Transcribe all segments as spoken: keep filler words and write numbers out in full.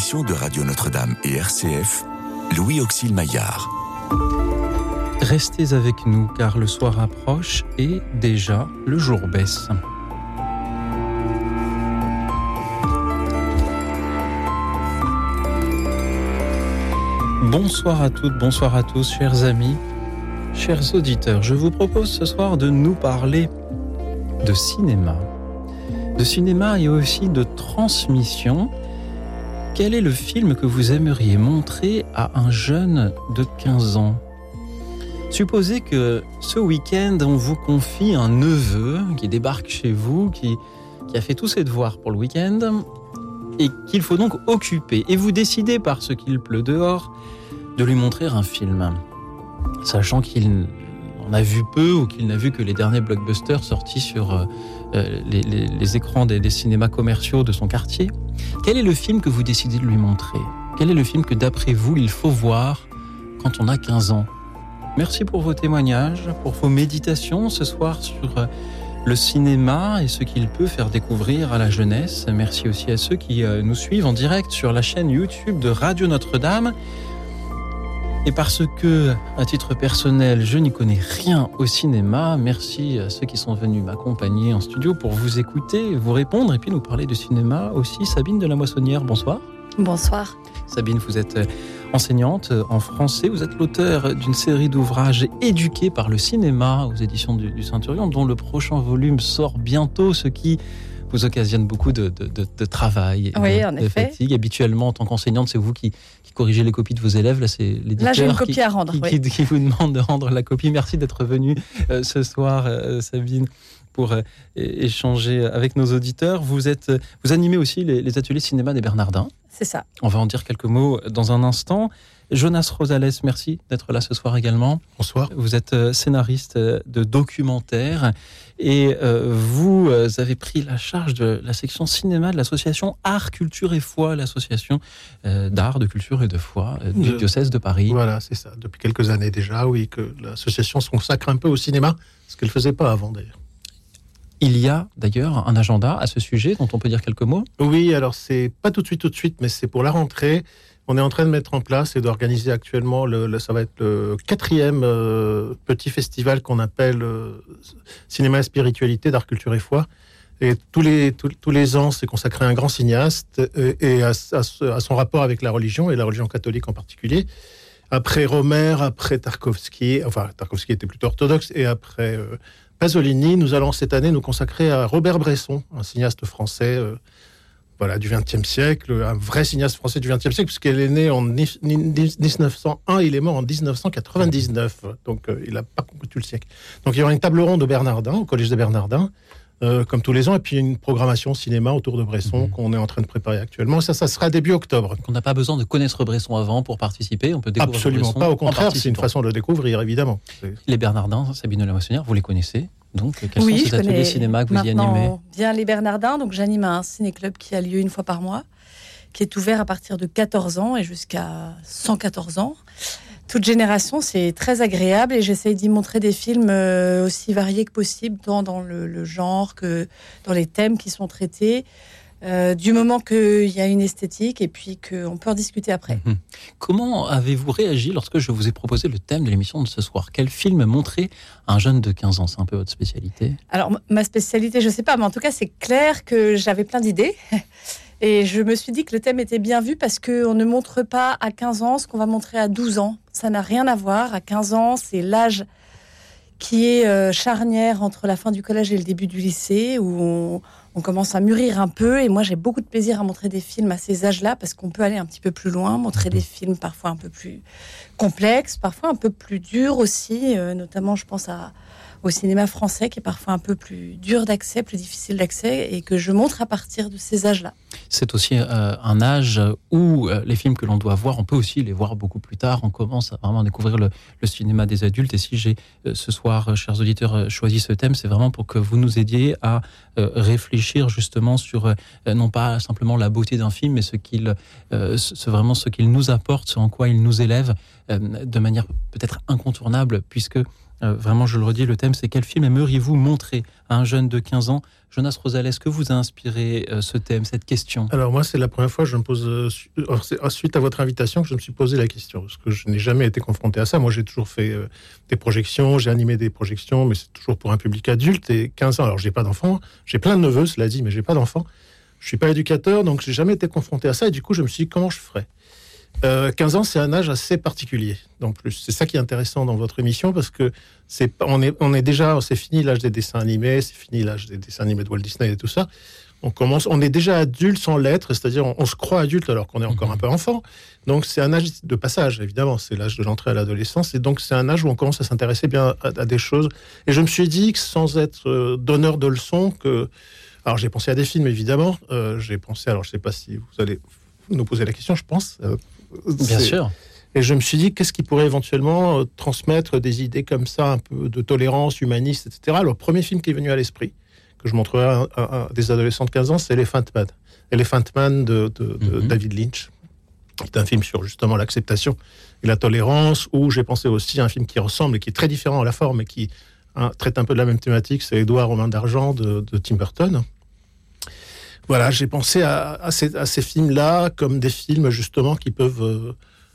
édition de Radio Notre-Dame et R C F, Louis Auxil Maillard. Restez avec nous car le soir approche et déjà le jour baisse. Bonsoir à toutes, bonsoir à tous, chers amis, chers auditeurs. Je vous propose ce soir de nous parler de cinéma. De cinéma et aussi de transmission. Quel est le film que vous aimeriez montrer à un jeune de quinze ans ? Supposez que ce week-end, on vous confie un neveu qui débarque chez vous, qui, qui a fait tous ses devoirs pour le week-end et qu'il faut donc occuper. Et vous décidez, parce qu'il pleut dehors, de lui montrer un film. Sachant qu'il en a vu peu ou qu'il n'a vu que les derniers blockbusters sortis sur euh, les, les, les écrans des, des cinémas commerciaux de son quartier. Quel est le film que vous décidez de lui montrer ? Quel est le film que, d'après vous, il faut voir quand on a quinze ans ? Merci pour vos témoignages, pour vos méditations ce soir sur le cinéma et ce qu'il peut faire découvrir à la jeunesse. Merci aussi à ceux qui nous suivent en direct sur la chaîne YouTube de Radio Notre-Dame. Et parce que, à titre personnel, je n'y connais rien au cinéma, merci à ceux qui sont venus m'accompagner en studio pour vous écouter, vous répondre et puis nous parler de cinéma aussi. Sabine de la Moissonnière, bonsoir. Bonsoir. Sabine, vous êtes enseignante en français, vous êtes l'auteur d'une série d'ouvrages éduqués par le cinéma aux éditions du, du Saint-Turion, dont le prochain volume sort bientôt, ce qui vous occasionne beaucoup de, de, de, de travail et oui, de, en de effet. fatigue. Habituellement, en tant qu'enseignante, c'est vous qui, qui corrigez les copies de vos élèves. Là, c'est l'éditeur Là, j'ai une copie qui, à rendre, qui, oui. qui, qui vous demande de rendre la copie. Merci d'être venue euh, ce soir, euh, Sabine, pour euh, échanger avec nos auditeurs. Vous, êtes, vous animez aussi les, les ateliers cinéma des Bernardins. C'est ça. On va en dire quelques mots dans un instant. Jonas Rosales, merci d'être là ce soir également. Bonsoir. Vous êtes scénariste de documentaire et euh, vous avez pris la charge de la section cinéma de l'association Art, Culture et Foi, l'association euh, d'art, de culture et de foi euh, du de... diocèse de Paris. Voilà, c'est ça. Depuis quelques années déjà, oui, que l'association se consacre un peu au cinéma, ce qu'elle ne faisait pas avant d'ailleurs. Il y a d'ailleurs un agenda à ce sujet dont on peut dire quelques mots. Oui, alors c'est pas tout de suite, tout de suite, mais c'est pour la rentrée. On est en train de mettre en place et d'organiser actuellement, le, le, ça va être le quatrième euh, petit festival qu'on appelle euh, Cinéma et Spiritualité d'Art, Culture et Foi. Et tous les, tous, tous les ans, c'est consacré à un grand cinéaste et, et à, à, à son rapport avec la religion, et la religion catholique en particulier. Après Romer, après Tarkovsky, enfin Tarkovsky était plutôt orthodoxe, et après euh, Pasolini, nous allons cette année nous consacrer à Robert Bresson, un cinéaste français euh, voilà, du vingtième siècle, un vrai cinéaste français du vingtième siècle, puisqu'il est né en dix-neuf cent un, il est mort en dix-neuf cent quatre-vingt-dix-neuf, donc euh, il n'a pas conclu le siècle. Donc il y aura une table ronde au Bernardin, au Collège des Bernardins, euh, comme tous les ans, et puis une programmation cinéma autour de Bresson mmh. qu'on est en train de préparer actuellement. Ça, ça sera début octobre. Donc on n'a pas besoin de connaître Bresson avant pour participer, on peut découvrir Absolument Bresson pas, au contraire, c'est une façon de le découvrir, évidemment. C'est... Les Bernardins, Sabine de la Moissonnière, vous les connaissez ? Donc, quels oui, sont ces ateliers cinéma que vous y animez ? Bien les Bernardins, donc j'anime un ciné-club qui a lieu une fois par mois, qui est ouvert à partir de quatorze ans et jusqu'à cent quatorze ans. Toute génération, c'est très agréable et j'essaye d'y montrer des films aussi variés que possible, tant dans le, le genre que dans les thèmes qui sont traités. Euh, du moment qu'il y a une esthétique et puis qu'on peut en discuter après. Mmh. Comment avez-vous réagi lorsque je vous ai proposé le thème de l'émission de ce soir ? Quel film montrer à un jeune de quinze ans ? C'est un peu votre spécialité ? Alors, ma spécialité, je ne sais pas, mais en tout cas, c'est clair que j'avais plein d'idées. Et je me suis dit que le thème était bien vu parce qu'on ne montre pas à quinze ans ce qu'on va montrer à douze ans. Ça n'a rien à voir. À quinze ans, c'est l'âge qui est euh, charnière entre la fin du collège et le début du lycée, où on, on commence à mûrir un peu. Et moi, j'ai beaucoup de plaisir à montrer des films à ces âges-là, parce qu'on peut aller un petit peu plus loin, montrer des films parfois un peu plus complexes, parfois un peu plus durs aussi. Euh, notamment, je pense à, au cinéma français, qui est parfois un peu plus dur d'accès, plus difficile d'accès, et que je montre à partir de ces âges-là. C'est aussi euh, un âge où euh, les films que l'on doit voir, on peut aussi les voir beaucoup plus tard. On commence à vraiment découvrir le, le cinéma des adultes. Et si j'ai euh, ce soir, euh, chers auditeurs, euh, choisi ce thème, c'est vraiment pour que vous nous aidiez à euh, réfléchir justement sur euh, non pas simplement la beauté d'un film, mais ce qu'il, euh, ce, vraiment ce qu'il nous apporte, ce en quoi il nous élève euh, de manière peut-être incontournable, puisque Euh, vraiment, je le redis, le thème, c'est quel film aimeriez-vous montrer à un jeune de quinze ans ? Jonas Rosal, est-ce que vous a inspiré euh, ce thème, cette question ? Alors moi, c'est la première fois que je me pose, euh, suite à votre invitation, que je me suis posé la question, parce que je n'ai jamais été confronté à ça. Moi, j'ai toujours fait euh, des projections, j'ai animé des projections, mais c'est toujours pour un public adulte et quinze ans. Alors, j'ai pas d'enfants, j'ai plein de neveux, cela dit, mais j'ai pas d'enfants. Je suis pas éducateur, donc j'ai jamais été confronté à ça. Et du coup, je me suis dit, comment je ferais ? Euh, quinze ans, c'est un âge assez particulier. En plus, c'est ça qui est intéressant dans votre émission, parce que c'est, on est, on est déjà, c'est fini l'âge des dessins animés, c'est fini l'âge des dessins animés de Walt Disney et tout ça. On commence, on est déjà adulte sans l'être, c'est-à-dire on, on se croit adulte alors qu'on est encore un peu enfant. Donc c'est un âge de passage, évidemment, c'est l'âge de l'entrée à l'adolescence, et donc c'est un âge où on commence à s'intéresser bien à, à des choses. Et je me suis dit que sans être euh, donneur de leçons, que, alors j'ai pensé à des films évidemment, euh, j'ai pensé, alors je sais pas si vous allez nous poser la question, je pense. Euh, Bien sûr. Et je me suis dit, qu'est-ce qui pourrait éventuellement euh, transmettre des idées comme ça, un peu de tolérance, humaniste, et cetera. Alors, le premier film qui est venu à l'esprit, que je montrerai à, à, à des adolescents de quinze ans, c'est Elephant Man. Elephant Man de, de, de mm-hmm. David Lynch. C'est un film sur justement l'acceptation et la tolérance, où j'ai pensé aussi à un film qui ressemble et qui est très différent à la forme et qui hein, traite un peu de la même thématique, c'est Édouard aux mains d'argent de, de Tim Burton. Voilà, j'ai pensé à, à, ces, à ces films-là comme des films justement qui peuvent euh,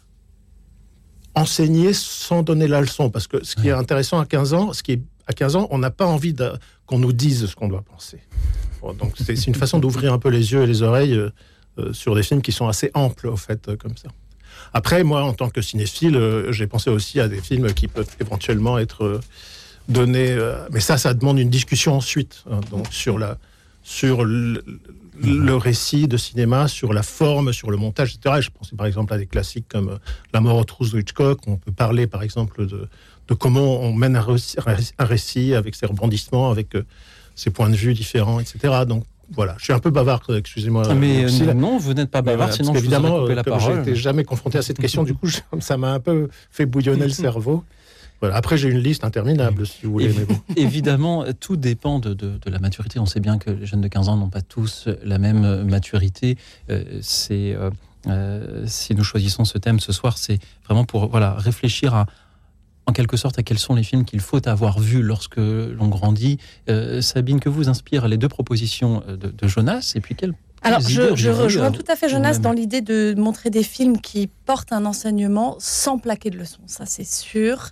enseigner sans donner la leçon. Parce que ce qui est intéressant à quinze ans, ce qui est, à quinze ans, on n'a pas envie de, qu'on nous dise ce qu'on doit penser. Bon, donc c'est, c'est une façon d'ouvrir un peu les yeux et les oreilles euh, euh, sur des films qui sont assez amples, au fait, euh, comme ça. Après, moi, en tant que cinéphile, euh, j'ai pensé aussi à des films qui peuvent éventuellement être euh, donnés... Euh, mais ça, ça demande une discussion ensuite, hein, donc sur la... sur le, le récit de cinéma, sur la forme, sur le montage, et cetera. Et je pensais par exemple à des classiques comme La mort aux trousses de Hitchcock, où on peut parler par exemple de, de comment on mène un récit, un récit avec ses rebondissements, avec euh, ses points de vue différents, et cetera. Donc voilà, je suis un peu bavard, excusez-moi. Mais euh, non, vous n'êtes pas bavard, voilà, sinon je vous aurais coupé la comme parole. J'ai été jamais confronté à cette question, du coup, je, ça m'a un peu fait bouillonner le cerveau. Voilà. Après, j'ai une liste interminable, si vous voulez. Mais bon. Évidemment, tout dépend de, de, de la maturité. On sait bien que les jeunes de quinze ans n'ont pas tous la même maturité. Euh, c'est, euh, euh, si nous choisissons ce thème ce soir, c'est vraiment pour voilà, réfléchir à, en quelque sorte, à quels sont les films qu'il faut avoir vus lorsque l'on grandit. Euh, Sabine, que vous inspirent les deux propositions de, de Jonas, et puis quelles Alors, je, je rejoins tout à fait Jonas dans l'idée de montrer des films qui portent un enseignement sans plaquer de leçons. Ça, c'est sûr.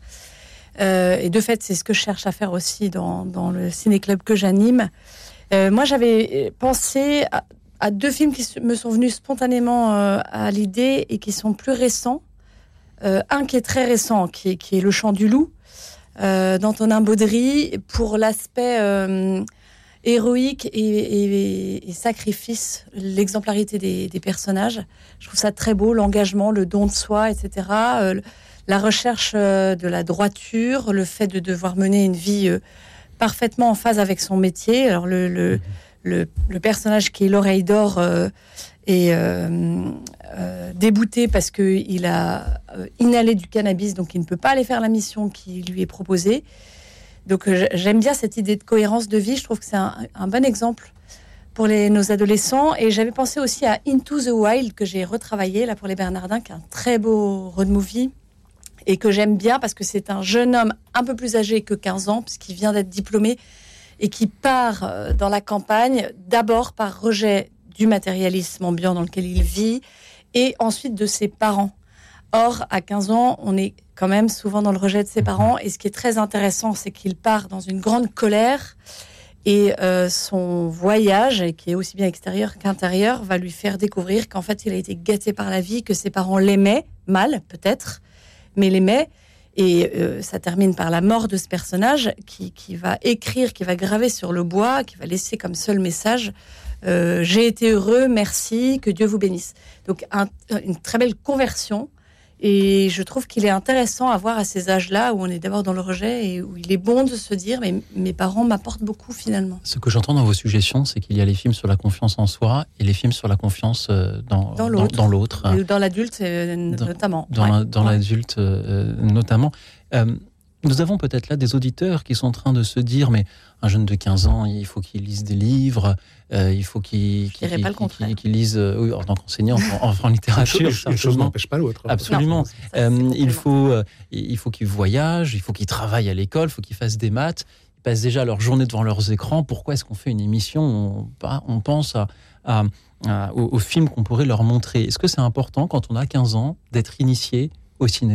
Euh, et de fait, c'est ce que je cherche à faire aussi dans, dans le ciné-club que j'anime. Euh, moi, j'avais pensé à, à deux films qui me sont venus spontanément euh, à l'idée et qui sont plus récents. Euh, un qui est très récent, qui est, qui est Le Chant du loup, euh, d'Antonin Baudry, pour l'aspect euh, héroïque et, et, et sacrifice, l'exemplarité des, des personnages. Je trouve ça très beau, l'engagement, le don de soi, et cetera. Euh, la recherche de la droiture, le fait de devoir mener une vie parfaitement en phase avec son métier. Alors le, le, le, le personnage qui est l'oreille d'or euh, est euh, euh, débouté parce qu'il a inhalé du cannabis, donc il ne peut pas aller faire la mission qui lui est proposée. Donc j'aime bien cette idée de cohérence de vie. Je trouve que c'est un, un bon exemple pour les, nos adolescents. Et j'avais pensé aussi à Into the Wild, que j'ai retravaillé là pour les Bernardins, qui est un très beau road movie et que j'aime bien parce que c'est un jeune homme un peu plus âgé que quinze ans, puisqu'il vient d'être diplômé et qui part dans la campagne, d'abord par rejet du matérialisme ambiant dans lequel il vit, et ensuite de ses parents. Or, à quinze ans, on est quand même souvent dans le rejet de ses parents, et ce qui est très intéressant, c'est qu'il part dans une grande colère, et euh, son voyage, qui est aussi bien extérieur qu'intérieur, va lui faire découvrir qu'en fait, il a été gâté par la vie, que ses parents l'aimaient, mal peut-être, mais l'aimaient. Et euh, ça termine par la mort de ce personnage qui, qui va écrire, qui va graver sur le bois, qui va laisser comme seul message euh, « J'ai été heureux, merci, que Dieu vous bénisse ». Donc un, une très belle conversion. Et je trouve qu'il est intéressant à voir à ces âges-là, où on est d'abord dans le rejet et où il est bon de se dire « mais mes parents m'apportent beaucoup finalement ». Ce que j'entends dans vos suggestions, c'est qu'il y a les films sur la confiance en soi et les films sur la confiance dans, dans l'autre. Dans, dans, l'autre. Dans l'adulte euh, notamment. Dans, ouais. la, dans ouais. l'adulte euh, notamment. Euh, Nous avons peut-être là des auditeurs qui sont en train de se dire, mais un jeune de quinze ans, il faut qu'il lise des livres, euh, il faut qu'il, qu'il, qu'il, qu'il, qu'il lise, euh, oui, en tant qu'enseignant, en, en, en littérature. Une chose n'empêche pas l'autre. Absolument. Non, ça, euh, il, faut, euh, il faut qu'il voyage, il faut qu'il travaille à l'école, il faut qu'il fasse des maths. Ils passent déjà leur journée devant leurs écrans. Pourquoi est-ce qu'on fait une émission ? On, on pense à, à, à, aux, aux films qu'on pourrait leur montrer. Est-ce que c'est important, quand on a quinze ans, d'être initié au cinéma ?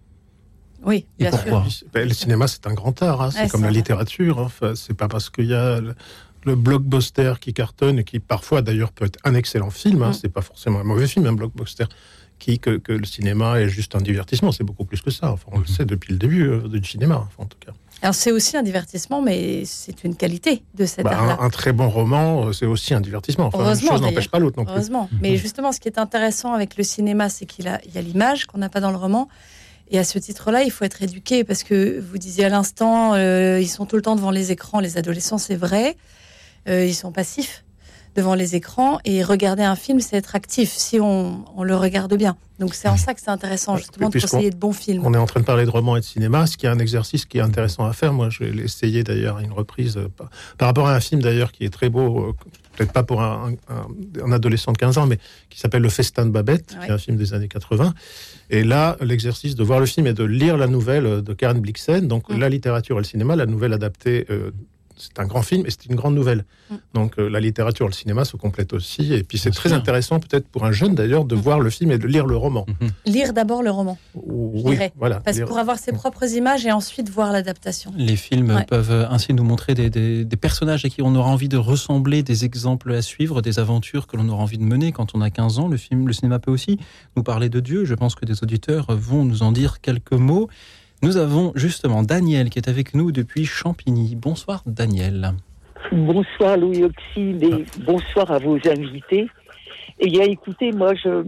Oui, bien sûr. Le cinéma, c'est un grand art, hein. c'est ouais, comme c'est la littérature. Hein. Enfin, c'est pas parce qu'il y a le, le blockbuster qui cartonne et qui parfois d'ailleurs peut être un excellent film. Hein. Mm. C'est pas forcément un mauvais film, un blockbuster, qui que, que le cinéma est juste un divertissement. C'est beaucoup plus que ça. Enfin, on mm. le sait depuis le début euh, du cinéma, enfin, en tout cas. Alors c'est aussi un divertissement, mais c'est une qualité de cet bah, art-là. Un, un très bon roman, c'est aussi un divertissement. Enfin, Heureusement, une chose n'empêche pas l'autre non plus. Heureusement. Mm. Mais justement, ce qui est intéressant avec le cinéma, c'est qu'il a, il y a l'image qu'on n'a pas dans le roman. Et à ce titre-là, il faut être éduqué parce que vous disiez à l'instant, euh, ils sont tout le temps devant les écrans. Les adolescents, c'est vrai, euh, ils sont passifs devant les écrans. Et regarder un film, c'est être actif si on, on le regarde bien. Donc c'est en ça que c'est intéressant justement de conseiller de bons films. On est en train de parler de romans et de cinéma, ce qui est un exercice qui est intéressant à faire. Moi, je vais l'essayer d'ailleurs à une reprise euh, par, par rapport à un film d'ailleurs qui est très beau. Euh, peut-être pas pour un, un, un adolescent de quinze ans, mais qui s'appelle Le Festin de Babette, ouais. qui est un film des années quatre-vingts. Et là, l'exercice de voir le film et de lire la nouvelle de Karen Blixen, donc mmh. la littérature et le cinéma, la nouvelle adaptée, euh, c'est un grand film et c'est une grande nouvelle. Mmh. Donc euh, la littérature et le cinéma se complètent aussi. Et puis c'est Bien très sûr. intéressant, peut-être pour un jeune d'ailleurs, de mmh. voir le film et de lire le roman. Mmh. Lire d'abord le roman, oui, je dirais. Voilà, Parce que pour avoir ses propres images et ensuite voir l'adaptation. Les films ouais. peuvent ainsi nous montrer des, des, des personnages à qui on aura envie de ressembler, des exemples à suivre, des aventures que l'on aura envie de mener quand on a quinze ans. Le film, le cinéma peut aussi nous parler de Dieu. Je pense que des auditeurs vont nous en dire quelques mots. Nous avons justement Daniel qui est avec nous depuis Champigny. Bonsoir Daniel. Bonsoir Louis Auxil et bonsoir à vos invités. Et bien écoutez, moi je,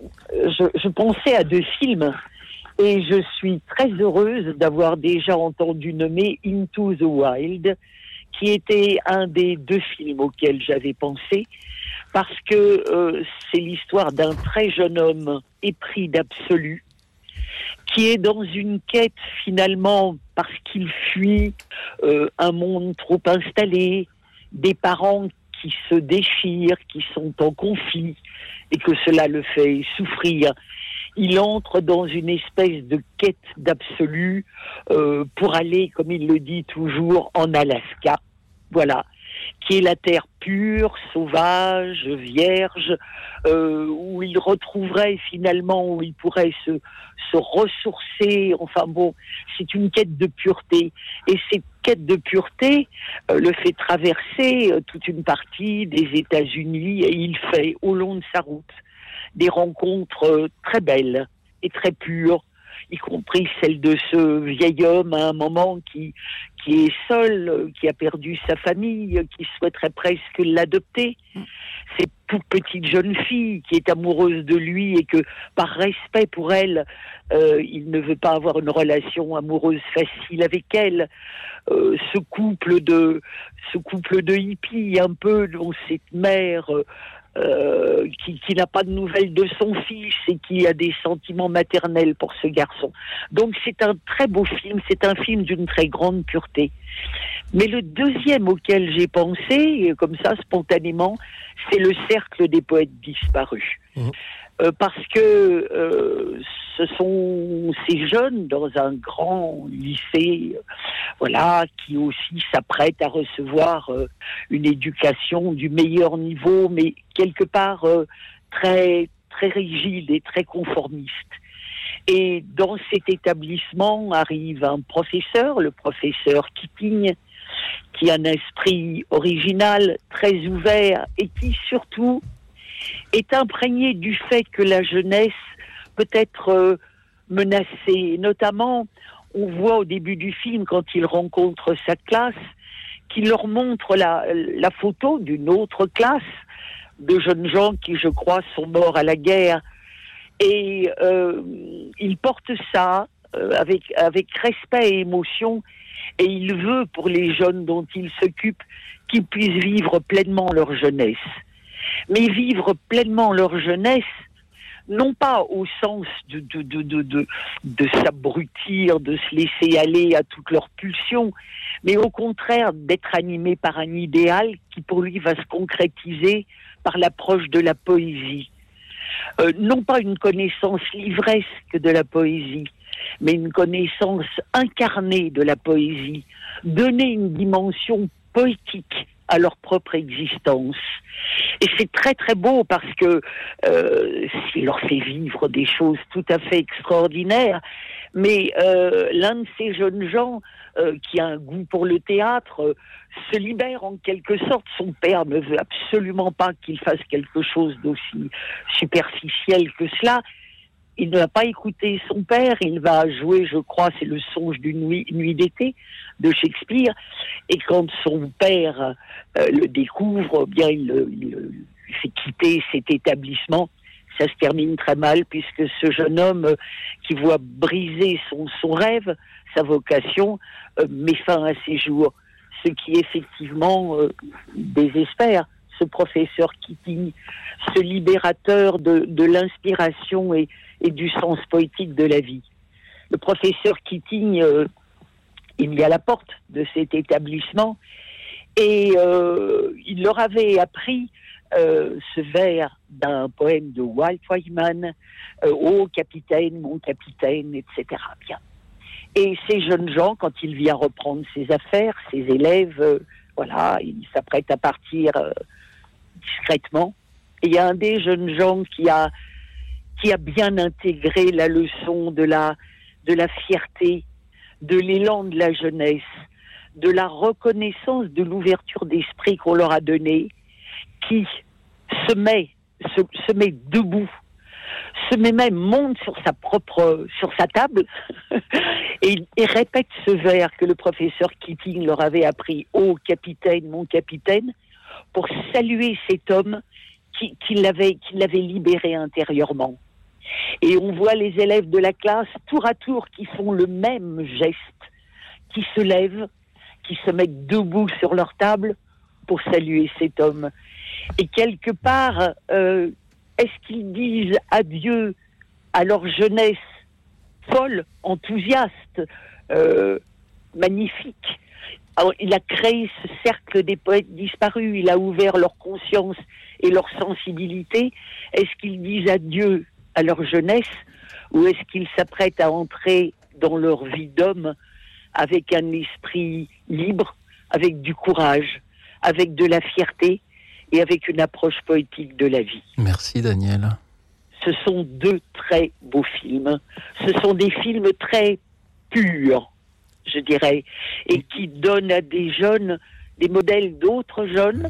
je, je pensais à deux films et je suis très heureuse d'avoir déjà entendu nommer Into the Wild, qui était un des deux films auxquels j'avais pensé, parce que euh, c'est l'histoire d'un très jeune homme épris d'absolu, qui est dans une quête finalement parce qu'il fuit euh, un monde trop installé, des parents qui se déchirent, qui sont en conflit et que cela le fait souffrir. Il entre dans une espèce de quête d'absolu euh, pour aller, comme il le dit toujours, en Alaska. Voilà. Qui est la terre pure, sauvage, vierge, euh, où il retrouverait finalement, où il pourrait se, se ressourcer. Enfin bon, c'est une quête de pureté. Et cette quête de pureté euh, le fait traverser euh, toute une partie des États-Unis et il fait, au long de sa route, des rencontres euh, très belles et très pures, y compris celle de ce vieil homme à un moment qui, qui est seul, qui a perdu sa famille, qui souhaiterait presque l'adopter. Cette toute petite jeune fille qui est amoureuse de lui et que, par respect pour elle, euh, il ne veut pas avoir une relation amoureuse facile avec elle. Euh, ce couple de, ce couple de hippies un peu, dont cette mère... Euh, Euh, qui, qui n'a pas de nouvelles de son fils et qui a des sentiments maternels pour ce garçon. Donc c'est un très beau film, c'est un film d'une très grande pureté. Mais le deuxième auquel j'ai pensé, comme ça spontanément, c'est Le Cercle des poètes disparus. Mmh. Euh, parce que euh, ce sont ces jeunes dans un grand lycée, euh, voilà, qui aussi s'apprêtent à recevoir euh, une éducation du meilleur niveau, mais quelque part euh, très très rigide et très conformiste. Et dans cet établissement arrive un professeur, le professeur Keating, qui a un esprit original, très ouvert et qui surtout est imprégné du fait que la jeunesse peut être euh, menacée. Notamment, on voit au début du film, quand il rencontre sa classe, qu'il leur montre la, la photo d'une autre classe de jeunes gens qui, je crois, sont morts à la guerre. Et euh, il porte ça euh, avec, avec respect et émotion, et il veut, pour les jeunes dont il s'occupe, qu'ils puissent vivre pleinement leur jeunesse. Mais vivre pleinement leur jeunesse non pas au sens de, de, de, de, de, de s'abrutir, de se laisser aller à toutes leurs pulsions, mais au contraire d'être animé par un idéal qui pour lui va se concrétiser par l'approche de la poésie. Euh, non pas une connaissance livresque de la poésie, mais une connaissance incarnée de la poésie, donner une dimension poétique à leur propre existence. Et c'est très très beau parce que euh, il leur fait vivre des choses tout à fait extraordinaires, mais euh, l'un de ces jeunes gens euh, qui a un goût pour le théâtre euh, se libère en quelque sorte. Son père ne veut absolument pas qu'il fasse quelque chose d'aussi superficiel que cela. Il ne va pas écouter son père, il va jouer, je crois, c'est le songe d'une nuit, nuit d'été de Shakespeare, et quand son père euh, le découvre, bien il, il, il fait quitter cet établissement. Ça se termine très mal, puisque ce jeune homme euh, qui voit briser son, son rêve, sa vocation, euh, met fin à ses jours, ce qui effectivement euh, désespère ce professeur Keating, ce libérateur de, de l'inspiration et, et du sens poétique de la vie. Le professeur Keating, euh, il est à la porte de cet établissement et euh, il leur avait appris euh, ce vers d'un poème de Walt Whitman, euh, « Oh capitaine, mon capitaine », et cetera. Bien. Et ces jeunes gens, quand il vient reprendre ses affaires, ses élèves, euh, voilà, il s'apprête à partir euh, discrètement. Et il y a un des jeunes gens qui a qui a bien intégré la leçon de la de la fierté, de l'élan de la jeunesse, de la reconnaissance de l'ouverture d'esprit qu'on leur a donnée, qui se met se, se met debout, se met même monte sur sa propre sur sa table et, et répète ce vers que le professeur Keating leur avait appris. Oh capitaine, mon capitaine, pour saluer cet homme qui, qui l'avait qui l'avait libéré intérieurement. Et on voit les élèves de la classe tour à tour qui font le même geste, qui se lèvent, qui se mettent debout sur leur table pour saluer cet homme. Et quelque part, euh, est-ce qu'ils disent adieu à leur jeunesse folle, enthousiaste, euh, magnifique? Alors, il a créé ce cercle des poètes disparus, il a ouvert leur conscience et leur sensibilité. Est-ce qu'ils disent adieu à leur jeunesse ou est-ce qu'ils s'apprêtent à entrer dans leur vie d'homme avec un esprit libre, avec du courage, avec de la fierté et avec une approche poétique de la vie? Merci Daniel. Ce sont deux très beaux films. Ce sont des films très purs, je dirais, et qui donnent à des jeunes des modèles d'autres jeunes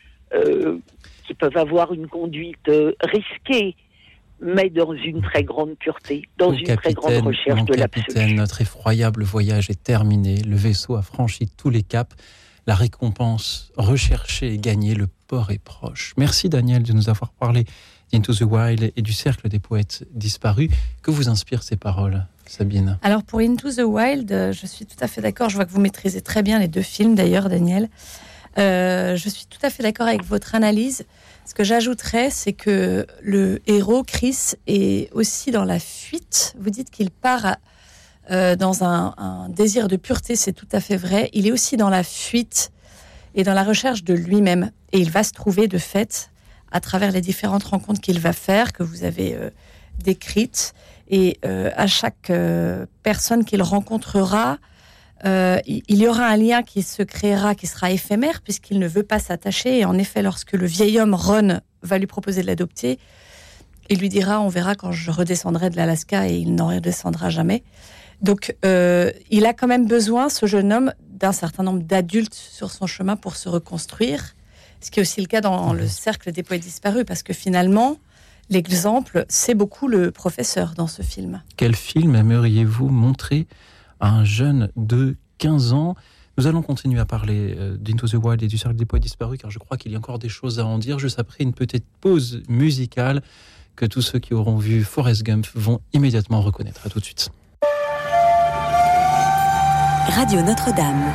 euh, qui peuvent avoir une conduite euh, risquée, mais dans une très grande pureté, dans Mon une capitaine, très grande recherche mon de capitaine, l'absolu. Notre effroyable voyage est terminé, le vaisseau a franchi tous les caps, la récompense recherchée et gagnée, le port est proche. Merci Daniel de nous avoir parlé d'Into the Wild et du cercle des poètes disparus. Que vous inspirent ces paroles, Sabine? Alors pour Into the Wild, je suis tout à fait d'accord, je vois que vous maîtrisez très bien les deux films d'ailleurs, Daniel. Euh, je suis tout à fait d'accord avec votre analyse. Ce que j'ajouterais, c'est que le héros, Chris, est aussi dans la fuite. Vous dites qu'il part à, euh, dans un, un désir de pureté, c'est tout à fait vrai. Il est aussi dans la fuite et dans la recherche de lui-même. Et il va se trouver, de fait, à travers les différentes rencontres qu'il va faire, que vous avez euh, décrites. Et euh, à chaque euh, personne qu'il rencontrera, Euh, il y aura un lien qui se créera, qui sera éphémère, puisqu'il ne veut pas s'attacher. Et en effet, lorsque le vieil homme, Ron, va lui proposer de l'adopter, il lui dira, on verra quand je redescendrai de l'Alaska, et il n'en redescendra jamais. Donc, euh, il a quand même besoin, ce jeune homme, d'un certain nombre d'adultes sur son chemin pour se reconstruire, ce qui est aussi le cas dans le cercle des poètes disparus, parce que finalement, l'exemple, c'est beaucoup le professeur dans ce film. Quel film aimeriez-vous montrer à un jeune de quinze ans? Nous allons continuer à parler euh, d'Into the Wild et du cercle des poètes disparus, car je crois qu'il y a encore des choses à en dire, juste après une petite pause musicale que tous ceux qui auront vu Forrest Gump vont immédiatement reconnaître. À tout de suite. Radio Notre-Dame.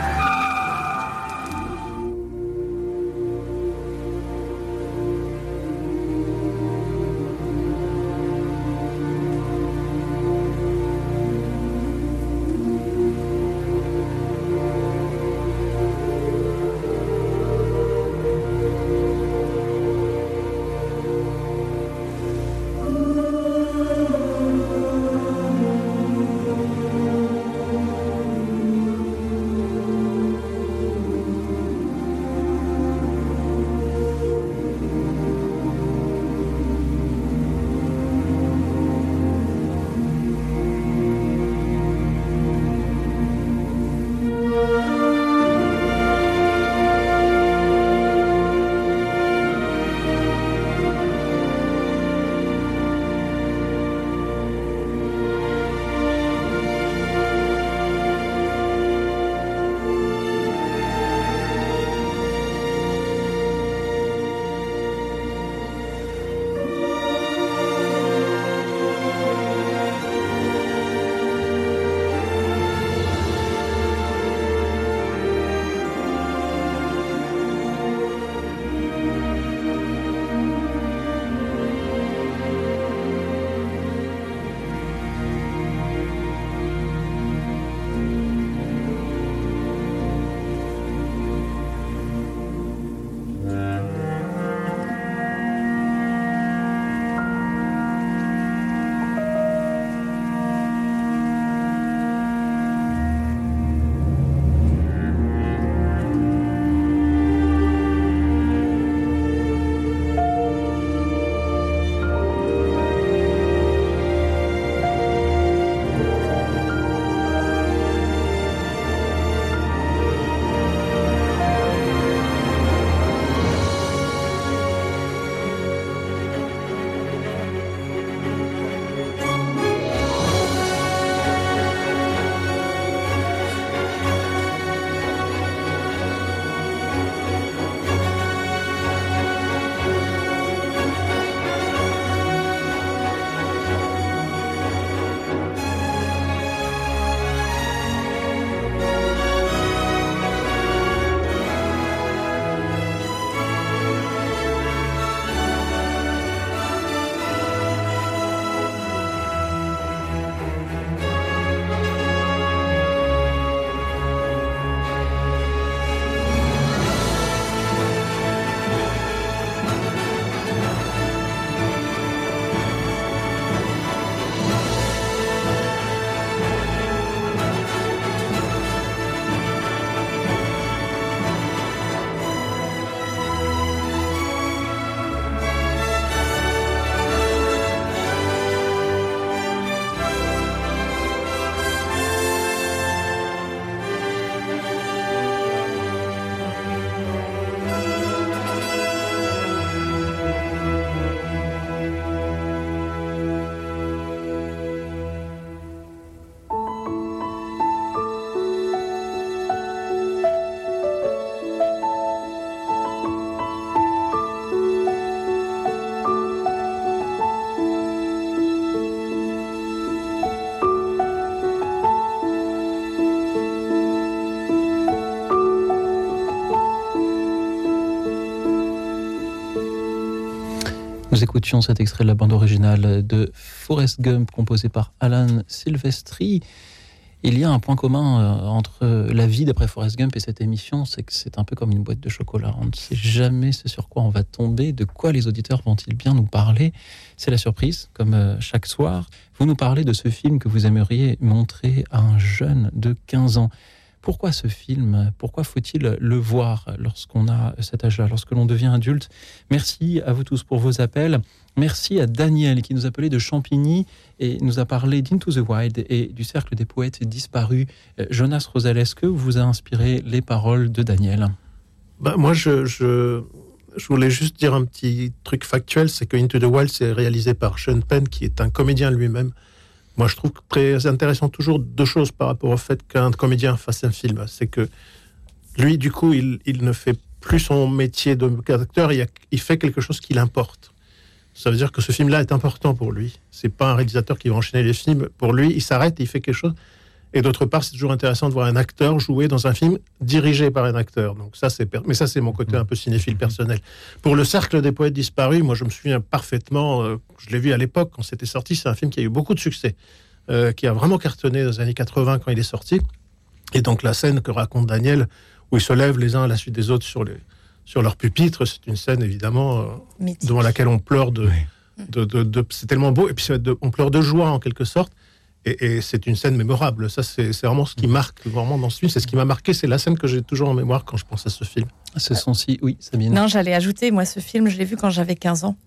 Nous écoutions cet extrait de la bande originale de Forrest Gump, composé par Alan Silvestri. Il y a un point commun entre la vie d'après Forrest Gump et cette émission, c'est que c'est un peu comme une boîte de chocolat. On ne sait jamais ce sur quoi on va tomber, de quoi les auditeurs vont-ils bien nous parler. C'est la surprise, comme chaque soir. Vous nous parlez de ce film que vous aimeriez montrer à un jeune de quinze ans. Pourquoi ce film ? Pourquoi faut-il le voir lorsqu'on a cet âge-là, lorsque l'on devient adulte ? Merci à vous tous pour vos appels. Merci à Daniel qui nous appelait de Champigny et nous a parlé d'Into the Wild et du Cercle des Poètes Disparus. Jonas Rosal, est-ce que vous a inspiré les paroles de Daniel ? Bah, moi, je, je, je voulais juste dire un petit truc factuel, c'est que Into the Wild, c'est réalisé par Sean Penn, qui est un comédien lui-même. Moi, je trouve très intéressant toujours deux choses par rapport au fait qu'un comédien fasse un film. C'est que lui, du coup, il, il ne fait plus son métier d'acteur, il, a, il fait quelque chose qui l'importe. Ça veut dire que ce film-là est important pour lui. C'est pas un réalisateur qui va enchaîner les films. Pour lui, il s'arrête et il fait quelque chose. Et d'autre part, c'est toujours intéressant de voir un acteur jouer dans un film dirigé par un acteur. Donc ça, c'est per... Mais ça, c'est mon côté un peu cinéphile personnel. Pour le Cercle des Poètes Disparus, moi, je me souviens parfaitement, euh, je l'ai vu à l'époque, quand c'était sorti, c'est un film qui a eu beaucoup de succès, euh, qui a vraiment cartonné dans les années quatre-vingts quand il est sorti. Et donc la scène que raconte Daniel, où ils se lèvent les uns à la suite des autres sur, les... sur leur pupitre, c'est une scène, évidemment, euh, devant laquelle on pleure de... Oui. de, de, de... C'est tellement beau, et puis de... on pleure de joie, en quelque sorte. Et, et c'est une scène mémorable. Ça, c'est, c'est vraiment ce qui marque vraiment dans ce film. C'est ce qui m'a marqué. C'est la scène que j'ai toujours en mémoire quand je pense à ce film. Ce sont-ci, oui, Sabine. Non, j'allais ajouter, moi, ce film, je l'ai vu quand j'avais quinze ans.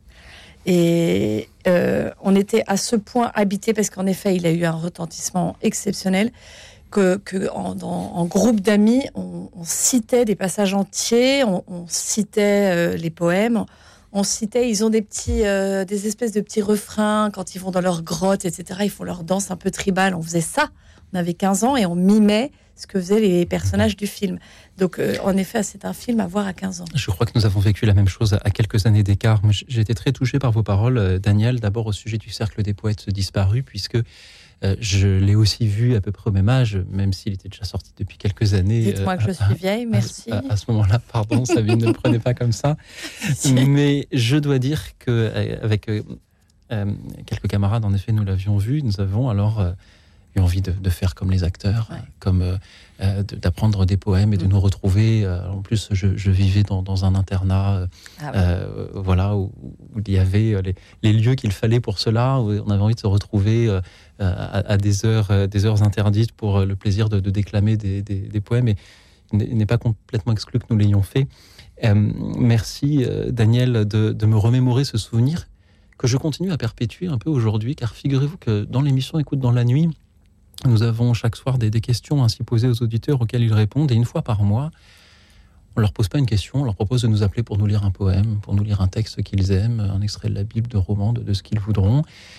Et euh, on était à ce point habités, parce qu'en effet, il a eu un retentissement exceptionnel, que, que en, dans, en groupe d'amis, on, on citait des passages entiers, on, on citait euh, les poèmes. On citait, ils ont des petits, euh, des espèces de petits refrains quand ils vont dans leur grotte, et cetera. Ils font leur danse un peu tribale. On faisait ça. On avait quinze ans et on mimait ce que faisaient les personnages du film. Donc, euh, en effet, c'est un film à voir à quinze ans. Je crois que nous avons vécu la même chose à quelques années d'écart. J'ai été très touché par vos paroles, Daniel, d'abord au sujet du Cercle des Poètes Disparus, puisque euh, je l'ai aussi vu à peu près au même âge, même s'il était déjà sorti depuis quelques années. Dites-moi euh, que je suis vieille, merci. À, à, à ce moment-là, pardon, Sabine, ne le prenez pas comme ça. Mais je dois dire qu'avec euh, euh, quelques camarades, en effet, nous l'avions vu, nous avons alors euh, eu envie de, de faire comme les acteurs, ouais. comme euh, euh, d'apprendre des poèmes et de mmh. nous retrouver. Euh, en plus, je, je vivais dans, dans un internat, euh, ah ouais. euh, voilà, où, où il y avait les, les lieux qu'il fallait pour cela, où on avait envie de se retrouver euh, à, à des heures, euh, des heures interdites pour le plaisir de, de déclamer des, des, des poèmes. Et il n'est pas complètement exclu que nous l'ayons fait. Euh, merci, euh, Daniel, de, de me remémorer ce souvenir que je continue à perpétuer un peu aujourd'hui, car figurez-vous que dans l'émission Écoute dans la nuit, nous avons chaque soir des, des questions ainsi posées aux auditeurs auxquelles ils répondent, et une fois par mois, on ne leur pose pas une question, on leur propose de nous appeler pour nous lire un poème, pour nous lire un texte qu'ils aiment, un extrait de la Bible, de roman, de, de ce qu'ils voudront.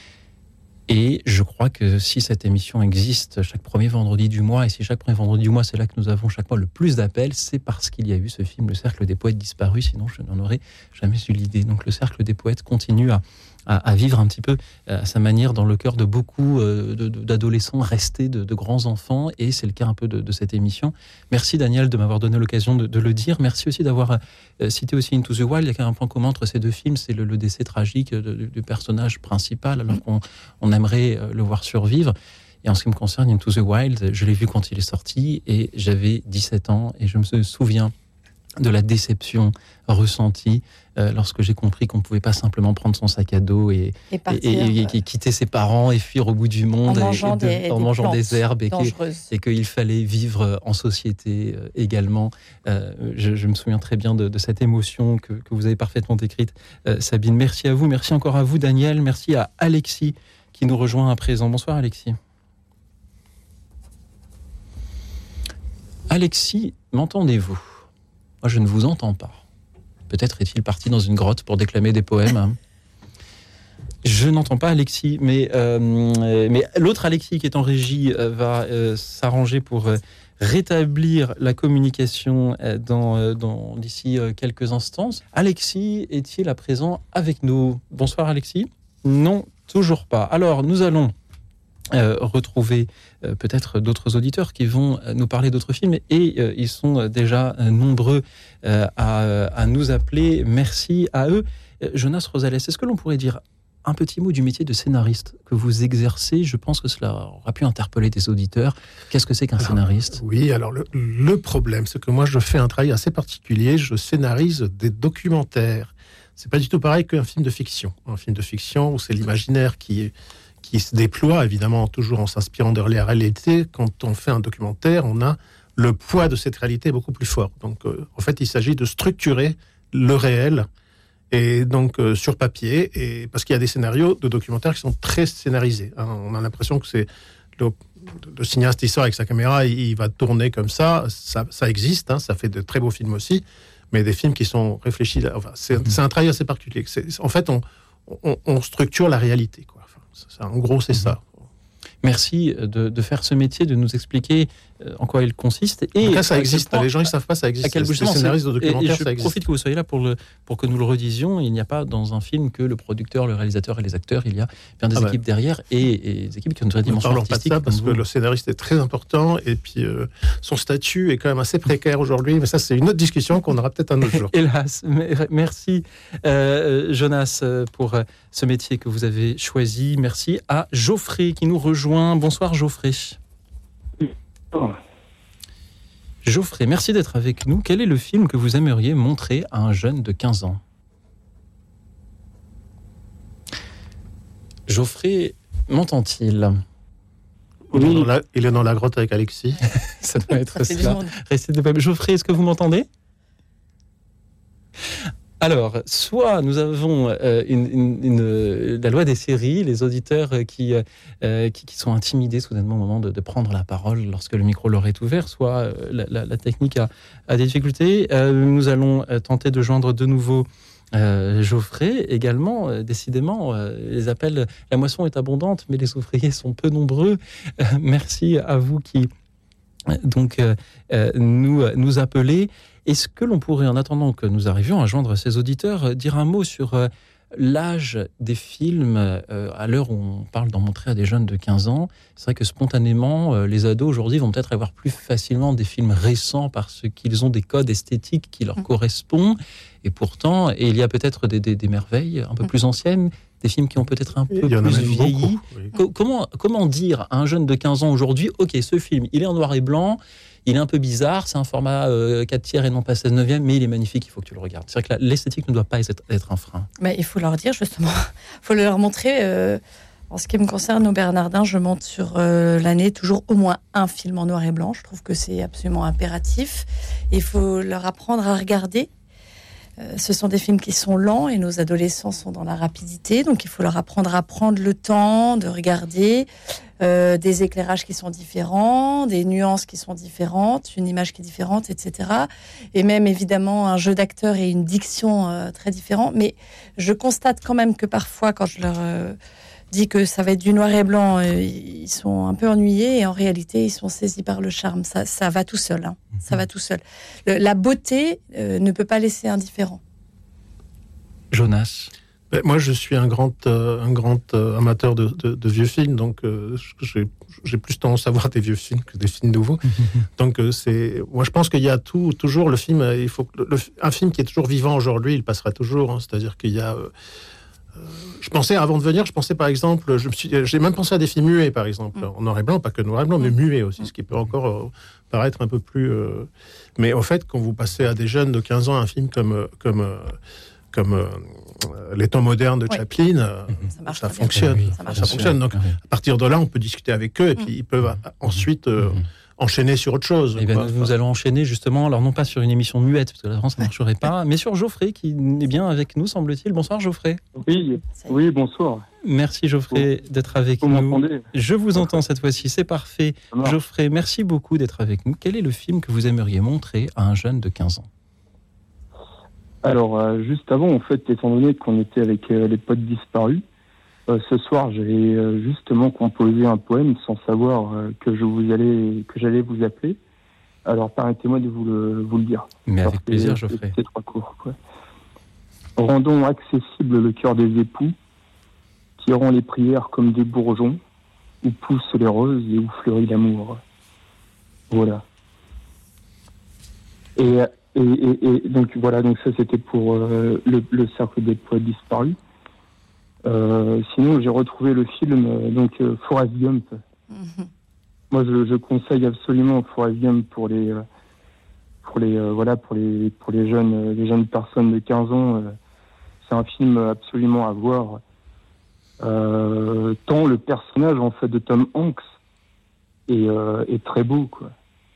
Et je crois que si cette émission existe chaque premier vendredi du mois, et si chaque premier vendredi du mois, c'est là que nous avons chaque mois le plus d'appels, c'est parce qu'il y a eu ce film, Le Cercle des Poètes Disparus, sinon je n'en aurais jamais eu l'idée. Donc le Cercle des Poètes continue à, à, à vivre un petit peu à sa manière dans le cœur de beaucoup de, de, d'adolescents restés, de, de grands enfants, et c'est le cas un peu de, de cette émission. Merci Daniel de m'avoir donné l'occasion de, de le dire. Merci aussi d'avoir euh, cité aussi Into the Wild. Il y a un point commun entre ces deux films, c'est le, le décès tragique de, de, du personnage principal, alors qu'on on aimerait le voir survivre. Et en ce qui me concerne, Into the Wild, je l'ai vu quand il est sorti et j'avais dix-sept ans, et je me souviens de la déception ressentie euh, lorsque j'ai compris qu'on ne pouvait pas simplement prendre son sac à dos et, et, partir, et, et, et, et quitter ses parents et fuir au bout du monde en mangeant, et, et de, des, en des, mangeant des herbes et, et qu'il fallait vivre en société euh, également. Euh, je, je me souviens très bien de, de cette émotion que, que vous avez parfaitement décrite, euh, Sabine. Merci à vous, merci encore à vous, Daniel. Merci à Alexis qui nous rejoint à présent. Bonsoir Alexis. Alexis, m'entendez-vous ? Moi, je ne vous entends pas. Peut-être est-il parti dans une grotte pour déclamer des poèmes. Hein. Je n'entends pas Alexis, mais, euh, mais l'autre Alexis qui est en régie euh, va euh, s'arranger pour euh, rétablir la communication euh, dans, euh, dans, d'ici euh, quelques instants. Alexis est-il à présent avec nous ? Bonsoir Alexis ? Non, toujours pas. Alors, nous allons Euh, retrouver euh, peut-être d'autres auditeurs qui vont euh, nous parler d'autres films, et euh, ils sont déjà euh, nombreux euh, à, à nous appeler. Merci à eux. Euh, Jonas Rosales, est-ce que l'on pourrait dire un petit mot du métier de scénariste que vous exercez? Je pense que cela aura pu interpeller des auditeurs. Qu'est-ce que c'est qu'un alors, scénariste? Oui, alors le, le problème, c'est que moi, je fais un travail assez particulier. Je scénarise des documentaires. C'est pas du tout pareil qu'un film de fiction. Un film de fiction où c'est l'imaginaire qui, qui se déploie, évidemment, toujours en s'inspirant de la réalité. Quand on fait un documentaire, on a le poids de cette réalité beaucoup plus fort. Donc, euh, en fait, il s'agit de structurer le réel et donc euh, sur papier, et parce qu'il y a des scénarios de documentaires qui sont très scénarisés. Hein. On a l'impression que c'est le, le cinéaste qui sort avec sa caméra, il, il va tourner comme ça. Ça, ça existe, hein, ça fait de très beaux films aussi, mais des films qui sont réfléchis. Là, enfin, c'est, c'est un travail assez particulier. C'est, en fait, on, on, on structure la réalité, quoi. Enfin, ça, en gros, c'est ça. Merci de, de faire ce métier, de nous expliquer en quoi il consiste. Et en tout cas, ça existe. Les gens, ils ne savent pas, ça existe. Les scénaristes de documentaires, et, et ça existe. Je profite que vous soyez là pour, le, pour que nous le redisions. Il n'y a pas dans un film que le producteur, le réalisateur et les acteurs. Il y a bien des ah équipes ben. derrière et, et des équipes qui ont une vraie dimension artistique. Ne parlons pas de ça parce que le scénariste est très important et puis euh, son statut est quand même assez précaire aujourd'hui. Mais ça, c'est une autre discussion qu'on aura peut-être un autre jour. Hélas. Merci, euh, Jonas, pour ce métier que vous avez choisi. Merci à Geoffrey qui nous rejoint. Bonsoir, Geoffrey. Oh. Geoffrey, merci d'être avec nous. Quel est le film que vous aimeriez montrer à un jeune de quinze ans? Geoffrey, m'entend-il? Oui. Il est dans la, il est dans la grotte avec Alexis. Ça doit être ça. ça. Restez de... Geoffrey, est-ce que vous m'entendez? Alors, soit nous avons euh, une, une, une, la loi des séries, les auditeurs qui, euh, qui, qui sont intimidés soudainement au moment de, de prendre la parole lorsque le micro leur est ouvert, soit euh, la, la, la technique a, a des difficultés. Euh, nous allons tenter de joindre de nouveau euh, Geoffrey également. Euh, décidément, euh, les appels, la moisson est abondante, mais les ouvriers sont peu nombreux. Euh, merci à vous qui donc euh, euh, nous, nous appelez. Est-ce que l'on pourrait, en attendant que nous arrivions à joindre ces auditeurs, dire un mot sur euh, l'âge des films euh, à l'heure où on parle d'en montrer à des jeunes de quinze ans? C'est vrai que spontanément, euh, les ados aujourd'hui vont peut-être avoir plus facilement des films récents parce qu'ils ont des codes esthétiques qui leur mmh. correspondent. Et pourtant, et il y a peut-être des, des, des merveilles un peu mmh. plus anciennes, des films qui ont peut-être un peu plus vieilli. Oui. Co- comment, comment dire à un jeune de quinze ans aujourd'hui, ok, ce film, il est en noir et blanc, il est un peu bizarre, c'est un format euh, quatre tiers et non pas seize neuvième, mais il est magnifique, il faut que tu le regardes. C'est vrai que la, l'esthétique ne doit pas être, être un frein. Mais il faut leur dire, justement, il faut leur montrer. Euh, en ce qui me concerne, au Bernardin, je monte sur euh, l'année toujours au moins un film en noir et blanc. Je trouve que c'est absolument impératif. Il faut leur apprendre à regarder. Euh, ce sont des films qui sont lents et nos adolescents sont dans la rapidité. Donc, il faut leur apprendre à prendre le temps de regarder. Euh, des éclairages qui sont différents, des nuances qui sont différentes, une image qui est différente, et cetera. Et même évidemment un jeu d'acteurs et une diction euh, très différents. Mais je constate quand même que parfois, quand je leur euh, dis que ça va être du noir et blanc, euh, ils sont un peu ennuyés et en réalité, ils sont saisis par le charme. Ça, ça va tout seul. Hein. Mmh. Ça va tout seul. Le, la beauté euh, ne peut pas laisser indifférent. Jonas. Moi, je suis un grand, euh, un grand euh, amateur de, de, de vieux films, donc euh, j'ai, j'ai plus tendance à voir des vieux films que des films nouveaux. Donc, euh, c'est, moi, je pense qu'il y a tout, toujours le film. Il faut que le, un film qui est toujours vivant aujourd'hui, il passera toujours. Hein, c'est-à-dire qu'il y a. Euh, euh, je pensais avant de venir, je pensais par exemple, je me suis, j'ai même pensé à des films muets, par exemple, en noir et blanc, pas que noir et blanc, mais muets aussi, ce qui peut encore euh, paraître un peu plus. Euh... Mais au fait, quand vous passez à des jeunes de quinze ans un film comme comme euh, comme euh, Les temps modernes de oui. Chaplin, euh, ça, ça fonctionne. Oui, ça, marche ça fonctionne. Donc, oui. à partir de là, on peut discuter avec eux et puis ils peuvent mmh. ensuite euh, mmh. enchaîner sur autre chose. Et ben, nous, nous allons enchaîner justement, alors non pas sur une émission muette, parce que là, ça ne marcherait pas, mais sur Geoffrey qui est bien avec nous, semble-t-il. Bonsoir Geoffrey. Oui, oui, bonsoir. Merci Geoffrey bon. d'être avec vous nous. M'entendez ? Je vous entends cette fois-ci, c'est parfait. Geoffrey, merci beaucoup d'être avec nous. Quel est le film que vous aimeriez montrer à un jeune de quinze ans ? Alors, euh, juste avant, en fait, étant donné qu'on était avec euh, les potes disparus, euh, ce soir, j'ai euh, justement composé un poème sans savoir euh, que je vous allais, que j'allais vous appeler. Alors, permettez-moi de vous le, vous le dire. Mais avec c'est, plaisir, Geoffrey. C'est trois cours, quoi. Rendons accessible le cœur des époux, qui auront les prières comme des bourgeons, où poussent les roses et où fleurit l'amour. Voilà. Et et, et, et donc voilà, donc ça c'était pour euh, le, le cercle des poètes disparus. Euh, sinon, j'ai retrouvé le film euh, donc euh, Forrest Gump. Mm-hmm. Moi, je, je conseille absolument Forrest Gump pour les euh, pour les euh, voilà pour les pour les jeunes euh, les jeunes personnes de quinze ans. Euh, c'est un film absolument à voir. Euh, tant le personnage en fait de Tom Hanks est, euh, est très beau, quoi.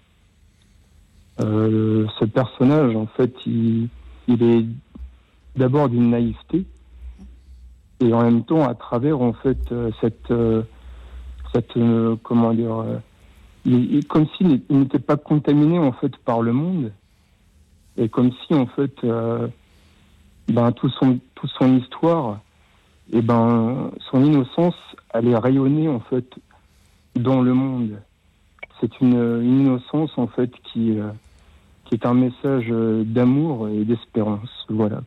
Euh, ce personnage en fait il, il est d'abord d'une naïveté et en même temps à travers en fait euh, cette euh, cette euh, comment dire euh, il, il, comme s'il il n'était pas contaminé en fait par le monde et comme si en fait euh, ben tout son toute son histoire et ben son innocence allait rayonner en fait dans le monde. C'est une, une innocence en fait qui euh, qui est un message d'amour et d'espérance. Voilà.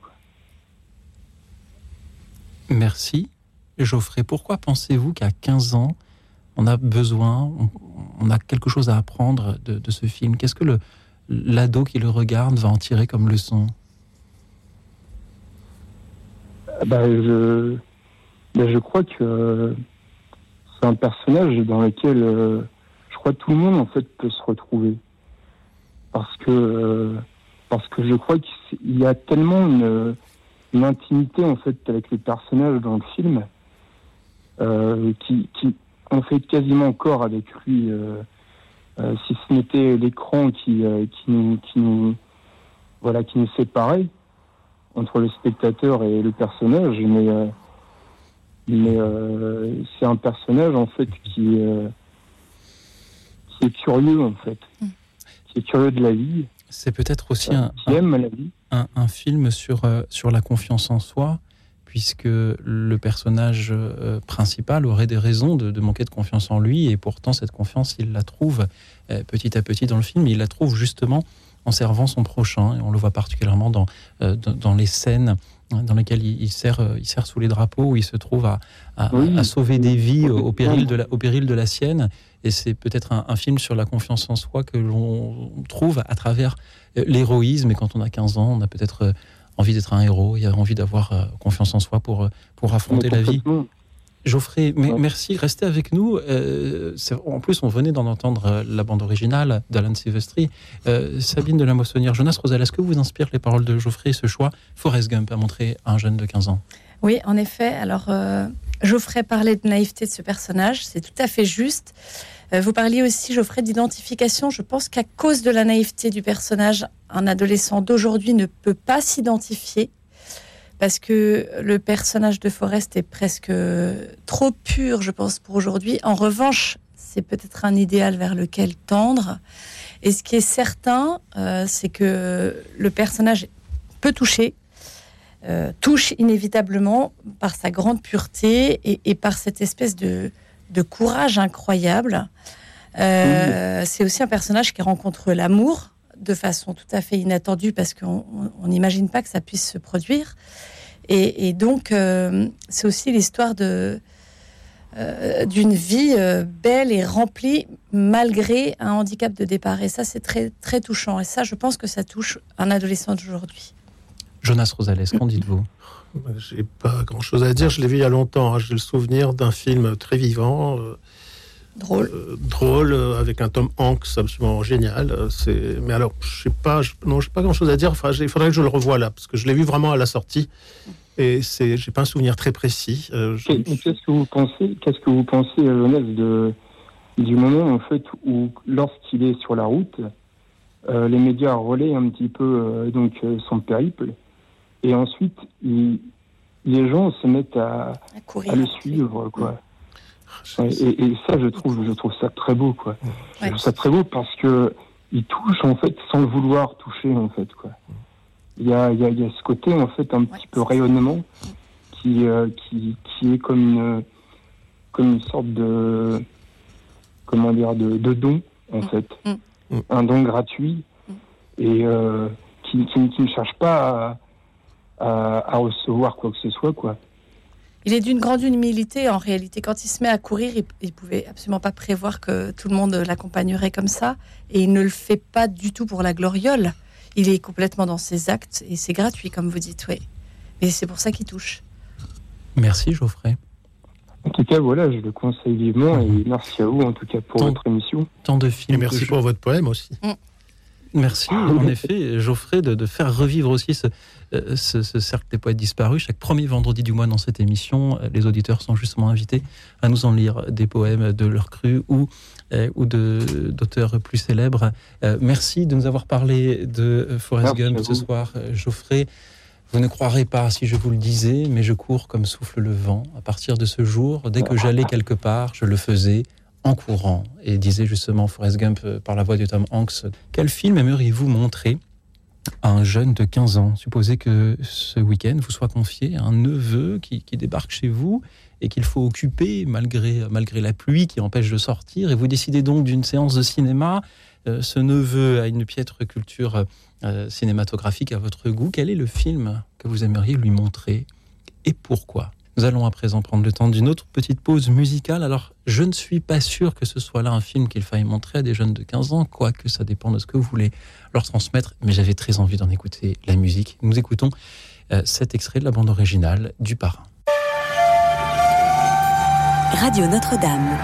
Merci. Geoffrey, pourquoi pensez-vous qu'à quinze ans, on a besoin, on, on a quelque chose à apprendre de, de ce film? Qu'est-ce que le, l'ado qui le regarde va en tirer comme leçon? Bah, je, bah, je crois que euh, c'est un personnage dans lequel euh, je crois que tout le monde en fait peut se retrouver. Parce que, euh, parce que je crois qu'il y a tellement une, une intimité en fait avec les personnages dans le film euh, qui, qui on fait quasiment corps avec lui. Euh, euh, si ce n'était l'écran qui, euh, qui nous, qui nous, voilà, qui nous séparait entre le spectateur et le personnage, mais euh, mais euh, c'est un personnage en fait qui euh, qui est curieux en fait. Mm. Qui est curieux de la vie. C'est peut-être aussi un, qui aime la vie. Un, un film sur, euh, sur la confiance en soi, puisque le personnage euh, principal aurait des raisons de, de manquer de confiance en lui, et pourtant cette confiance, il la trouve euh, petit à petit dans le film, il la trouve justement en servant son prochain, et on le voit particulièrement dans, euh, dans, dans les scènes dans lesquelles il, il, sert, il sert sous les drapeaux, où il se trouve à, à, oui. à sauver des vies au, au, péril de la, au péril de la sienne. Et c'est peut-être un, un film sur la confiance en soi que l'on trouve à travers l'héroïsme. Et quand on a quinze ans, on a peut-être envie d'être un héros, il a envie d'avoir confiance en soi pour, pour affronter la vie. Geoffrey, ouais. merci, restez avec nous. Euh, en plus, on venait d'en entendre la bande originale d'Alan Silvestri. Euh, Sabine de la Moissonnière, Jonas Rosal, est-ce que vous inspire les paroles de Geoffrey et ce choix Forrest Gump a montré à un jeune de quinze ans? Oui, en effet. Alors, euh, Geoffrey parlait de naïveté de ce personnage, c'est tout à fait juste. Euh, vous parliez aussi, Geoffrey, d'identification. Je pense qu'à cause de la naïveté du personnage, un adolescent d'aujourd'hui ne peut pas s'identifier, parce que le personnage de Forrest est presque trop pur, je pense, pour aujourd'hui. En revanche, c'est peut-être un idéal vers lequel tendre. Et ce qui est certain, euh, c'est que le personnage peut toucher, euh, touche inévitablement par sa grande pureté et, et par cette espèce de, de courage incroyable. Euh, mmh. C'est aussi un personnage qui rencontre l'amour de façon tout à fait inattendue, parce qu'on n'imagine pas que ça puisse se produire. Et, et donc, euh, c'est aussi l'histoire de, euh, d'une vie euh, belle et remplie malgré un handicap de départ. Et ça, c'est très, très touchant. Et ça, je pense que ça touche un adolescent d'aujourd'hui. Jonas Rosales, qu'en dites-vous? J'ai pas grand-chose à dire. Je l'ai vu il y a longtemps. J'ai le souvenir d'un film très vivant. Euh... Drôle. Euh, drôle, euh, avec un Tom Hanks absolument génial. Euh, c'est... Mais alors, je sais pas, je... non, j'ai pas grand chose à dire. Enfin, il faudrait que je le revoie là, parce que je l'ai vu vraiment à la sortie. Et c'est, j'ai pas un souvenir très précis. Euh, je... Et, et qu'est-ce que vous pensez, qu'est-ce que vous pensez, Jonas, de, du moment en fait où, lorsqu'il est sur la route, euh, les médias relaient un petit peu euh, donc euh, son périple, et ensuite il, les gens se mettent à, à, courir, à le suivre, quoi. Et, et, et ça, je trouve, je trouve ça très beau, quoi. Ouais. Je trouve ça très beau parce que il touche en fait sans le vouloir toucher, en fait, quoi. Il y a, il y a, il y a ce côté en fait un petit ouais. peu rayonnement qui, euh, qui, qui est comme une, comme une sorte de, comment dire, de, de don en mmh. fait, mmh. un don gratuit mmh. et euh, qui, qui, qui ne cherche pas à, à, à recevoir quoi que ce soit, quoi. Il est d'une grande humilité en réalité. Quand il se met à courir, il, il pouvait absolument pas prévoir que tout le monde l'accompagnerait comme ça, et il ne le fait pas du tout pour la gloriole. il est complètement dans ses actes et c'est gratuit, comme vous dites, oui. Et c'est pour ça qu'il touche. Merci Geoffrey. En tout cas, voilà, je le conseille vivement Mmh. et merci à vous, en tout cas, pour Tant- votre émission. Tant de films. Et merci que je- pour votre poème aussi. Merci, en effet, Geoffrey, de, de faire revivre aussi ce, euh, ce, ce cercle des poètes disparus. Chaque premier vendredi du mois dans cette émission, euh, les auditeurs sont justement invités à nous en lire des poèmes de leur cru ou, euh, ou de, d'auteurs plus célèbres. Euh, merci de nous avoir parlé de euh, Forrest Merci Gump à ce vous. soir, euh, Geoffrey. Vous ne croirez pas si je vous le disais, mais je cours comme souffle le vent. À partir de ce jour, dès que j'allais quelque part, je le faisais en courant. Et disait justement Forrest Gump euh, par la voix de Tom Hanks. Quel film aimeriez-vous montrer à un jeune de quinze ans? Supposez que ce week-end vous soit confié un neveu qui, qui débarque chez vous et qu'il faut occuper malgré, malgré la pluie qui empêche de sortir. Et vous décidez donc d'une séance de cinéma. Euh, ce neveu a une piètre culture euh, cinématographique à votre goût. Quel est le film que vous aimeriez lui montrer et pourquoi? Nous allons à présent prendre le temps d'une autre petite pause musicale. Alors, je ne suis pas sûr que ce soit là un film qu'il faille montrer à des jeunes de quinze ans, quoique ça dépend de ce que vous voulez leur transmettre, mais j'avais très envie d'en écouter la musique. Nous écoutons euh, cet extrait de la bande originale du Parrain. Radio Notre-Dame.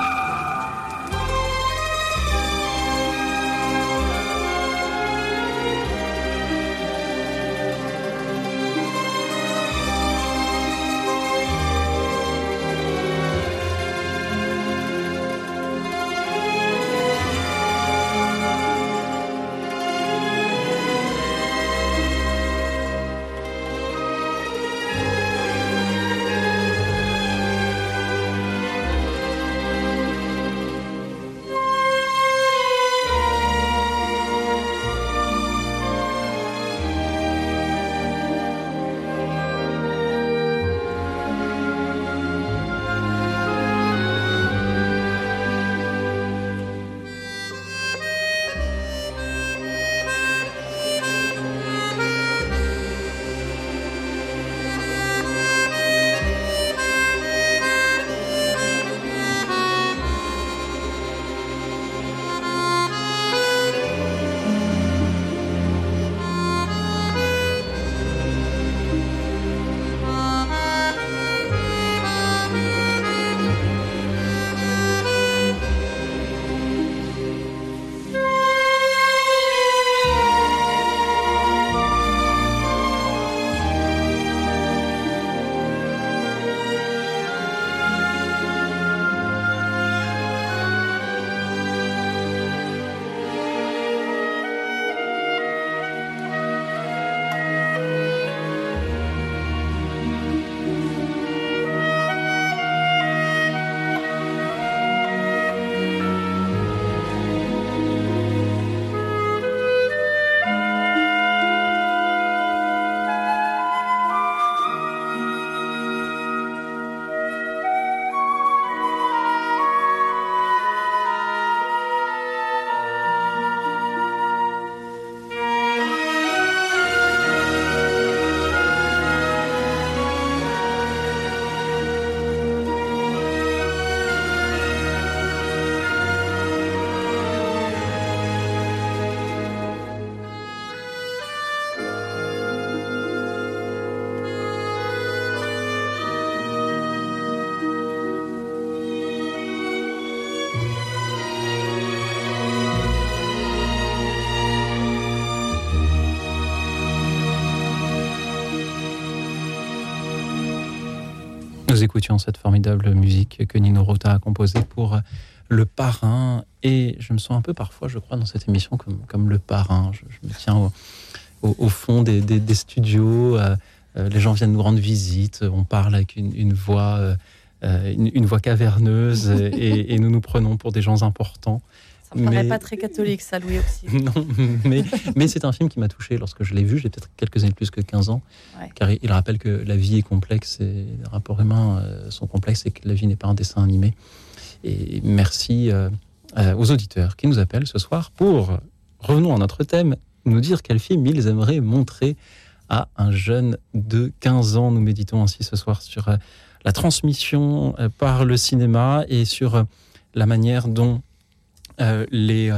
Nous écoutions cette formidable musique que Nino Rota a composée pour Le Parrain. Et je me sens un peu parfois, je crois, dans cette émission comme, comme le parrain. Je, je me tiens au, au, au fond des, des, des studios. Euh, les gens viennent nous rendre visite. On parle avec une, une voix, euh, une, une voix caverneuse et, et nous nous prenons pour des gens importants. Ça me paraît Mais- pas très catholique, ça, Louis aussi. Non, mais, mais c'est un film qui m'a touché lorsque je l'ai vu. J'ai peut-être quelques années de plus que quinze ans. Ouais. Car il rappelle que la vie est complexe et les rapports humains euh, sont complexes et que la vie n'est pas un dessin animé. Et merci euh, euh, aux auditeurs qui nous appellent ce soir pour, revenons à notre thème, nous dire quel film ils aimeraient montrer à un jeune de quinze ans. Nous méditons ainsi ce soir sur euh, la transmission euh, par le cinéma et sur euh, la manière dont euh, les, euh,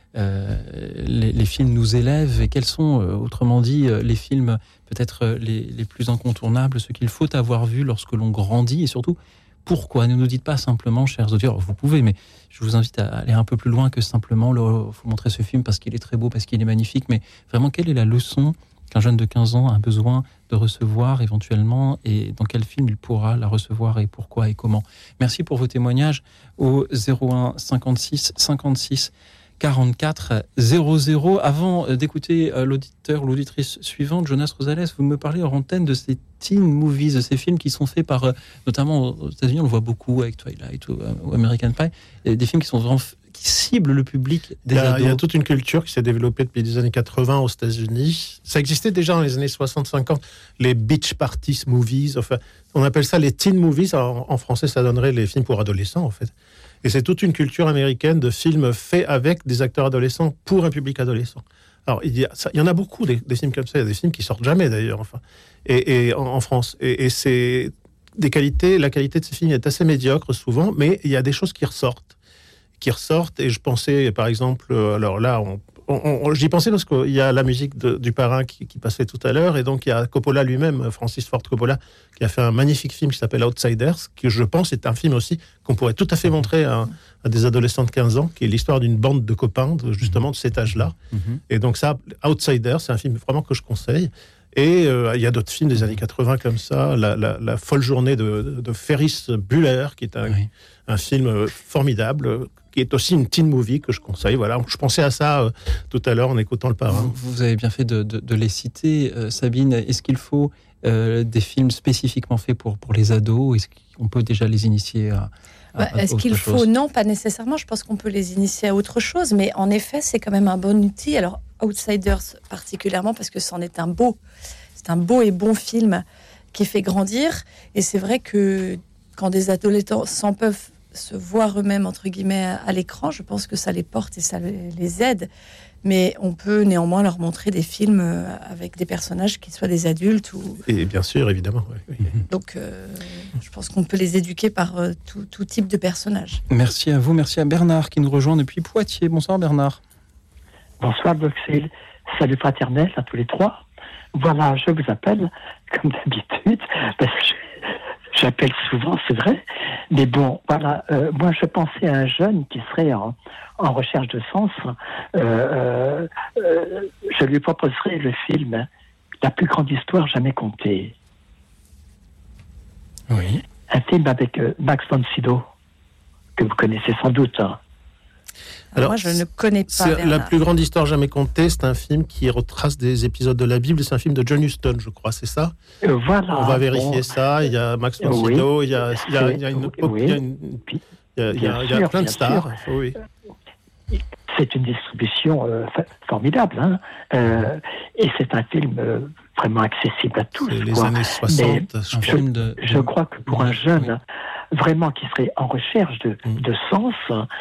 euh, les, les films nous élèvent et quels sont, euh, autrement dit, euh, les films peut-être euh, les, les plus incontournables, ce qu'il faut avoir vu lorsque l'on grandit et surtout, pourquoi ? Ne nous dites pas simplement, chers auditeurs, vous pouvez, mais je vous invite à aller un peu plus loin que simplement, il faut montrer ce film parce qu'il est très beau, parce qu'il est magnifique, mais vraiment, quelle est la leçon qu'un jeune de quinze ans a besoin de recevoir éventuellement et dans quel film il pourra la recevoir et pourquoi et comment. Merci pour vos témoignages au zéro un cinquante-six cinquante-six quarante-quatre zéro zéro. Avant d'écouter l'auditeur ou l'auditrice suivante, Jonas Rosales, vous me parlez en antenne de ces teen movies, de ces films qui sont faits par, notamment aux États-Unis, on le voit beaucoup avec Twilight ou, ou American Pie, et des films qui sont vraiment qui ciblent le public des il y a, ados. Il y a toute une culture qui s'est développée depuis les années quatre-vingts aux États-Unis. Ça existait déjà dans les années soixante cinquante, les beach parties movies. Enfin, on appelle ça les teen movies. En, en français, ça donnerait les films pour adolescents, en fait. Et c'est toute une culture américaine de films faits avec des acteurs adolescents pour un public adolescent. Alors, il y, a, ça, il y en a beaucoup des, des films comme ça. Il y a des films qui sortent jamais, d'ailleurs, enfin, et, et en, en France. Et, et c'est des qualités. La qualité de ces films est assez médiocre souvent, mais il y a des choses qui ressortent. qui ressortent, et je pensais, par exemple, alors là, on, on, on, j'y pensais parce qu'il y a la musique de, du Parrain qui, qui passait tout à l'heure, et donc il y a Coppola lui-même, Francis Ford Coppola, qui a fait un magnifique film qui s'appelle Outsiders, qui je pense est un film aussi qu'on pourrait tout à fait montrer à, à des adolescents de quinze ans, qui est l'histoire d'une bande de copains, de, justement de cet âge-là. Mm-hmm. Et donc ça, Outsiders, c'est un film vraiment que je conseille. Et euh, il y a d'autres films des années quatre-vingts comme ça, la, la, la folle journée de, de, de Ferris Bueller, qui est un, oui. un film formidable, qui est aussi une teen movie que je conseille. Voilà, je pensais à ça euh, tout à l'heure en écoutant Le Parrain. Vous, vous avez bien fait de, de, de les citer, euh, Sabine. Est-ce qu'il faut euh, des films spécifiquement faits pour, pour les ados ? Est-ce qu'on peut déjà les initier à, à, bah, à Est-ce qu'il chose ? faut ? Non, pas nécessairement. Je pense qu'on peut les initier à autre chose, mais en effet, c'est quand même un bon outil. Alors, Outsiders particulièrement, parce que c'en est un beau. C'est un beau et bon film qui fait grandir. Et c'est vrai que quand des adolescents peuvent se voir eux-mêmes, entre guillemets, à, à l'écran, je pense que ça les porte et ça les, les aide. Mais on peut néanmoins leur montrer des films avec des personnages qui soient des adultes. Ou... Et bien sûr, évidemment. Oui, oui. Donc, euh, je pense qu'on peut les éduquer par euh, tout, tout type de personnages. Merci à vous. Merci à Bernard qui nous rejoint depuis Poitiers. Bonsoir Bernard. Bonsoir Boxel. Salut fraternel à tous les trois. Voilà, je vous appelle, comme d'habitude, parce que je, j'appelle souvent, c'est vrai. Mais bon, voilà, euh, moi je pensais à un jeune qui serait en, en recherche de sens. Euh, euh, je lui proposerais le film La plus grande histoire jamais contée. Oui. Un film avec euh, Max von Sydow, que vous connaissez sans doute. Hein. Alors, moi, je ne connais pas. C'est La plus grande histoire jamais contée, c'est un film qui retrace des épisodes de la Bible. C'est un film de John Huston, je crois, c'est ça ? euh, Voilà. On va vérifier bon. ça. Il y a Max von Sydow, oui. il y a, il y a, il y a une, oui. il y a, une, il y a, il y a, il y a plein de stars. Oui. C'est une distribution euh, formidable, hein. euh, et c'est un film euh, vraiment accessible à tous. C'est les quoi. années soixante. Je, je, de... je crois que pour un jeune, oui. vraiment qui serait en recherche de, mm. de sens,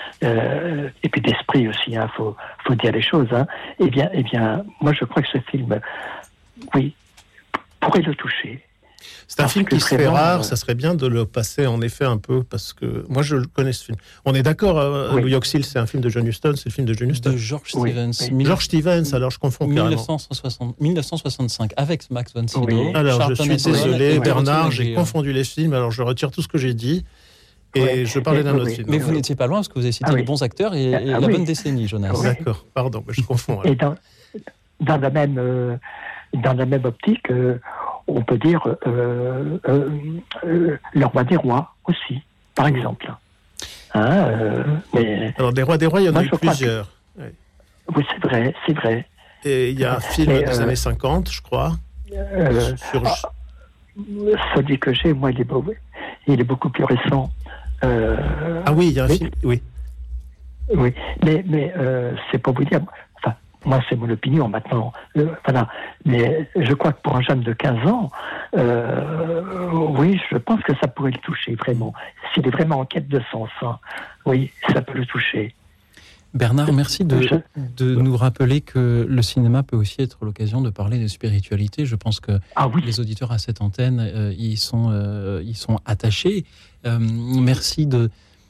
euh, et puis d'esprit aussi, il hein, faut, faut dire les choses, hein, eh bien, eh bien, moi je crois que ce film, oui, pourrait le toucher. C'est un parce film qui se fait rare, euh... ça serait bien de le passer en effet un peu, parce que moi je connais ce film. On est d'accord, euh, oui. Louis Auxil, c'est un film de John Huston, c'est le film de John Huston. De George oui. Stevens. Oui. George Stevens, alors je confonds carrément. dix-neuf cent soixante-cinq, avec Max von Sydow. Oui. Alors Charlton je suis désolé, oui. Bernard, j'ai confondu les films, alors je retire tout ce que j'ai dit. Et ouais. je parlais d'un oui, autre oui. film. Mais vous n'étiez pas loin, parce que vous avez cité ah, les oui. bons acteurs et, et ah, la oui. bonne décennie, Jonas. Ah, d'accord, pardon, je confonds. Et dans, dans, la même, euh, dans la même optique, euh, on peut dire euh, euh, euh, Le Roi des Rois aussi, par exemple. Hein, euh, mais Alors, des Rois des Rois, il y en a eu plusieurs. Que... Oui, oui c'est vrai, c'est vrai. Et il y a un film mais, des euh, années cinquante, je crois. Euh, sur... ah, celui que j'ai, moi, il est, beau, il est beaucoup plus récent. Euh, ah oui, il y a un mais, film, oui. Oui, mais, mais euh, c'est pour vous dire... Enfin, moi, c'est mon opinion maintenant. Euh, voilà. Mais je crois que pour un jeune de quinze ans, euh, oui, je pense que ça pourrait le toucher, vraiment. S'il est vraiment en quête de sens, hein, oui, ça peut le toucher. Bernard, merci de, de nous rappeler que le cinéma peut aussi être l'occasion de parler de spiritualité. Je pense que ah oui. les auditeurs à cette antenne, euh, ils sont, euh, ils sont attachés. Euh, merci de,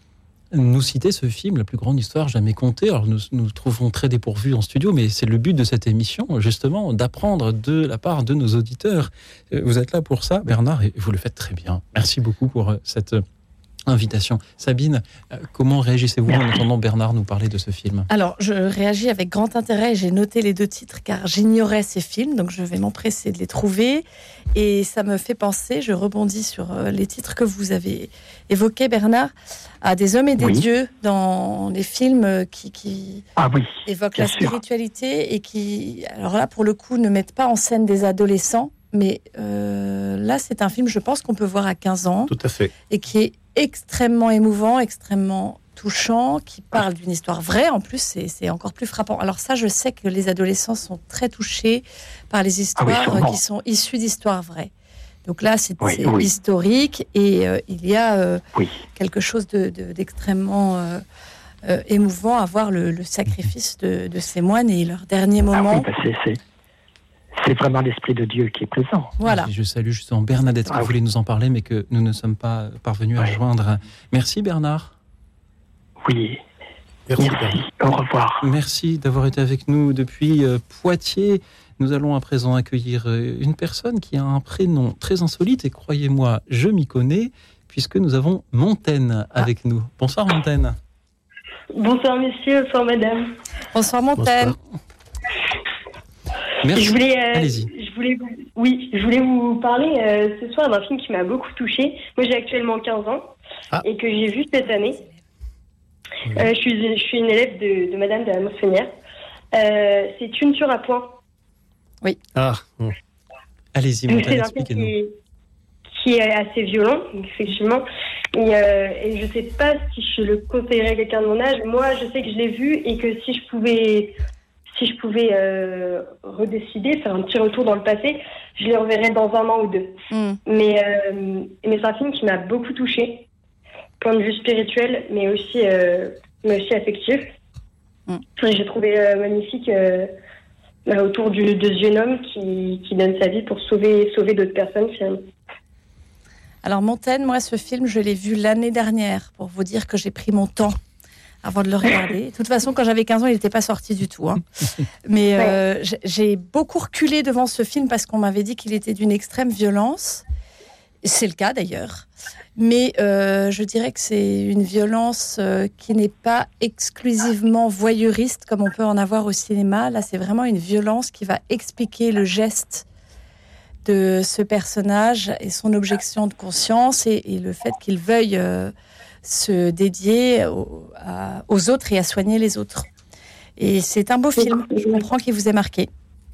nous citer ce film, La plus grande histoire jamais contée. Alors nous nous trouvons très dépourvus en studio, mais c'est le but de cette émission, justement, d'apprendre de la part de nos auditeurs. Vous êtes là pour ça, Bernard, et vous le faites très bien. Merci beaucoup pour cette invitation. Sabine, comment réagissez-vous en entendant Bernard nous parler de ce film ? Alors, je réagis avec grand intérêt. J'ai noté les deux titres car j'ignorais ces films, donc je vais m'empresser de les trouver. Et ça me fait penser, je rebondis sur les titres que vous avez évoqués, Bernard, à des hommes et des oui. dieux dans les films qui, qui ah oui, évoquent la spiritualité sûr. Et qui, alors là, pour le coup, ne mettent pas en scène des adolescents. Mais euh, là, c'est un film, je pense, qu'on peut voir à quinze ans. Tout à fait. Et qui est extrêmement émouvant, extrêmement touchant, qui parle d'une histoire vraie. En plus, c'est, c'est encore plus frappant. Alors ça, je sais que les adolescents sont très touchés par les histoires ah oui, qui sont issues d'histoires vraies. Donc là, c'est, oui, c'est oui. historique et euh, il y a euh, oui. quelque chose de, de, d'extrêmement euh, euh, émouvant à voir le, le sacrifice de, de ces moines et leur dernier moment. Ah oui, bah c'est, c'est... C'est vraiment l'Esprit de Dieu qui est présent. Voilà. Je salue justement Bernadette qui ah, voulait oui. nous en parler, mais que nous ne sommes pas parvenus ouais. à joindre. Merci Bernard. Oui. Merci. Merci. Au revoir. Merci d'avoir été avec nous depuis euh, Poitiers. Nous allons à présent accueillir euh, une personne qui a un prénom très insolite et croyez-moi, je m'y connais, puisque nous avons Montaigne avec ah. nous. Bonsoir Montaigne. Bonsoir messieurs, bonsoir madame. Bonsoir Montaigne. Bonsoir. Merci. Je voulais, euh, Allez-y. Je voulais, oui, je voulais vous parler euh, ce soir d'un film qui m'a beaucoup touchée. Moi, j'ai actuellement quinze ans ah. et que j'ai vu cette année. Mmh. Euh, je, suis, je suis une élève de, de Madame de la Moissonnière. Euh, c'est Tu ne tueras point. Oui. Ah. Mmh. Allez-y, Montaigne, expliquez-nous. Qui, qui est assez violent, effectivement. Et, euh, et je ne sais pas si je le conseillerais à quelqu'un de mon âge. Moi, je sais que je l'ai vu et que si je pouvais... Si je pouvais euh, redécider, faire un petit retour dans le passé, je les reverrais dans un an ou deux. Mm. Mais, euh, mais c'est un film qui m'a beaucoup touchée, point de vue spirituel, mais aussi, euh, mais aussi affectif. Mm. Et j'ai trouvé euh, magnifique euh, bah, autour du, de ce jeune homme qui, qui donne sa vie pour sauver, sauver d'autres personnes, finalement. Alors, Montaigne, moi, ce film, je l'ai vu l'année dernière, pour vous dire que j'ai pris mon temps avant de le regarder. De toute façon, quand j'avais quinze ans, il n'était pas sorti du tout. Hein. Mais euh, j'ai beaucoup reculé devant ce film parce qu'on m'avait dit qu'il était d'une extrême violence. C'est le cas d'ailleurs. Mais euh, je dirais que c'est une violence euh, qui n'est pas exclusivement voyeuriste comme on peut en avoir au cinéma. Là, c'est vraiment une violence qui va expliquer le geste de ce personnage et son objection de conscience et, et le fait qu'il veuille... Euh, se dédier aux, à, aux autres et à soigner les autres. Et c'est un beau film. Je comprends qu'il vous ait marqué.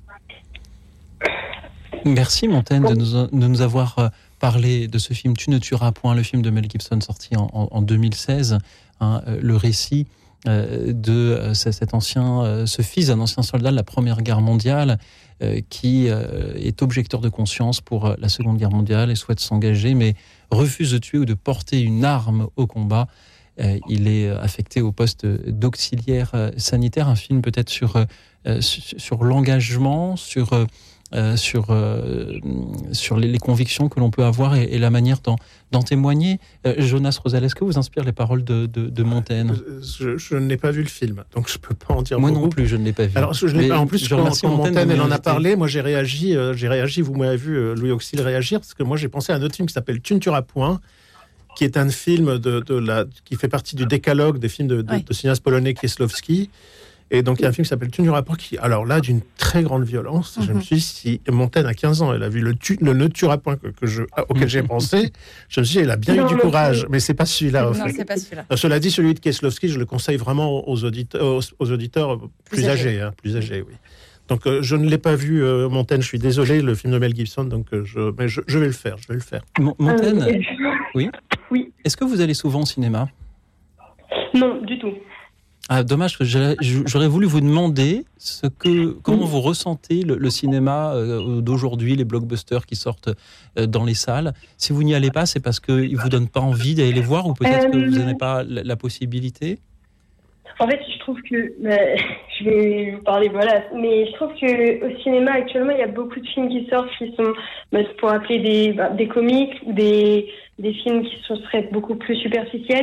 Merci Montaigne de nous, de nous avoir parlé de ce film Tu ne tueras point, le film de Mel Gibson sorti en, en, en deux mille seize. Hein, le récit euh, de euh, cet ancien, euh, ce fils d'un ancien soldat de la Première Guerre mondiale euh, qui euh, est objecteur de conscience pour la Seconde Guerre mondiale et souhaite s'engager, mais refuse de tuer ou de porter une arme au combat. Euh, il est affecté au poste d'auxiliaire sanitaire. Un film peut-être sur, euh, sur, sur l'engagement, sur, euh, sur, euh, sur les, les convictions que l'on peut avoir et, et la manière d'en, d'en témoigner. Euh, Jonas Rosal, est-ce que vous inspire les paroles de, de, de Montaigne ? je, je n'ai pas vu le film, donc je ne peux pas en dire moi beaucoup. Moi non plus, je ne l'ai pas vu. Alors, je l'ai pas, en plus, je quand, quand Montaigne, Montaigne elle en a parlé, moi j'ai réagi, euh, j'ai réagi, vous m'avez vu, euh, Louis Auxil réagir, parce que moi j'ai pensé à un autre film qui s'appelle Tu ne tueras point, qui est un film de, de la, qui fait partie du décalogue des films de, de, oui. de cinéaste polonais Kieslowski. Et donc, il y a un film qui s'appelle Tu ne tueras point, qui, alors là, d'une très grande violence. Mm-hmm. Je me suis dit, si Montaigne, à quinze ans, elle a vu le, tu, le Ne tuera point que, que je, auquel j'ai pensé, je me suis dit, elle a bien non, eu du courage. C'est... Mais c'est pas celui-là. Non, fait. c'est pas celui-là. Cela dit, celui de Kieslowski, je le conseille vraiment aux auditeurs, aux, aux auditeurs plus, plus âgés. âgés hein, plus âgés, oui. Donc, euh, je ne l'ai pas vu, euh, Montaigne, je suis désolé, le film de Mel Gibson, donc euh, je, mais je, je vais le faire, je vais le faire. M- Montaigne, euh, oui. Oui. Est-ce que vous allez souvent au cinéma ? Non, du tout. Ah, dommage, que j'aurais voulu vous demander ce que, comment vous ressentez le, le cinéma euh, d'aujourd'hui, les blockbusters qui sortent euh, dans les salles. Si vous n'y allez pas, c'est parce qu'ils ne vous donnent pas envie d'aller les voir ou peut-être euh... que vous n'avez pas la, la possibilité ? En fait, je trouve que... Bah, je vais vous parler, voilà. Mais je trouve qu'au cinéma, actuellement, il y a beaucoup de films qui sortent qui sont, bah, pour appeler des, bah, des comiques ou des, des films qui sont, seraient beaucoup plus superficiels.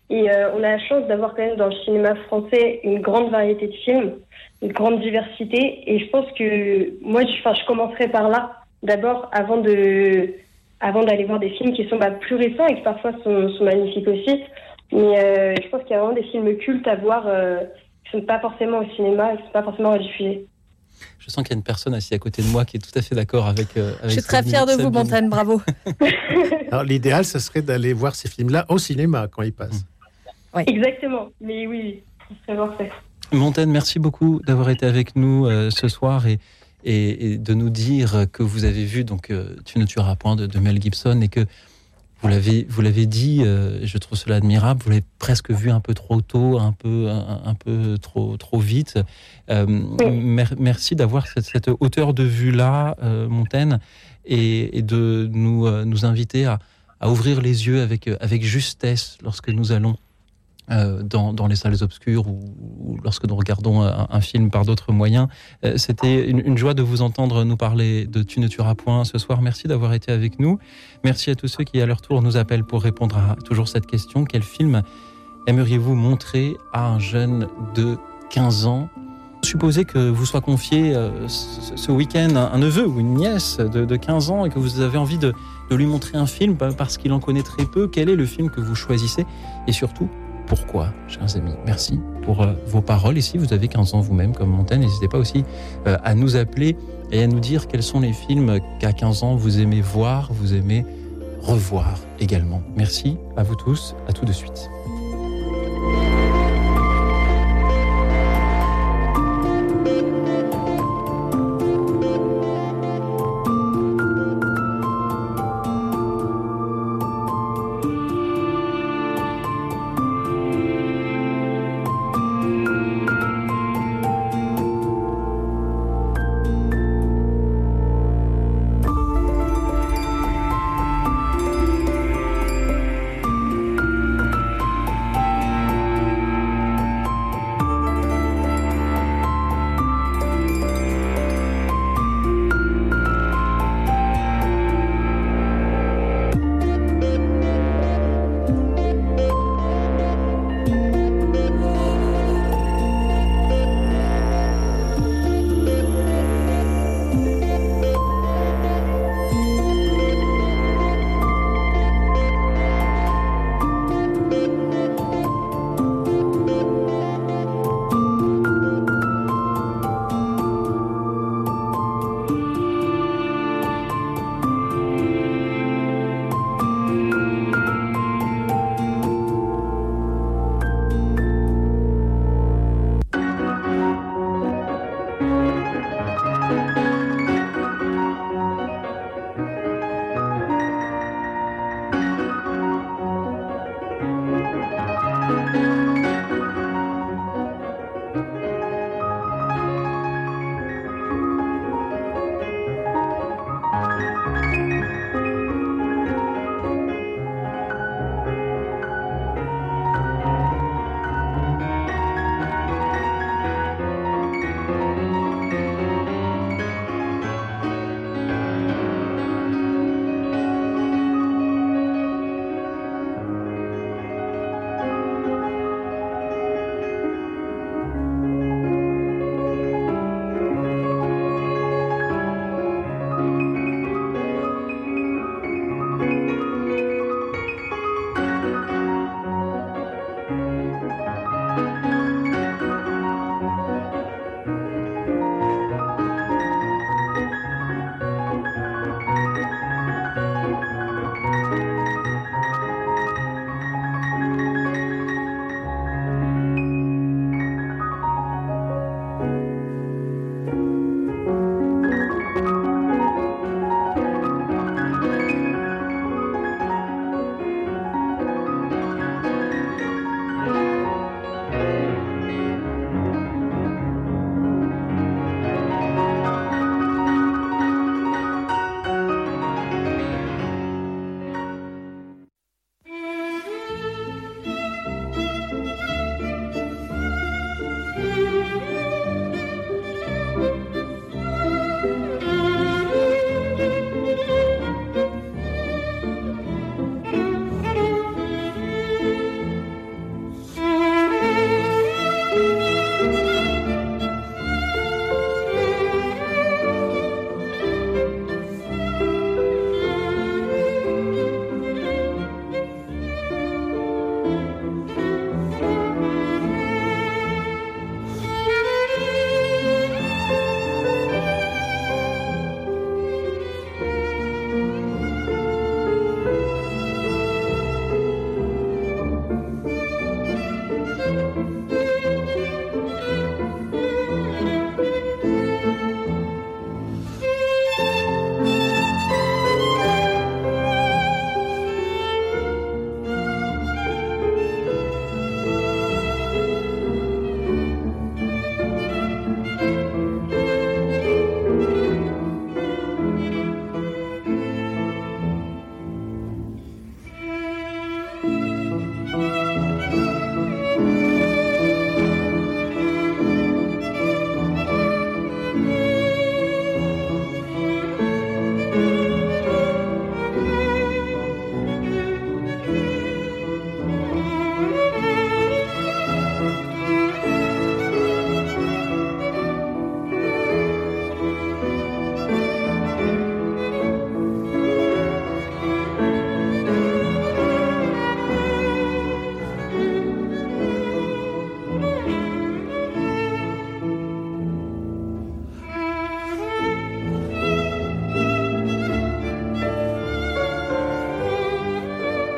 Et euh, on a la chance d'avoir quand même dans le cinéma français une grande variété de films, une grande diversité. Et je pense que moi, je, enfin, je commencerai par là, d'abord, avant de, avant d'aller voir des films qui sont bah, plus récents et qui parfois sont, sont magnifiques aussi. Mais euh, je pense qu'il y a vraiment des films cultes à voir euh, qui ne sont pas forcément au cinéma et qui ne sont pas forcément rediffusés. Je sens qu'il y a une personne assise à côté de moi qui est tout à fait d'accord avec. Euh, avec je suis très Sabine, fière de Sabine. vous, Montaigne, bravo. Alors, l'idéal, ce serait d'aller voir ces films-là au cinéma quand ils passent. Oui. Exactement, mais oui, ce serait parfait. Montaigne, merci beaucoup d'avoir été avec nous euh, ce soir et, et, et de nous dire que vous avez vu donc euh, Tu ne tueras point de, de Mel Gibson et que vous l'avez, vous l'avez dit, euh, je trouve cela admirable, vous l'avez presque vu un peu trop tôt, un peu, un, un peu trop, trop vite. Euh, oui. mer- merci d'avoir cette, cette hauteur de vue-là, euh, Montaigne, et, et de nous, euh, nous inviter à, à ouvrir les yeux avec, avec justesse lorsque nous allons Euh, dans, dans les salles obscures ou, ou lorsque nous regardons un, un film par d'autres moyens. Euh, c'était une, une joie de vous entendre nous parler de Tu ne tueras point ce soir. Merci d'avoir été avec nous. Merci à tous ceux qui à leur tour nous appellent pour répondre à toujours cette question. Quel film aimeriez-vous montrer à un jeune de quinze ans ? Supposez que vous soit confié euh, ce, ce week-end un, un neveu ou une nièce de, de quinze ans et que vous avez envie de, de lui montrer un film parce qu'il en connaît très peu. Quel est le film que vous choisissez ? Et surtout, pourquoi, chers amis? Merci pour euh, vos paroles. Et si vous avez quinze ans vous-même, comme Montaigne, n'hésitez pas aussi euh, à nous appeler et à nous dire quels sont les films qu'à quinze ans vous aimez voir, vous aimez revoir également. Merci à vous tous. À tout de suite.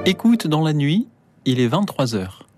Écoute dans la nuit, il est vingt-trois heures.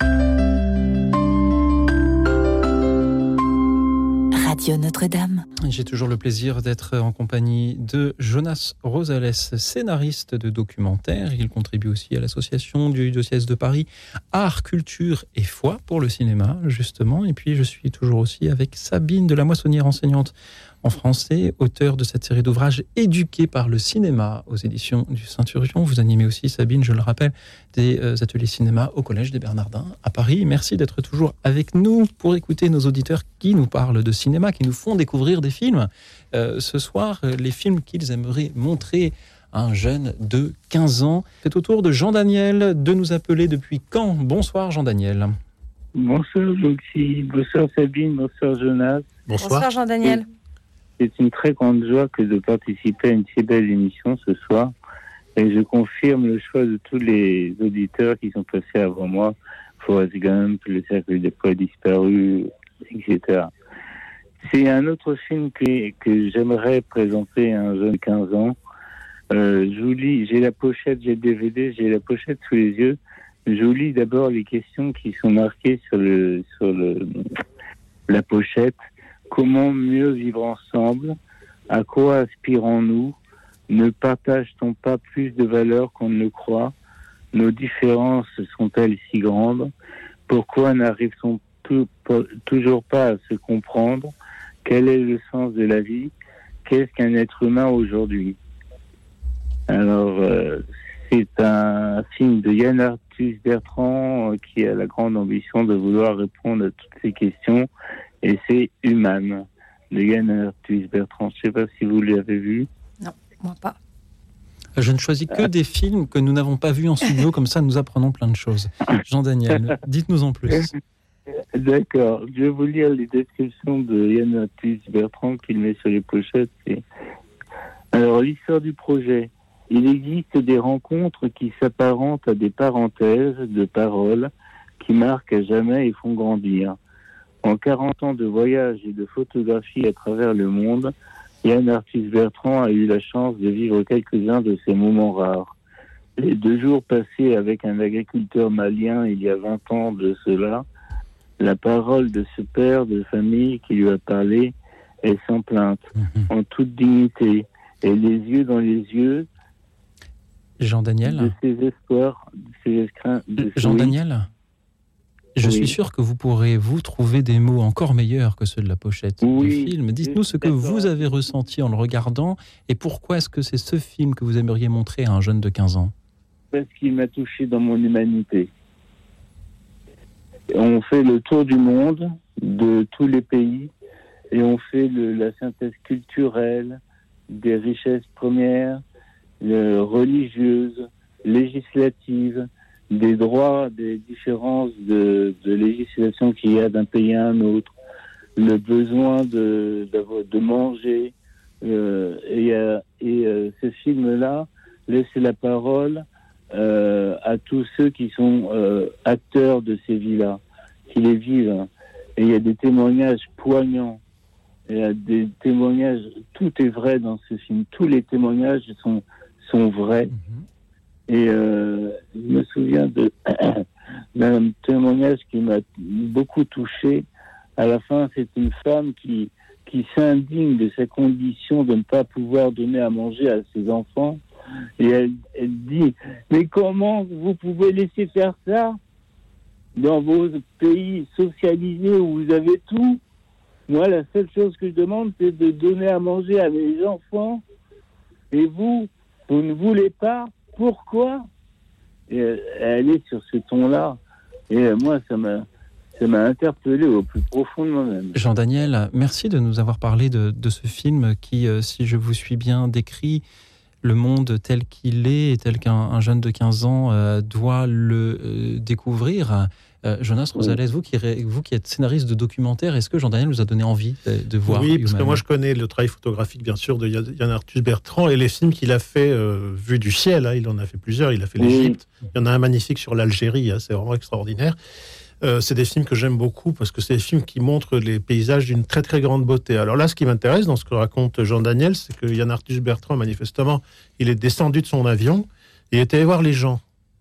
Radio Notre-Dame. J'ai toujours le plaisir d'être en compagnie de Jonas Rosales, scénariste de documentaires. Il contribue aussi à l'association du diocèse de Paris, Art, Culture et Foi pour le cinéma, justement. Et puis je suis toujours aussi avec Sabine de la Moissonnière, enseignante en français, auteur de cette série d'ouvrages éduqués par le cinéma aux éditions du Saint-Urgent. Vous animez aussi, Sabine, je le rappelle, des euh, ateliers cinéma au Collège des Bernardins à Paris. Merci d'être toujours avec nous pour écouter nos auditeurs qui nous parlent de cinéma, qui nous font découvrir des films. Euh, ce soir, les films qu'ils aimeraient montrer à un jeune de quinze ans. C'est au tour de Jean-Daniel de nous appeler depuis Caen. Bonsoir Jean-Daniel. Bonsoir Lucie, bonsoir Sabine, bonsoir Jonas. Bonsoir, bonsoir Jean-Daniel. C'est une très grande joie que de participer à une si belle émission ce soir. Et je confirme le choix de tous les auditeurs qui sont passés avant moi. Forrest Gump, Le Cercle des Poètes Disparus, et cetera. C'est un autre film que, que j'aimerais présenter à un jeune de quinze ans. Euh, je vous lis, j'ai la pochette, j'ai le D V D, j'ai la pochette sous les yeux. Je vous lis d'abord les questions qui sont marquées sur le, sur le, la pochette. Comment mieux vivre ensemble? À quoi aspirons-nous? Ne partage-t-on pas plus de valeurs qu'on ne le croit? Nos différences sont-elles si grandes? Pourquoi n'arrive-t-on toujours pas à se comprendre? Quel est le sens de la vie? Qu'est-ce qu'un être humain aujourd'hui? Alors, euh, c'est un film de Yann Arthus Bertrand euh, qui a la grande ambition de vouloir répondre à toutes ces questions. Et c'est Human, de Yann Arthus Bertrand. Je ne sais pas si vous l'avez vu. Non, moi pas. Je ne choisis que ah. des films que nous n'avons pas vus en studio, comme ça nous apprenons plein de choses. Jean-Daniel, dites-nous en plus. D'accord, je vais vous lire les descriptions de Yann Arthus Bertrand qu'il met sur les pochettes. Et... Alors, l'histoire du projet. Il existe des rencontres qui s'apparentent à des parenthèses de paroles qui marquent à jamais et font grandir. En quarante ans de voyage et de photographie à travers le monde, Yann Arthus Bertrand a eu la chance de vivre quelques-uns de ces moments rares. Les deux jours passés avec un agriculteur malien il y a vingt ans de cela, la parole de ce père de famille qui lui a parlé est sans plainte, mmh. en toute dignité, et les yeux dans les yeux Jean-Daniel de ses espoirs, de ses escrins, de Jean-Daniel Je oui. suis sûr que vous pourrez, vous, trouver des mots encore meilleurs que ceux de la pochette oui, du film. Dites-nous ce que vous avez ressenti en le regardant et pourquoi est-ce que c'est ce film que vous aimeriez montrer à un jeune de quinze ans? Parce qu'il m'a touché dans mon humanité. On fait le tour du monde, de tous les pays, et on fait le, la synthèse culturelle, des richesses premières, euh, religieuses, législatives, des droits, des différences de, de législation qu'il y a d'un pays à un autre, le besoin de, de, de manger. Euh, et euh, et euh, ce film-là laisse la parole euh, à tous ceux qui sont euh, acteurs de ces vies-là, qui les vivent. Et il y a des témoignages poignants. Il y a des témoignages, tout est vrai dans ce film. Tous les témoignages sont, sont vrais. Mm-hmm. Et euh, je me souviens de, d'un témoignage qui m'a beaucoup touché. À la fin, c'est une femme qui, qui s'indigne de sa condition de ne pas pouvoir donner à manger à ses enfants. Et elle, elle dit, mais comment vous pouvez laisser faire ça dans vos pays socialisés où vous avez tout? Moi, la seule chose que je demande, c'est de donner à manger à mes enfants. Et vous, vous ne voulez pas? Pourquoi? Et elle est sur ce ton-là. Et moi, ça m'a, ça m'a interpellé au plus profond de moi-même. Jean-Daniel, merci de nous avoir parlé de, de ce film qui, euh, si je vous suis bien, décrit le monde tel qu'il est et tel qu'un un jeune de quinze ans euh, doit le euh, découvrir. Euh, Jonas Rosales, oui. vous, qui, vous qui êtes scénariste de documentaire, est-ce que Jean-Daniel vous a donné envie de, de voir? Oui, parce que moi je connais le travail photographique bien sûr de Yann Arthus Bertrand et les films qu'il a fait euh, vus du ciel, hein, il en a fait plusieurs, il a fait l'Égypte, oui. Il y en a un magnifique sur l'Algérie, hein, c'est vraiment extraordinaire. Euh, c'est des films que j'aime beaucoup parce que c'est des films qui montrent les paysages d'une très très grande beauté. Alors là, ce qui m'intéresse dans ce que raconte Jean-Daniel, c'est que Yann Arthus Bertrand, manifestement, il est descendu de son avion et il est allé voir les gens.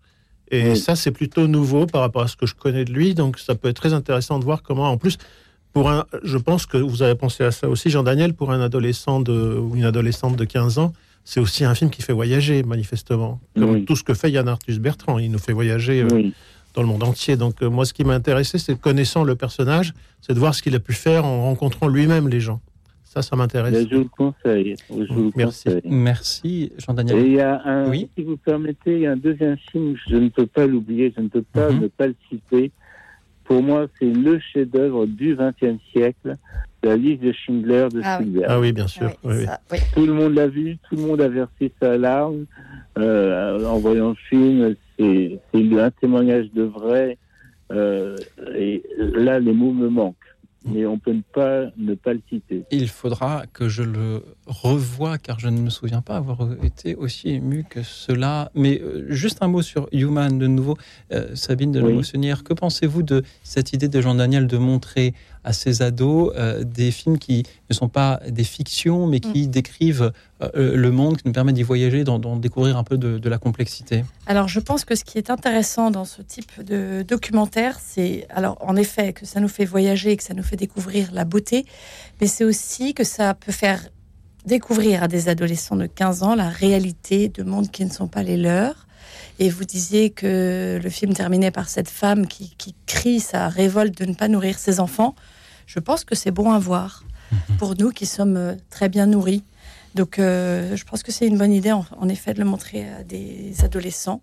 Et oui. ça, c'est plutôt nouveau par rapport à ce que je connais de lui. Donc, ça peut être très intéressant de voir comment, en plus, pour un, je pense que vous avez pensé à ça aussi, Jean-Daniel, pour un adolescent de, ou une adolescente de quinze ans, c'est aussi un film qui fait voyager, manifestement. Comme Oui. tout ce que fait Yann Arthus Bertrand. Il nous fait voyager euh, Oui. dans le monde entier. Donc, euh, moi, ce qui m'a intéressé, c'est, connaissant le personnage, c'est de voir ce qu'il a pu faire en rencontrant lui-même les gens. Ça, ça m'intéresse. Mais je vous le conseille. Je vous le Merci. conseille. Merci, Jean-Daniel. Et il y a un, Oui. si vous permettez, il y a un deuxième film, je ne peux pas l'oublier, je ne peux pas Mhm. ne pas le citer. Pour moi, c'est le chef-d'œuvre du vingtième siècle, La liste de Schindler de Ah oui. Spielberg. Ah oui, bien sûr. Ouais, oui, oui. ça, oui. Tout le monde l'a vu, tout le monde a versé sa larme euh, en voyant le film. C'est, c'est un témoignage de vrai. Euh, et là, les mots me manquent. Mais on peut ne pas ne pas le citer. Il faudra que je le revoie, car je ne me souviens pas avoir été aussi ému que cela. Mais euh, juste un mot sur Human, de nouveau. Euh, Sabine de Oui. Lamoissonnière, que pensez-vous de cette idée de Jean-Daniel de montrer à ses ados euh, des films qui ne sont pas des fictions, mais qui mm. décrivent euh, le monde, qui nous permettent d'y voyager, d'en, d'en découvrir un peu de, de la complexité? Alors, je pense que ce qui est intéressant dans ce type de documentaire, c'est, alors, en effet, que ça nous fait voyager, que ça nous fait découvrir la beauté, mais c'est aussi que ça peut faire découvrir à des adolescents de quinze ans la réalité de mondes qui ne sont pas les leurs. Et vous disiez que le film terminait par cette femme qui, qui crie sa révolte de ne pas nourrir ses enfants. Je pense que c'est bon à voir pour nous qui sommes très bien nourris. Donc, euh, je pense que c'est une bonne idée, en, en effet, de le montrer à des adolescents.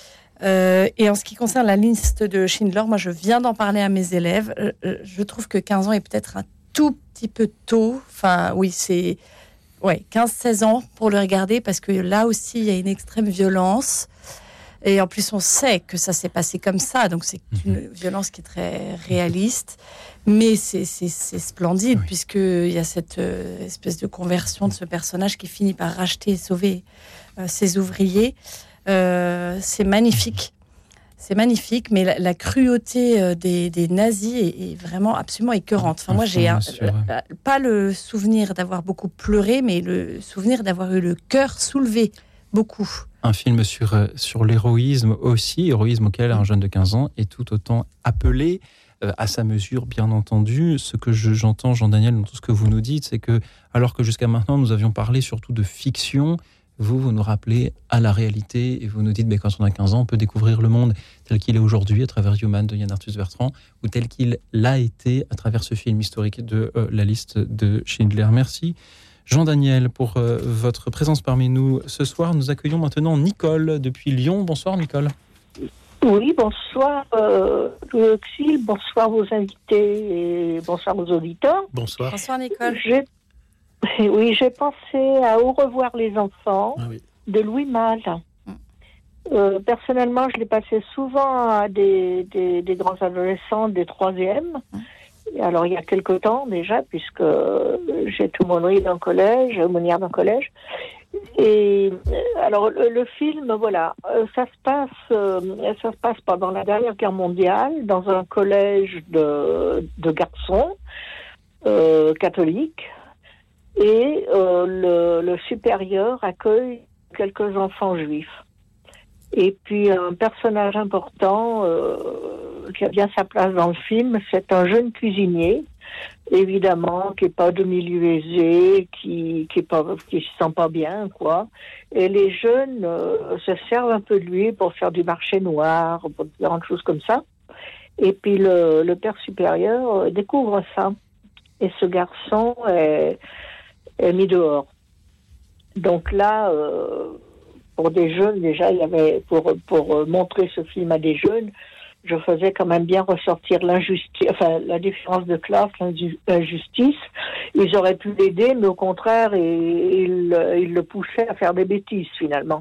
Euh, et en ce qui concerne la liste de Schindler, moi, je viens d'en parler à mes élèves. Euh, je trouve que quinze ans est peut-être un tout petit peu tôt. Enfin, oui, c'est ouais, quinze seize ans pour le regarder, parce que là aussi, il y a une extrême violence. Et en plus, on sait que ça s'est passé comme ça, donc c'est une violence qui est très réaliste, mais c'est, c'est, c'est splendide, oui. puisqu'il y a cette euh, espèce de conversion de ce personnage qui finit par racheter et sauver euh, ses ouvriers. Euh, c'est magnifique, c'est magnifique, mais la, la cruauté euh, des, des nazis est, est vraiment absolument écœurante. Enfin, moi, j'ai un, euh, pas le souvenir d'avoir beaucoup pleuré, mais le souvenir d'avoir eu le cœur soulevé beaucoup. Un film sur, sur l'héroïsme aussi, héroïsme auquel un jeune de quinze ans est tout autant appelé, euh, à sa mesure, bien entendu. Ce que je, j'entends, Jean-Daniel, dans tout ce que vous nous dites, c'est que, alors que jusqu'à maintenant, nous avions parlé surtout de fiction, vous, vous nous rappelez à la réalité, et vous nous dites, mais quand on a quinze ans, on peut découvrir le monde tel qu'il est aujourd'hui, à travers Human de Yann Arthus Bertrand, ou tel qu'il l'a été à travers ce film historique de euh, la liste de Schindler. Merci. Jean-Daniel, pour euh, votre présence parmi nous ce soir. Nous accueillons maintenant Nicole depuis Lyon. Bonsoir Nicole. Oui, bonsoir euh, Auxil, bonsoir aux invités et bonsoir aux auditeurs. Bonsoir. Bonsoir Nicole. J'ai... Oui, j'ai pensé à Au revoir les enfants ah, oui. de Louis Malle. Euh, personnellement, je l'ai passé souvent à des, des, des grands adolescents des troisièmes. Alors, il y a quelque temps déjà, puisque j'ai été aumônerie d'un collège, aumônière d'un collège. Et alors, le, le film, voilà, ça se passe, ça se passe pendant la dernière guerre mondiale, dans un collège de, de garçons euh, catholiques. Et euh, le, le supérieur accueille quelques enfants juifs. Et puis, un personnage important euh, qui a bien sa place dans le film, c'est un jeune cuisinier, évidemment, qui n'est pas de milieu aisé, qui qui, est pas, qui se sent pas bien, quoi. Et les jeunes euh, se servent un peu de lui pour faire du marché noir, pour différentes choses comme ça. Et puis, le, le père supérieur euh, découvre ça. Et ce garçon est, est mis dehors. Donc là... Euh, Pour des jeunes, déjà, il y avait pour pour montrer ce film à des jeunes, je faisais quand même bien ressortir l'injustice, enfin la différence de classe, l'injustice. Ils auraient pu l'aider, mais au contraire, ils, ils le poussaient à faire des bêtises finalement.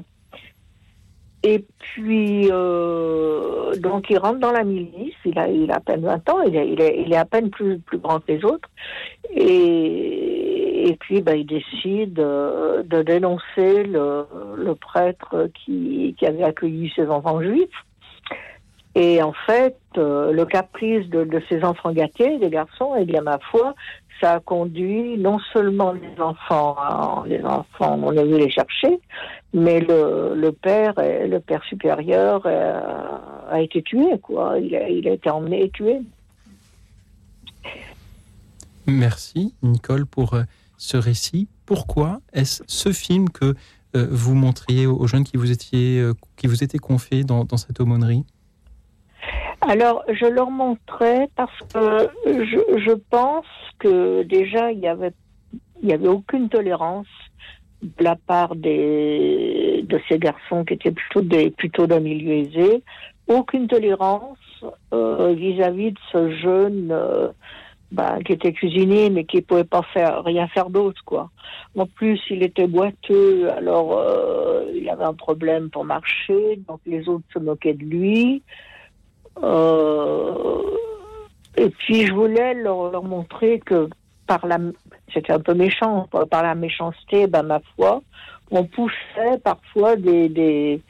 Et puis euh, donc il rentre dans la milice. Il a il a à peine vingt ans. Il est il est, il est à peine plus plus grand que les autres. Et Et puis, ben, il décide de, de dénoncer le, le prêtre qui, qui avait accueilli ses enfants juifs. Et en fait, euh, le caprice de, de ces enfants gâtés, des garçons, et bien ma foi, ça a conduit non seulement les enfants, hein, les enfants, on a vu les chercher, mais le, le père, le père supérieur a, a été tué, quoi. Il a, il a été emmené et tué. Merci, Nicole, pour euh, ce récit. Pourquoi est-ce ce film que euh, vous montriez aux jeunes qui vous étiez, euh, qui vous étaient confiés dans, dans cette aumônerie ? Alors, je leur montrais parce que je, je pense que déjà, il y avait, il y avait aucune tolérance de la part des, de ces garçons qui étaient plutôt, des, plutôt d'un milieu aisé, aucune tolérance euh, vis-à-vis de ce jeune euh, bah, qui était cuisinier mais qui ne pouvait pas faire, rien faire d'autre, quoi. En plus, il était boiteux, alors euh, il avait un problème pour marcher, donc les autres se moquaient de lui. Euh, et puis je voulais leur, leur montrer que par la, c'était un peu méchant, par la méchanceté, ben ma foi, on poussait parfois des, des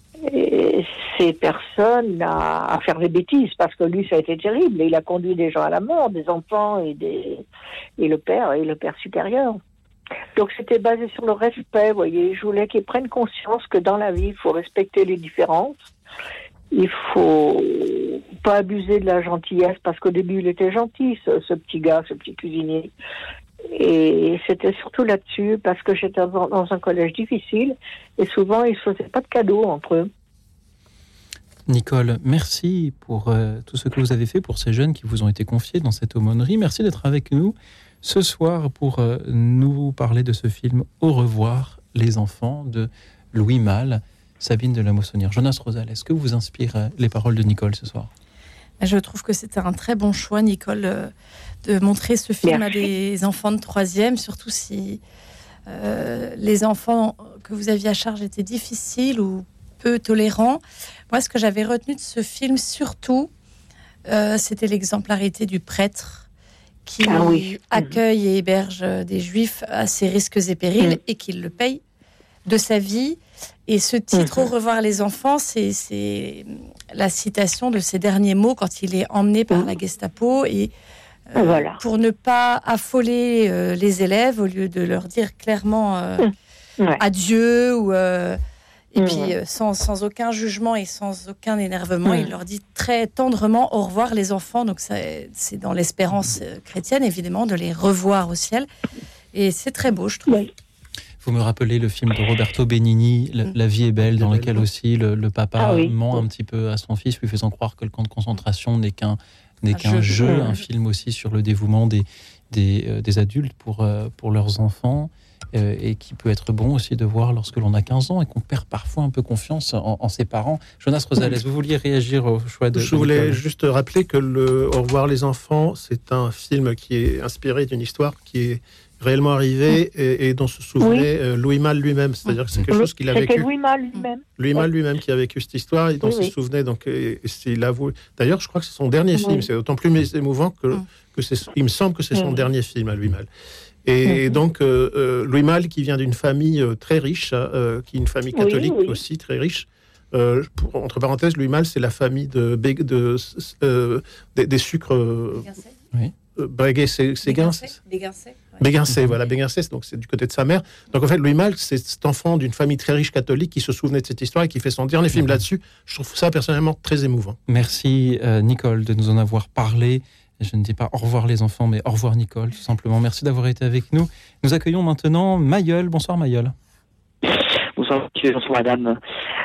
ces personnes à, à faire des bêtises, parce que lui ça a été terrible, il a conduit des gens à la mort, des enfants et des et le père et le père supérieur. Donc c'était basé sur le respect, vous voyez. Je voulais qu'ils prennent conscience que dans la vie il faut respecter les différences. Il faut pas abuser de la gentillesse, parce qu'au début, il était gentil, ce, ce petit gars, ce petit cuisinier. Et c'était surtout là-dessus, parce que j'étais dans un collège difficile, et souvent, ils ne se faisaient pas de cadeaux entre eux. Nicole, merci pour euh, tout ce que vous avez fait pour ces jeunes qui vous ont été confiés dans cette aumônerie. Merci d'être avec nous ce soir pour euh, nous parler de ce film « Au revoir, les enfants » de Louis Malle. Sabine de la Moissonnière. Jonas Rosal, est-ce que vous inspirent les paroles de Nicole ce soir ? Je trouve que c'était un très bon choix, Nicole, euh, de montrer ce film Merci. à des enfants de troisième, surtout si euh, les enfants que vous aviez à charge étaient difficiles ou peu tolérants. Moi, ce que j'avais retenu de ce film, surtout, euh, c'était l'exemplarité du prêtre qui ah oui. accueille et héberge des juifs à ses risques et périls mmh. et qui le paye de sa vie. Et ce titre, mmh. Au revoir les enfants, c'est, c'est la citation de ses derniers mots quand il est emmené par mmh. la Gestapo. Et euh, voilà. pour ne pas affoler euh, les élèves, au lieu de leur dire clairement euh, mmh. ouais. adieu, ou, euh, et mmh. puis euh, sans, sans aucun jugement et sans aucun énervement, mmh. il leur dit très tendrement au revoir les enfants. Donc ça, c'est dans l'espérance chrétienne, évidemment, de les revoir au ciel. Et c'est très beau, je trouve. Oui. Vous me rappelez le film de Roberto Benigni, La, la vie est belle, dans lequel aussi le, le papa ah oui. ment un petit peu à son fils, lui faisant croire que le camp de concentration n'est qu'un, n'est qu'un jeu, jeu. Un film aussi sur le dévouement des, des, euh, des adultes pour, euh, pour leurs enfants, euh, et qui peut être bon aussi de voir lorsque l'on a quinze ans et qu'on perd parfois un peu confiance en, en ses parents. Jonas Rosales, vous vouliez réagir au choix de... Je voulais de juste rappeler que le Au revoir les enfants, c'est un film qui est inspiré d'une histoire qui est réellement arrivé et, et dont se souvenait oui. euh, Louis Malle lui-même. C'est-à-dire que c'est quelque chose qu'il a vécu. C'était Louis Malle lui-même. Louis Malle lui-même qui a vécu cette histoire et dont oui, se oui. souvenait. Donc, et, et il avoue. D'ailleurs, je crois que c'est son dernier oui. film. C'est d'autant plus émouvant que, oui. que c'est, il me semble que c'est son oui. dernier film à Louis Malle. Et oui. donc, euh, euh, Louis Malle, qui vient d'une famille euh, très riche, euh, qui est une famille catholique oui, oui. aussi très riche. Euh, pour, entre parenthèses, Louis Malle, c'est la famille de, de, de, euh, des, des sucres. Euh, oui. Breguet, c'est Séguin. Béguincé. Béguincé, voilà, Béguincé, donc c'est du côté de sa mère. Donc en fait, Louis Malle, c'est cet enfant d'une famille très riche catholique qui se souvenait de cette histoire et qui fait son dernier film mmh. là-dessus. Je trouve ça personnellement très émouvant. Merci euh, Nicole de nous en avoir parlé. Je ne dis pas au revoir les enfants, mais au revoir Nicole, tout simplement. Merci d'avoir été avec nous. Nous accueillons maintenant Mayol. Bonsoir Mayol. Bonsoir monsieur, bonsoir madame.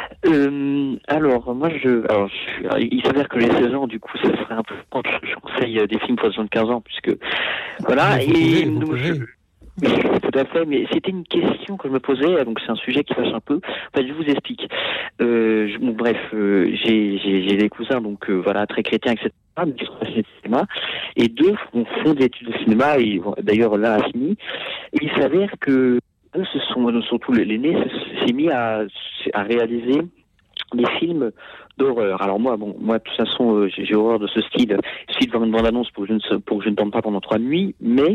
Euh, alors, moi, je, alors, je, il s'avère que les seize ans, du coup, ça serait un peu, je, je conseille des films pour soixante-quinze ans, puisque, voilà, vous et, pouvez, vous donc, pouvez. Je, tout à fait, mais c'était une question que je me posais, donc c'est un sujet qui fâche un peu. En fait, je vous explique. Euh, je, bon, bref, euh, j'ai, j'ai, j'ai des cousins, donc, euh, voilà, très chrétiens, et cetera, mais qui sont passionnés de cinéma, et deux font, font des études de cinéma, et d'ailleurs, l'un a fini, et il s'avère que, eux, ce sont, surtout l'aîné, s'est mis à, à réaliser des films d'horreur. Alors moi, bon, moi de toute façon, euh, j'ai, j'ai horreur de ce style. Il suffit de voir une bande-annonce pour que je ne pour que je ne dorme pas pendant trois nuits. Mais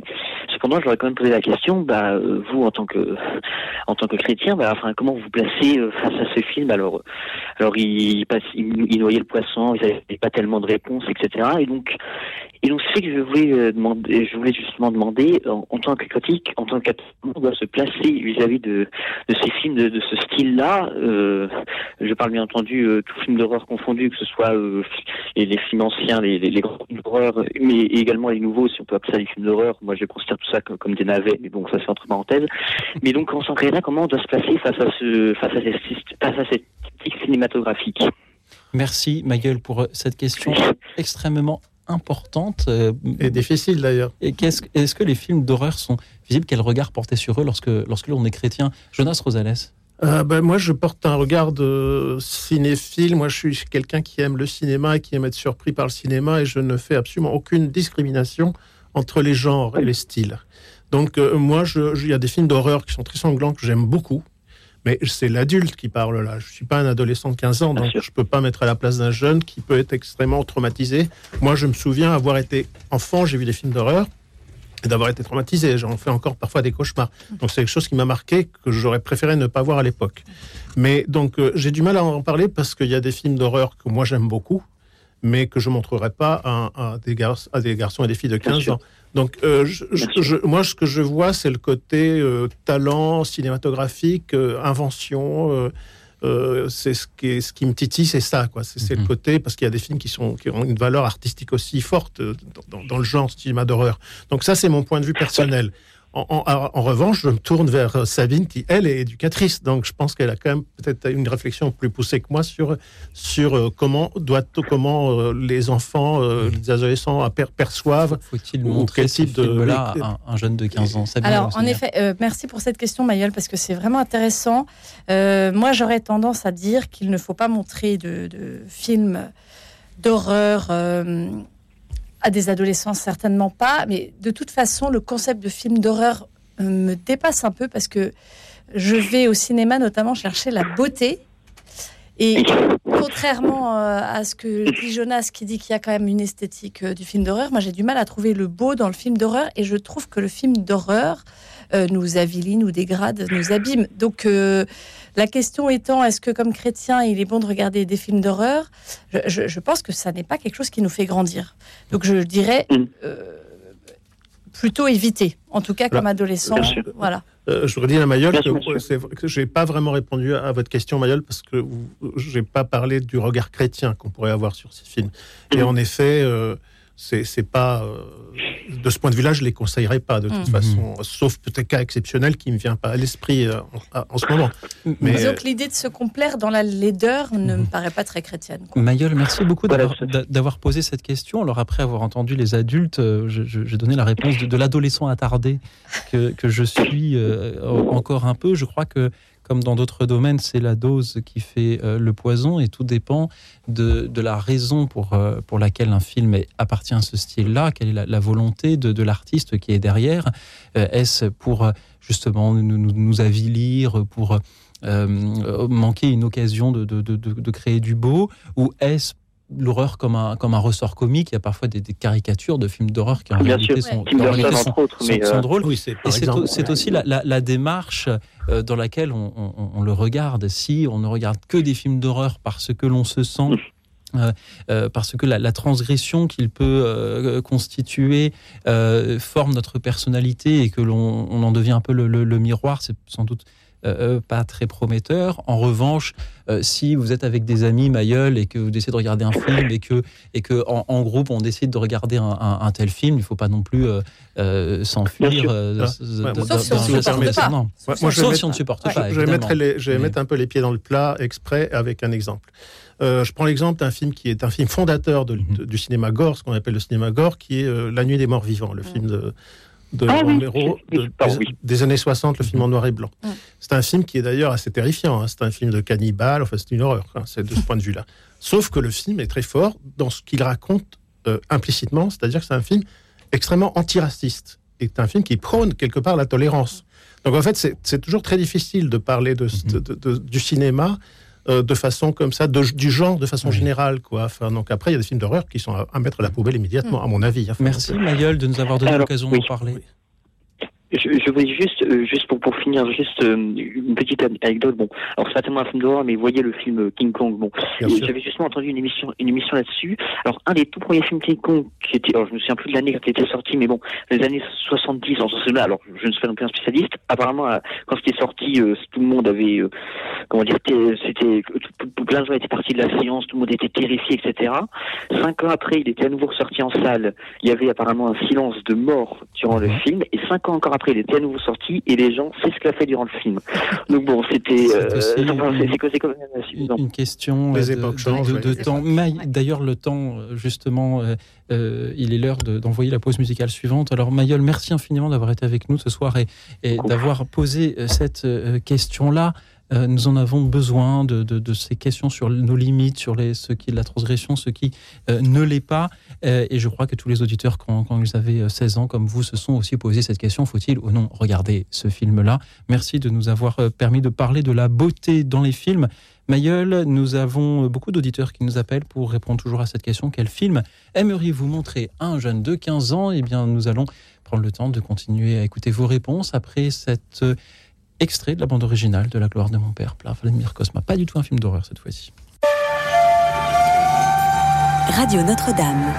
Cependant, je leur ai quand même posé la question, bah, euh, vous en tant que en tant que chrétien, bah, enfin, comment vous vous placez euh, face à ce film? Alors, alors il, passe, il, il noyait le poisson, il n'avait pas tellement de réponses, et cetera. Et donc, et donc, c'est que je voulais euh, demander, je voulais justement demander, en, en tant que catholique, en tant que catholique, on doit se placer vis-à-vis de de ces films de, de ce style-là. Euh, je parle bien entendu euh, tout film d'horreur confondu, que ce soit euh, les, les films anciens, les, les, les grands films d'horreur, mais également les nouveaux, si on peut appeler ça des films d'horreur. Moi, je considère tout ça comme, comme des navets, mais bon, ça c'est entre parenthèses. Mais donc, en tant que chrétien, comment on doit se placer face à ce, face à cette, face à cette thématique cinématographique? Merci, Magueule, pour cette question extrêmement importante. Euh, Et difficile, d'ailleurs. Et qu'est-ce, est-ce que les films d'horreur sont visibles? Quel regard porter sur eux lorsque, lorsque l'on est chrétien? Jonas Rosales. Euh, ben, moi, je porte un regard de cinéphile. Moi, je suis quelqu'un qui aime le cinéma et qui aime être surpris par le cinéma, et je ne fais absolument aucune discrimination entre les genres et les styles. Donc, euh, moi, il y a des films d'horreur qui sont très sanglants, que j'aime beaucoup, mais c'est l'adulte qui parle là. Je ne suis pas un adolescent de quinze ans, donc je ne peux pas mettre à la place d'un jeune qui peut être extrêmement traumatisé. Moi, je me souviens avoir été enfant, j'ai vu des films d'horreur, et d'avoir été traumatisé. J'en fais encore parfois des cauchemars. Donc c'est quelque chose qui m'a marqué, que j'aurais préféré ne pas voir à l'époque. Mais donc euh, j'ai du mal à en parler parce qu'il y a des films d'horreur que moi j'aime beaucoup, mais que je ne montrerai pas à, à, des gar- à des garçons et des filles de quinze ans. Donc euh, je, je, je, moi ce que je vois, c'est le côté euh, talent cinématographique, euh, invention... Euh, Euh, c'est ce qui, est, ce qui me titille, c'est ça, quoi. C'est, c'est mm-hmm. le côté, parce qu'il y a des films qui, sont, qui ont une valeur artistique aussi forte dans, dans, dans le genre cinéma d'horreur. Donc ça, c'est mon point de vue personnel. En, en, en revanche, je me tourne vers Sabine, qui, elle, est éducatrice. Donc, je pense qu'elle a quand même peut-être une réflexion plus poussée que moi sur, sur euh, comment, doit, comment euh, les enfants, euh, les adolescents aper- perçoivent. Faut-il montrer quel type de là à un, un jeune de quinze ans? Sabine. Alors, en effet, euh, merci pour cette question, Maïeul, parce que c'est vraiment intéressant. Euh, moi, j'aurais tendance à dire qu'il ne faut pas montrer de, de films d'horreur... Euh, à des adolescents, certainement pas, mais de toute façon, le concept de film d'horreur euh, me dépasse un peu parce que je vais au cinéma notamment chercher la beauté. Et contrairement euh, à ce que dit Jonas, qui dit qu'il y a quand même une esthétique euh, du film d'horreur, moi j'ai du mal à trouver le beau dans le film d'horreur, et je trouve que le film d'horreur euh, nous avilit, nous dégrade, nous abîme. Donc euh, la question étant, est-ce que comme chrétien, il est bon de regarder des films d'horreur? je, je, je pense que ça n'est pas quelque chose qui nous fait grandir. Donc je dirais euh, plutôt éviter, en tout cas comme Là, adolescent. Voilà. Euh, je voudrais dire à Maïeul que, c'est, que je n'ai pas vraiment répondu à votre question, Maïeul, parce que je n'ai pas parlé du regard chrétien qu'on pourrait avoir sur ces films. Et en effet, euh, c'est, c'est pas... Euh, de ce point de vue-là, je ne les conseillerais pas, de toute mmh. façon, sauf peut-être cas exceptionnel qui ne me vient pas à l'esprit euh, en, en ce moment. Mais disons que l'idée de se complaire dans la laideur ne mmh. me paraît pas très chrétienne. Quoi. Maïeul, merci beaucoup d'avoir, d'avoir posé cette question. Alors après avoir entendu les adultes, je, je, j'ai donné la réponse de, de l'adolescent attardé que, que je suis euh, encore un peu. Je crois que, comme dans d'autres domaines, c'est la dose qui fait euh, le poison, et tout dépend de, de la raison pour, euh, pour laquelle un film est, appartient à ce style-là, quelle est la, la volonté de, de l'artiste qui est derrière. Euh, est-ce pour justement nous, nous, nous avilir, pour euh, manquer une occasion de, de, de, de créer du beau, ou est-ce l'horreur comme un, comme un ressort comique? Il y a parfois des, des caricatures de films d'horreur qui en Bien réalité sûr. sont, Tim Burton, sont, entre autres, sont, mais sont euh... drôles. Oui, c'est, et c'est, exemple, c'est ouais. aussi la, la, la démarche euh, dans laquelle on, on, on le regarde. Si on ne regarde que des films d'horreur parce que l'on se sent... Euh, euh, parce que la, la transgression qu'il peut euh, constituer euh, forme notre personnalité, et que l'on on en devient un peu le, le, le miroir, c'est sans doute Euh, pas très prometteur. En revanche, euh, si vous êtes avec des amis, Maïeul, et que vous décidez de regarder un film, et que, et que en, en groupe on décide de regarder un, un, un tel film, il ne faut pas non plus euh, euh, s'enfuir. Euh, ouais, de, sauf si on ne supporte pas. Non. Ouais, sauf moi, si mettre, on ne supporte ouais, pas. Je vais, mettre, les, je vais Mais... mettre un peu les pieds dans le plat exprès avec un exemple. Euh, je prends l'exemple d'un film qui est un film fondateur de, de, du cinéma gore, ce qu'on appelle le cinéma gore, qui est euh, La Nuit des Morts Vivants, le mmh. film de... de ah, Romero, oui. de, des, oui. des années soixante, le film en noir et blanc. Mm. C'est un film qui est d'ailleurs assez terrifiant, hein. C'est un film de cannibale, enfin c'est une horreur, hein, c'est de ce point de vue-là. Sauf que le film est très fort dans ce qu'il raconte euh, implicitement, c'est-à-dire que c'est un film extrêmement antiraciste, et c'est un film qui prône quelque part la tolérance. Donc en fait, c'est, c'est toujours très difficile de parler de, mm-hmm. de, de, de, du cinéma euh, de façon comme ça, de, du genre de façon oui. générale, quoi. Enfin, donc après, il y a des films d'horreur qui sont à, à mettre à la poubelle immédiatement, mmh. à mon avis. Enfin, merci, Maïeul, de nous avoir donné Alors, l'occasion oui. d'en parler. Oui. Je, je voulais juste, euh, juste pour, pour finir, juste euh, une petite anecdote. Bon, alors c'est pas tellement un film d'horreur, mais vous voyez le film King Kong. Bon, et j'avais justement entendu une émission, une émission là-dessus. Alors un des tout premiers films King Kong qui était, alors je me souviens plus de l'année quand il était sorti, mais bon, les années soixante-dix, en ce sens-là. Alors je ne suis pas non plus un spécialiste. Apparemment, euh, quand c'était sorti, euh, tout le monde avait, euh, comment dire, c'était, c'était tout, plein de gens étaient partis de la séance, tout le monde était terrifié, et cetera. Cinq ans après, il était à nouveau ressorti en salle. Il y avait apparemment un silence de mort durant le film, et cinq ans encore après, il était à nouveau sorti et les gens s'esclaffaient durant le film. Donc bon, c'était euh, c'est, enfin, c'est, c'est, c'est quand même suffisant. Une question les de, époques changent, de, de, de temps. Mais, d'ailleurs, le temps, justement, euh, euh, il est l'heure de, d'envoyer la pause musicale suivante. Alors, Mayol, merci infiniment d'avoir été avec nous ce soir et, et d'avoir posé cette euh, question-là. Euh, nous en avons besoin de, de, de ces questions sur nos limites, sur les, ce qui est de la transgression, ce qui euh, ne l'est pas. Euh, et je crois que tous les auditeurs, quand, quand ils avaient seize ans, comme vous, se sont aussi posé cette question. Faut-il ou non regarder ce film-là ? Merci de nous avoir permis de parler de la beauté dans les films. Mayol, nous avons beaucoup d'auditeurs qui nous appellent pour répondre toujours à cette question. Quel film aimeriez-vous montrer à un jeune de quinze ans ? Eh bien, nous allons prendre le temps de continuer à écouter vos réponses après cette... extrait de la bande originale de La gloire de mon père, par Vladimir Cosma. Pas du tout un film d'horreur cette fois-ci. Radio Notre-Dame.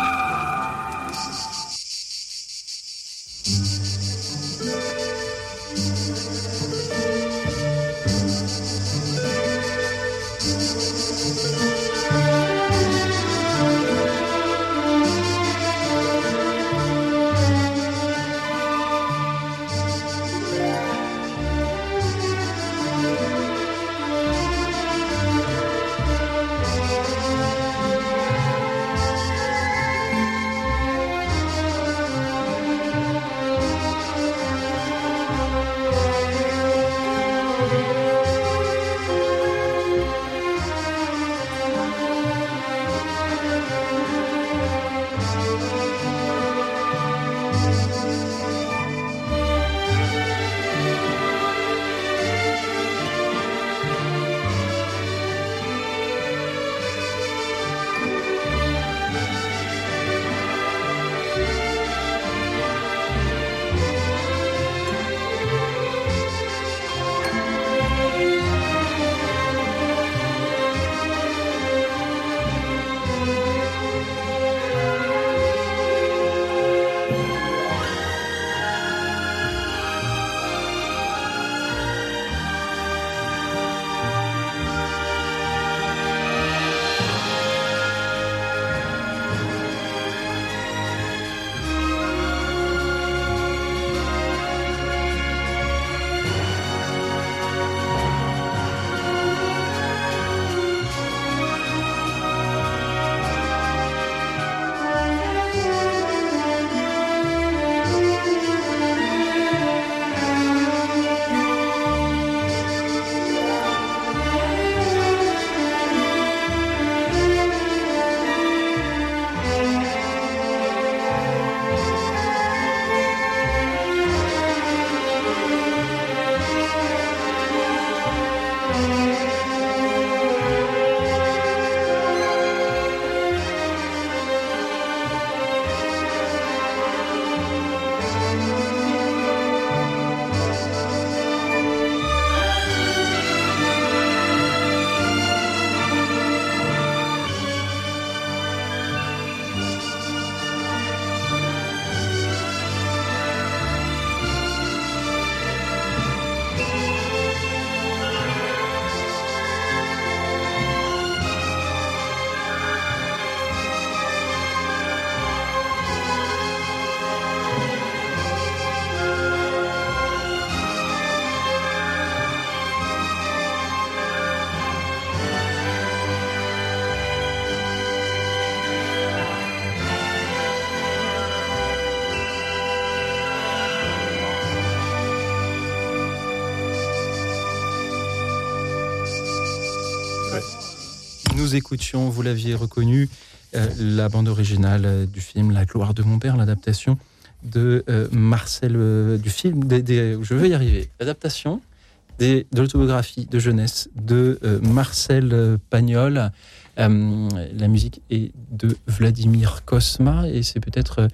Nous écoutions, vous l'aviez reconnu, euh, la bande originale du film La gloire de mon père, l'adaptation de euh, Marcel, euh, du film, des, des, je vais y arriver, l'adaptation des, de l'autobiographie de jeunesse de euh, Marcel Pagnol. Euh, la musique est de Vladimir Cosma et c'est peut-être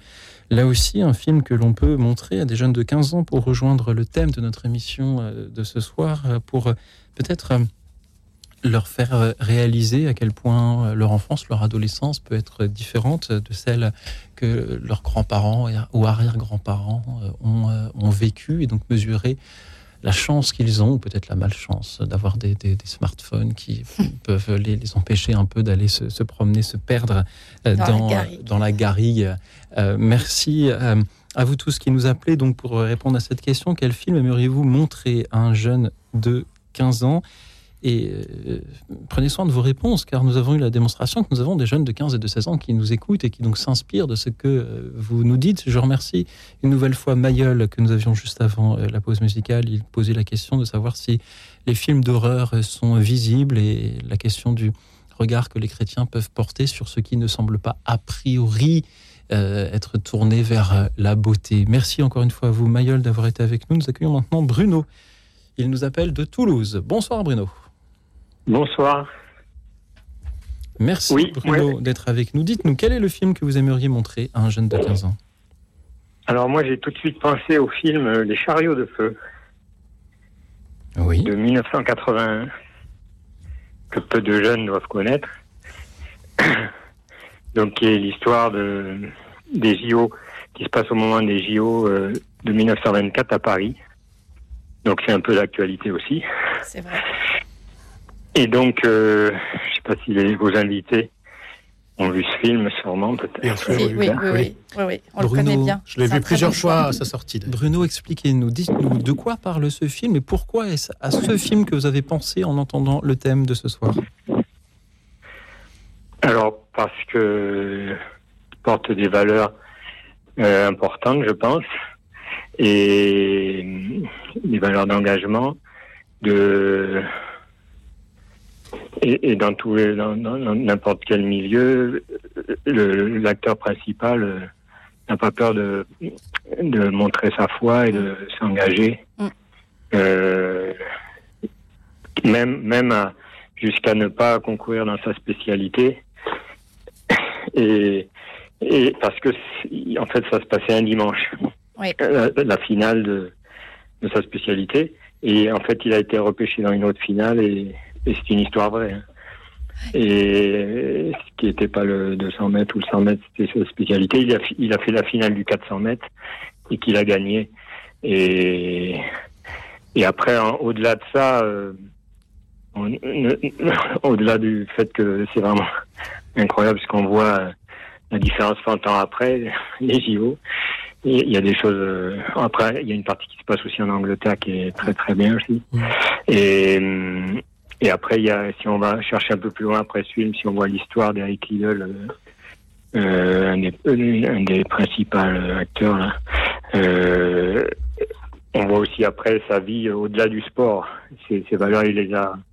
Là aussi, un film que l'on peut montrer à des jeunes de quinze ans pour rejoindre le thème de notre émission de ce soir, pour peut-être leur faire réaliser à quel point leur enfance, leur adolescence peut être différente de celle que leurs grands-parents ou arrière-grands-parents ont, ont vécue, et donc mesurer la chance qu'ils ont, ou peut-être la malchance, d'avoir des, des, des smartphones qui peuvent les, les empêcher un peu d'aller se, se promener, se perdre euh, dans, dans, la garrigue. Dans la garrigue. Euh, merci euh, à vous tous qui nous appelez donc pour répondre à cette question. Quel film aimeriez-vous montrer à un jeune de quinze ans ? Et euh, prenez soin de vos réponses, car nous avons eu la démonstration que nous avons des jeunes de quinze et de seize ans qui nous écoutent et qui donc s'inspirent de ce que euh, vous nous dites. Je remercie une nouvelle fois Mayol, que nous avions juste avant euh, la pause musicale. Il posait la question de savoir si les films d'horreur sont visibles, et la question du regard que les chrétiens peuvent porter sur ce qui ne semble pas a priori euh, être tourné vers euh, la beauté. Merci encore une fois à vous, Mayol, d'avoir été avec nous. Nous accueillons maintenant Bruno. Il nous appelle de Toulouse. Bonsoir Bruno. Bonsoir. Merci oui, Bruno ouais. d'être avec nous. Dites-nous, quel est le film que vous aimeriez montrer à un jeune de quinze ans ? Alors moi, j'ai tout de suite pensé au film Les Chariots de Feu, oui. de dix-neuf cent quatre-vingt-un, que peu de jeunes doivent connaître. Donc, qui est l'histoire de, des J O, qui se passe au moment des J O euh, de dix-neuf cent vingt-quatre à Paris. Donc c'est un peu d'actualité aussi. C'est vrai. Et donc, euh, je ne sais pas si les, vos invités ont vu ce film, sûrement, peut-être. Bien sûr, oui, oui, oui, oui, oui, oui, on Bruno, le connaît bien. Je l'ai vu plusieurs fois à sa sortie. Bruno, expliquez-nous, dites-nous de quoi parle ce film et pourquoi est-ce à ce film que vous avez pensé en entendant le thème de ce soir ? Alors, parce que il porte des valeurs euh, importantes, je pense, et des valeurs d'engagement, de et, et dans tous les, dans, dans, dans n'importe quel milieu, le, l'acteur principal euh, n'a pas peur de de montrer sa foi et de s'engager, mm. euh, même même à, jusqu'à ne pas concourir dans sa spécialité, et et parce que en fait ça se passait un dimanche. Oui. La, la finale de, de sa spécialité, et en fait il a été repêché dans une autre finale, et, et c'est une histoire vraie, hein. Et ce qui n'était pas le deux cents mètres ou le cent mètres, c'était sa spécialité. Il a, il a fait la finale du quatre cents mètres et qu'il a gagné, et, et après en, au-delà de ça, euh, on, au-delà du fait que c'est vraiment incroyable ce qu'on voit, la différence vingt ans après les J O. Il y a des choses. Euh, après, il y a une partie qui se passe aussi en Angleterre qui est très très bien aussi. Mmh. Et et après, il y a, si on va chercher un peu plus loin après ce film, si on voit l'histoire d'Eric Liddell, euh, euh, un, des, un des principaux acteurs là, euh, on voit aussi après sa vie au-delà du sport. Ces, ces valeurs, il les a,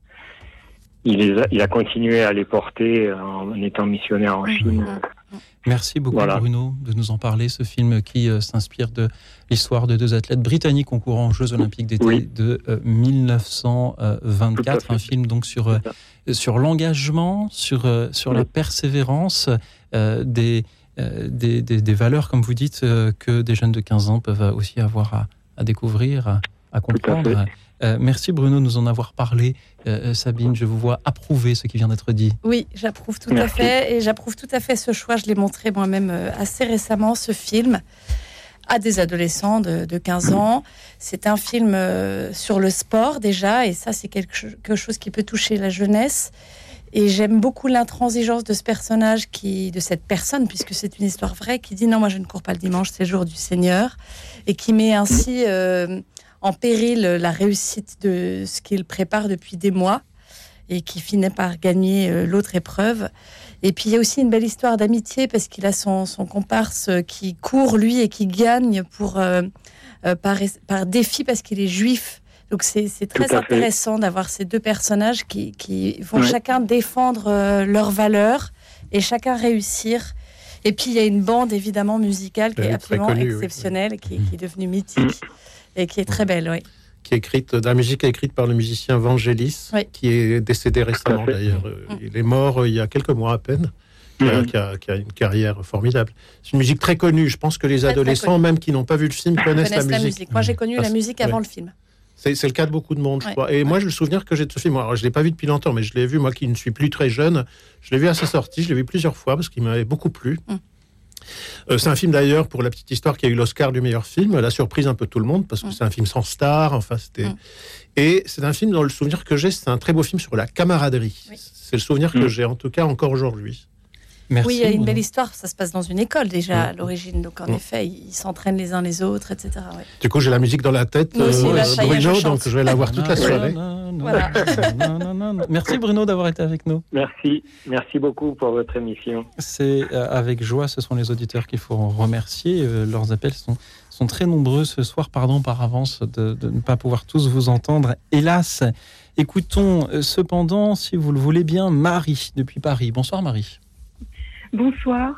il les a, il a continué à les porter en, en étant missionnaire en Chine. Merci beaucoup voilà. Bruno de nous en parler, ce film qui euh, s'inspire de l'histoire de deux athlètes britanniques concourant aux Jeux Olympiques d'été oui. de euh, dix-neuf cent vingt-quatre, un film donc sur, euh, sur l'engagement, sur, euh, sur oui. la persévérance, euh, des, euh, des, des, des valeurs, comme vous dites, euh, que des jeunes de quinze ans peuvent aussi avoir à, à découvrir, à, à comprendre. Euh, merci Bruno de nous en avoir parlé. Euh, Sabine, je vous vois approuver ce qui vient d'être dit. Oui, j'approuve tout merci. à fait, et j'approuve tout à fait ce choix. Je l'ai montré moi-même euh, assez récemment, ce film, à des adolescents de, de quinze ans. C'est un film euh, sur le sport déjà, et ça c'est quelque, quelque chose qui peut toucher la jeunesse. Et j'aime beaucoup l'intransigeance de ce personnage, qui, de cette personne, puisque c'est une histoire vraie, qui dit non, moi je ne cours pas le dimanche, c'est le jour du Seigneur, et qui met ainsi euh, en péril la réussite de ce qu'il prépare depuis des mois, et qui finit par gagner euh, l'autre épreuve. Et puis il y a aussi une belle histoire d'amitié, parce qu'il a son, son comparse qui court lui et qui gagne pour, euh, euh, par, par défi, parce qu'il est juif. Donc c'est, c'est très intéressant d'avoir ces deux personnages qui, qui vont ouais. chacun défendre euh, leurs valeurs et chacun réussir. Et puis il y a une bande évidemment musicale qui est, est absolument connue, exceptionnelle, oui. qui, qui est devenue mythique et qui est très belle, oui. Qui est écrite, de la musique écrite par le musicien Vangelis, oui. qui est décédé récemment d'ailleurs. Mm. Il est mort il y a quelques mois à peine. qui a, qui, a, qui a une carrière formidable. C'est une musique très connue. Je pense que les très, adolescents, très même qui n'ont pas vu le film, connaissent, connaissent la, la musique. musique. Moi, j'ai connu Parce, la musique avant ouais. le film. C'est, c'est le cas de beaucoup de monde, je ouais. crois. Et ouais. moi, j'ai le souvenir que j'ai de ce film. Alors, je ne l'ai pas vu depuis longtemps, mais je l'ai vu, moi qui ne suis plus très jeune. Je l'ai vu à sa sortie, je l'ai vu plusieurs fois parce qu'il m'avait beaucoup plu. Mm. Euh, c'est un film d'ailleurs, pour la petite histoire, qui a eu l'Oscar du meilleur film. Elle a surprise un peu tout le monde parce que mm. c'est un film sans star. Enfin, c'était... Mm. Et c'est un film dont le souvenir que j'ai, c'est un très beau film sur la camaraderie. Oui. C'est le souvenir mm. que j'ai, en tout cas, encore aujourd'hui. Merci. Oui, il y a une belle histoire. Ça se passe dans une école déjà mmh. à l'origine. Donc en mmh. effet, ils s'entraînent les uns les autres, et cetera. Ouais. Du coup, j'ai la musique dans la tête, euh, aussi, là, Bruno, je donc je vais la voir toute la soirée. Non, non, voilà. non, non, non, non. Merci Bruno d'avoir été avec nous. Merci, merci beaucoup pour votre émission. C'est euh, avec joie. Ce sont les auditeurs qu'il faut remercier. Euh, leurs appels sont sont très nombreux ce soir. Pardon par avance de, de ne pas pouvoir tous vous entendre. Hélas. Écoutons euh, cependant, si vous le voulez bien, Marie depuis Paris. Bonsoir Marie. Bonsoir.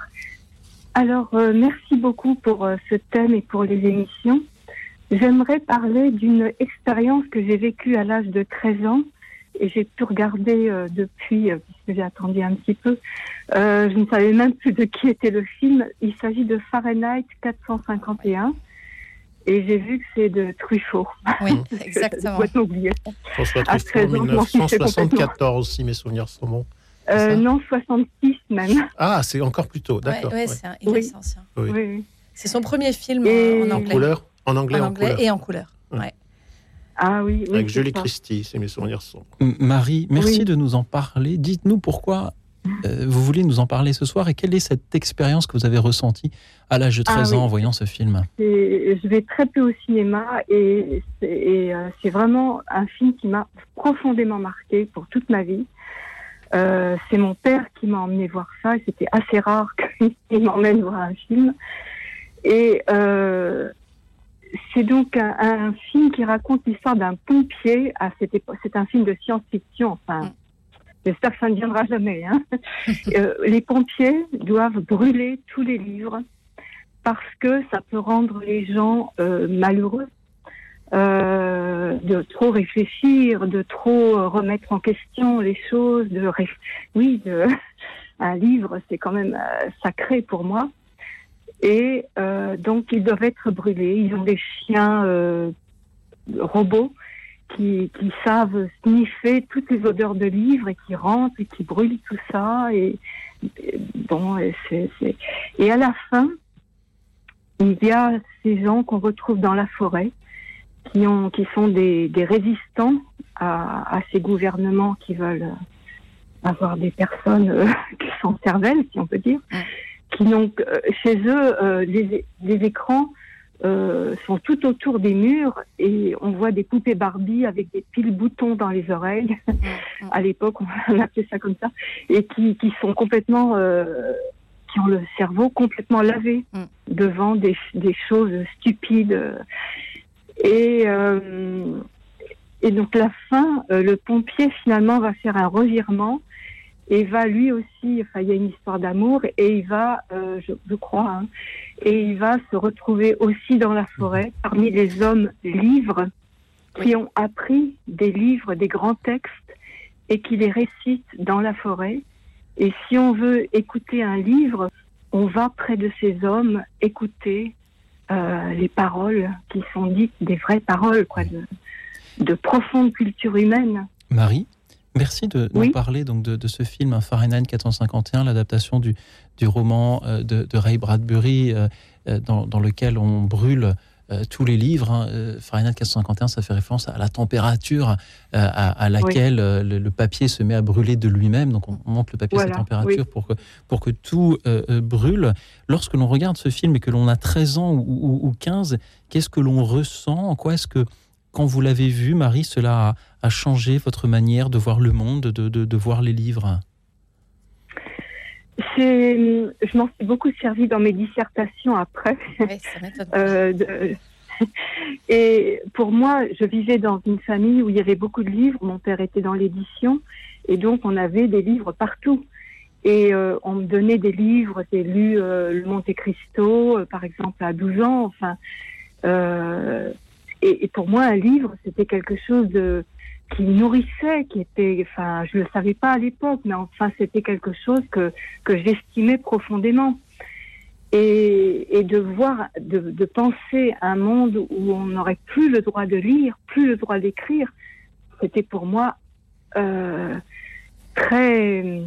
Alors, euh, merci beaucoup pour euh, ce thème et pour les émissions. J'aimerais parler d'une expérience que j'ai vécue à l'âge de treize ans et j'ai pu regarder euh, depuis, euh, puisque j'ai attendu un petit peu. Euh, je ne savais même plus de qui était le film. Il s'agit de Fahrenheit quatre cent cinquante et un et j'ai vu que c'est de Truffaut. Oui, exactement. François Truffaut, dix-neuf cent soixante-quatorze, si mes souvenirs sont bons. Euh, non, soixante-six même. Ah, c'est encore plus tôt, d'accord. Ouais, ouais, ouais. C'est un, il oui. est ancien. Oui. Oui, oui. C'est son premier film et... en anglais. En couleur, en anglais, en en anglais couleur. et en couleur. Ouais. Ouais. Ah oui, oui. Avec Julie Christie, si mes souvenirs sont. Marie, merci oui. de nous en parler. Dites-nous pourquoi euh, vous voulez nous en parler ce soir et quelle est cette expérience que vous avez ressentie à l'âge de treize ah, ans oui. en voyant ce film. C'est, je vais très peu au cinéma et, c'est, et euh, c'est vraiment un film qui m'a profondément marqué pour toute ma vie. Euh, c'est mon père qui m'a emmené voir ça et c'était assez rare qu'il m'emmène voir un film. Et euh, c'est donc un, un film qui raconte l'histoire d'un pompier. À cette époque, c'est un film de science-fiction. Enfin, j'espère que ça ne viendra jamais. Hein. euh, les pompiers doivent brûler tous les livres parce que ça peut rendre les gens euh, malheureux. Euh, de trop réfléchir, de trop remettre en question les choses, de ré... oui, de... un livre, c'est quand même euh, sacré pour moi. Et euh, donc, ils doivent être brûlés. Ils ont des chiens euh, robots qui, qui savent sniffer toutes les odeurs de livres et qui rentrent et qui brûlent tout ça. Et, et bon, et, c'est, c'est... et à la fin, il y a ces gens qu'on retrouve dans la forêt, qui ont, qui sont des, des résistants à, à ces gouvernements qui veulent avoir des personnes euh, qui sont cervelles, si on peut dire, qui n'ont euh, chez eux euh, les, les écrans euh, sont tout autour des murs et on voit des poupées Barbie avec des piles boutons dans les oreilles. À l'époque, on appelait ça comme ça, et qui, qui sont complètement euh, qui ont le cerveau complètement lavé devant des, des choses stupides. Et, euh, et donc la fin, euh, le pompier finalement va faire un revirement et va lui aussi, enfin il y a une histoire d'amour et il va, euh, je, je crois, hein, et il va se retrouver aussi dans la forêt parmi les hommes livres qui ont appris des livres, des grands textes et qui les récitent dans la forêt. Et si on veut écouter un livre, on va près de ces hommes écouter Euh, les paroles qui sont dites, des vraies paroles, quoi, de, de profonde culture humaine. Marie, merci de oui. nous parler donc, de, de ce film Fahrenheit quatre cent cinquante et un, l'adaptation du, du roman euh, de, de Ray Bradbury, euh, dans, dans lequel on brûle euh, tous les livres. Hein. Euh, Fahrenheit quatre cent cinquante et un, ça fait référence à la température euh, à, à laquelle oui. euh, le, le papier se met à brûler de lui-même. Donc on monte le papier voilà. à cette température oui. pour, que, pour que tout euh, euh, brûle. Lorsque l'on regarde ce film et que l'on a treize ans ou, ou, ou quinze, qu'est-ce que l'on ressent ? En quoi est-ce que, quand vous l'avez vu, Marie, cela a, a changé votre manière de voir le monde, de, de, de voir les livres ? C'est, je m'en suis beaucoup servi dans mes dissertations après. Oui, ça m'étonne. euh, de, et pour moi, je vivais dans une famille où il y avait beaucoup de livres. Mon père était dans l'édition et donc on avait des livres partout. Et euh, on me donnait des livres. J'ai lu euh, le Monte Cristo, euh, par exemple, à douze ans. Enfin, euh, et, et pour moi, un livre, c'était quelque chose de... qui me nourrissait, qui était, enfin, je le savais pas à l'époque, mais enfin, c'était quelque chose que que j'estimais profondément. Et, et de voir, de, de penser à un monde où on n'aurait plus le droit de lire, plus le droit d'écrire, c'était pour moi euh, très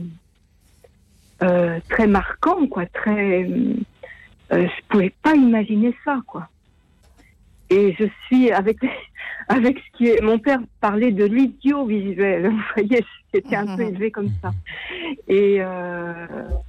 euh, très marquant, quoi. Très, euh, je pouvais pas imaginer ça, quoi. Et je suis avec avec ce qui est, mon père parlait de l'audiovisuel. Vous voyez, j'étais un peu élevée comme ça. Et euh,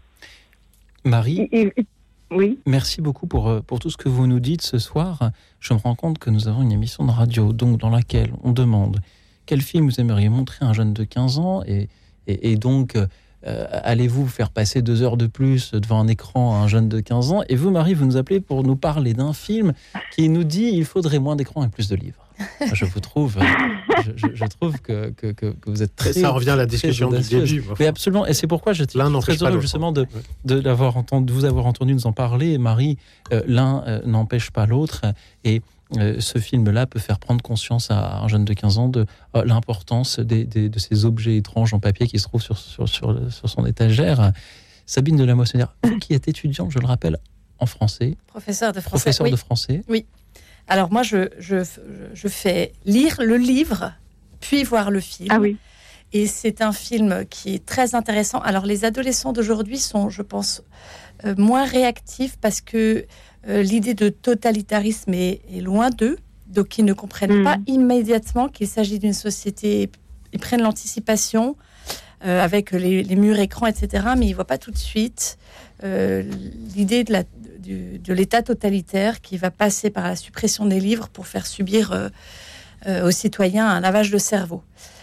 Marie. Et, et, Oui. Merci beaucoup pour, pour tout ce que vous nous dites ce soir. Je me rends compte que nous avons une émission de radio donc, dans laquelle on demande quel film vous aimeriez montrer à un jeune de quinze ans et, et, et donc euh, allez-vous faire passer deux heures de plus devant un écran à un jeune de quinze ans. Et vous, Marie, vous nous appelez pour nous parler d'un film qui nous dit il faudrait moins d'écran et plus de livres. Je vous trouve, je, je, je trouve que, que, que, que vous êtes très. Et ça revient à la discussion du début. Mais absolument, et c'est pourquoi j'étais très heureux justement de, de, d'avoir entendu, de vous avoir entendu nous en parler, Marie. Euh, l'un euh, n'empêche pas l'autre, et euh, ce film-là peut faire prendre conscience à un jeune de quinze ans de euh, l'importance des, des, de ces objets étranges en papier qui se trouvent sur, sur, sur, sur son étagère. Sabine de la Moissonnière, vous qui êtes étudiante, je le rappelle, en français, professeur de français, professeur oui. de français. Oui. Alors moi, je, je, je fais lire le livre, puis voir le film. Ah oui. Et c'est un film qui est très intéressant. Alors les adolescents d'aujourd'hui sont, je pense, euh, moins réactifs parce que euh, l'idée de totalitarisme est, est loin d'eux. Donc ils ne comprennent mmh. pas immédiatement qu'il s'agit d'une société. Ils prennent l'anticipation euh, avec les, les murs écrans, et cetera. Mais ils ne voient pas tout de suite euh, l'idée de la... Du, de l'État totalitaire qui va passer par la suppression des livres pour faire subir euh, euh, aux citoyens un lavage de cerveau.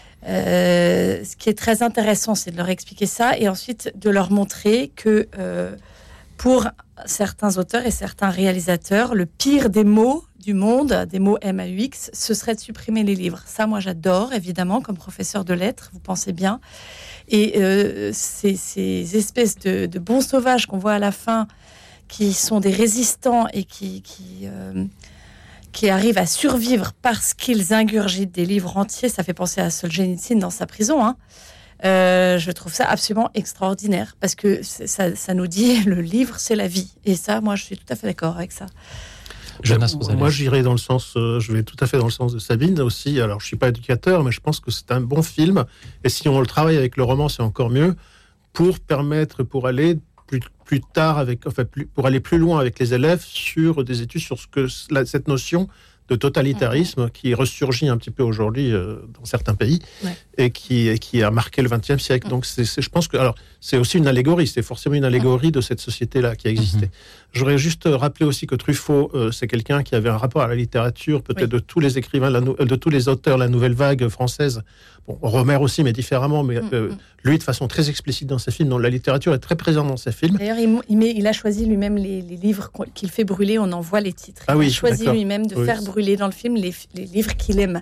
Euh, ce qui est très intéressant, c'est de leur expliquer ça et ensuite de leur montrer que euh, pour certains auteurs et certains réalisateurs, le pire des maux du monde, des mots M A U X, ce serait de supprimer les livres. Ça, moi, j'adore, évidemment, comme professeur de lettres, vous pensez bien. Et euh, ces, ces espèces de, de bons sauvages qu'on voit à la fin, qui sont des résistants et qui, qui, euh, qui arrivent à survivre parce qu'ils ingurgitent des livres entiers. Ça fait penser à Solzhenitsyn dans sa prison. Hein. Euh, je trouve ça absolument extraordinaire parce que ça, ça nous dit le livre, c'est la vie. Et ça, moi, je suis tout à fait d'accord avec ça. Jonas Moi, moi j'irai dans le sens, euh, je vais tout à fait dans le sens de Sabine aussi. Alors, je suis pas éducateur, mais je pense que c'est un bon film. Et si on le travaille avec le roman, c'est encore mieux pour permettre, pour aller Plus, plus tard, avec, enfin, plus, pour aller plus loin avec les élèves sur des études sur ce que la, cette notion de totalitarisme mmh. qui ressurgit un petit peu aujourd'hui euh, dans certains pays ouais. et qui, et qui a marqué le vingtième siècle. Mmh. Donc, c'est, c'est, je pense que alors, c'est aussi une allégorie, c'est forcément une allégorie mmh. de cette société-là qui a existé. Mmh. J'aurais juste rappelé aussi que Truffaut, euh, c'est quelqu'un qui avait un rapport à la littérature, peut-être oui. de tous les écrivains, la no- de tous les auteurs, la nouvelle vague française. Bon, Romer aussi, mais différemment. Mais euh, mmh. lui, de façon très explicite dans ses films, donc la littérature est très présente dans ses films. D'ailleurs, il, il, met, il a choisi lui-même les, les livres qu'il fait brûler. On en voit les titres. Ah il oui, a choisi d'accord. lui-même de oui. faire brûler dans le film les, les livres qu'il aime.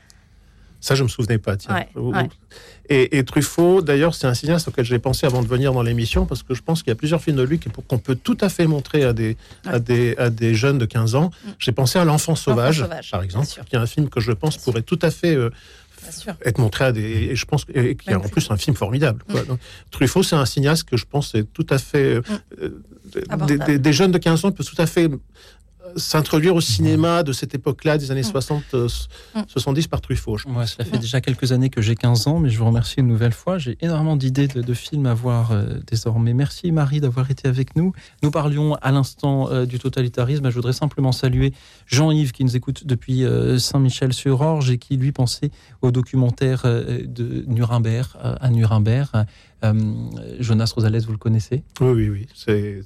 Ça, je ne me souvenais pas, tiens. Ouais, ouais. Et, et Truffaut, d'ailleurs, c'est un cinéaste auquel j'ai pensé avant de venir dans l'émission, parce que je pense qu'il y a plusieurs films de lui qu'on peut tout à fait montrer à des, ouais. à des, à des jeunes de quinze ans. Mm. J'ai pensé à L'Enfant sauvage, sauvage par exemple, qui est un film que je pense bien pourrait sûr. tout à fait euh, être montré à des... Et je pense et, et qui est en plus un film formidable. Quoi. Mm. Donc, Truffaut, c'est un cinéaste que je pense est tout à fait... Mm. Euh, des, des, des jeunes de quinze ans peuvent tout à fait... s'introduire au cinéma de cette époque-là, des années mmh. soixante, soixante-dix par Truffaut. Moi, ça fait déjà quelques années que j'ai quinze ans, mais je vous remercie une nouvelle fois. J'ai énormément d'idées de, de films à voir euh, désormais. Merci Marie d'avoir été avec nous. Nous parlions à l'instant euh, du totalitarisme. Je voudrais simplement saluer Jean-Yves qui nous écoute depuis euh, Saint-Michel-sur-Orge et qui lui pensait au documentaire euh, de Nuremberg, euh, à Nuremberg. Euh, Jonas Rosales, vous le connaissez ? Oui, oui, oui. C'est...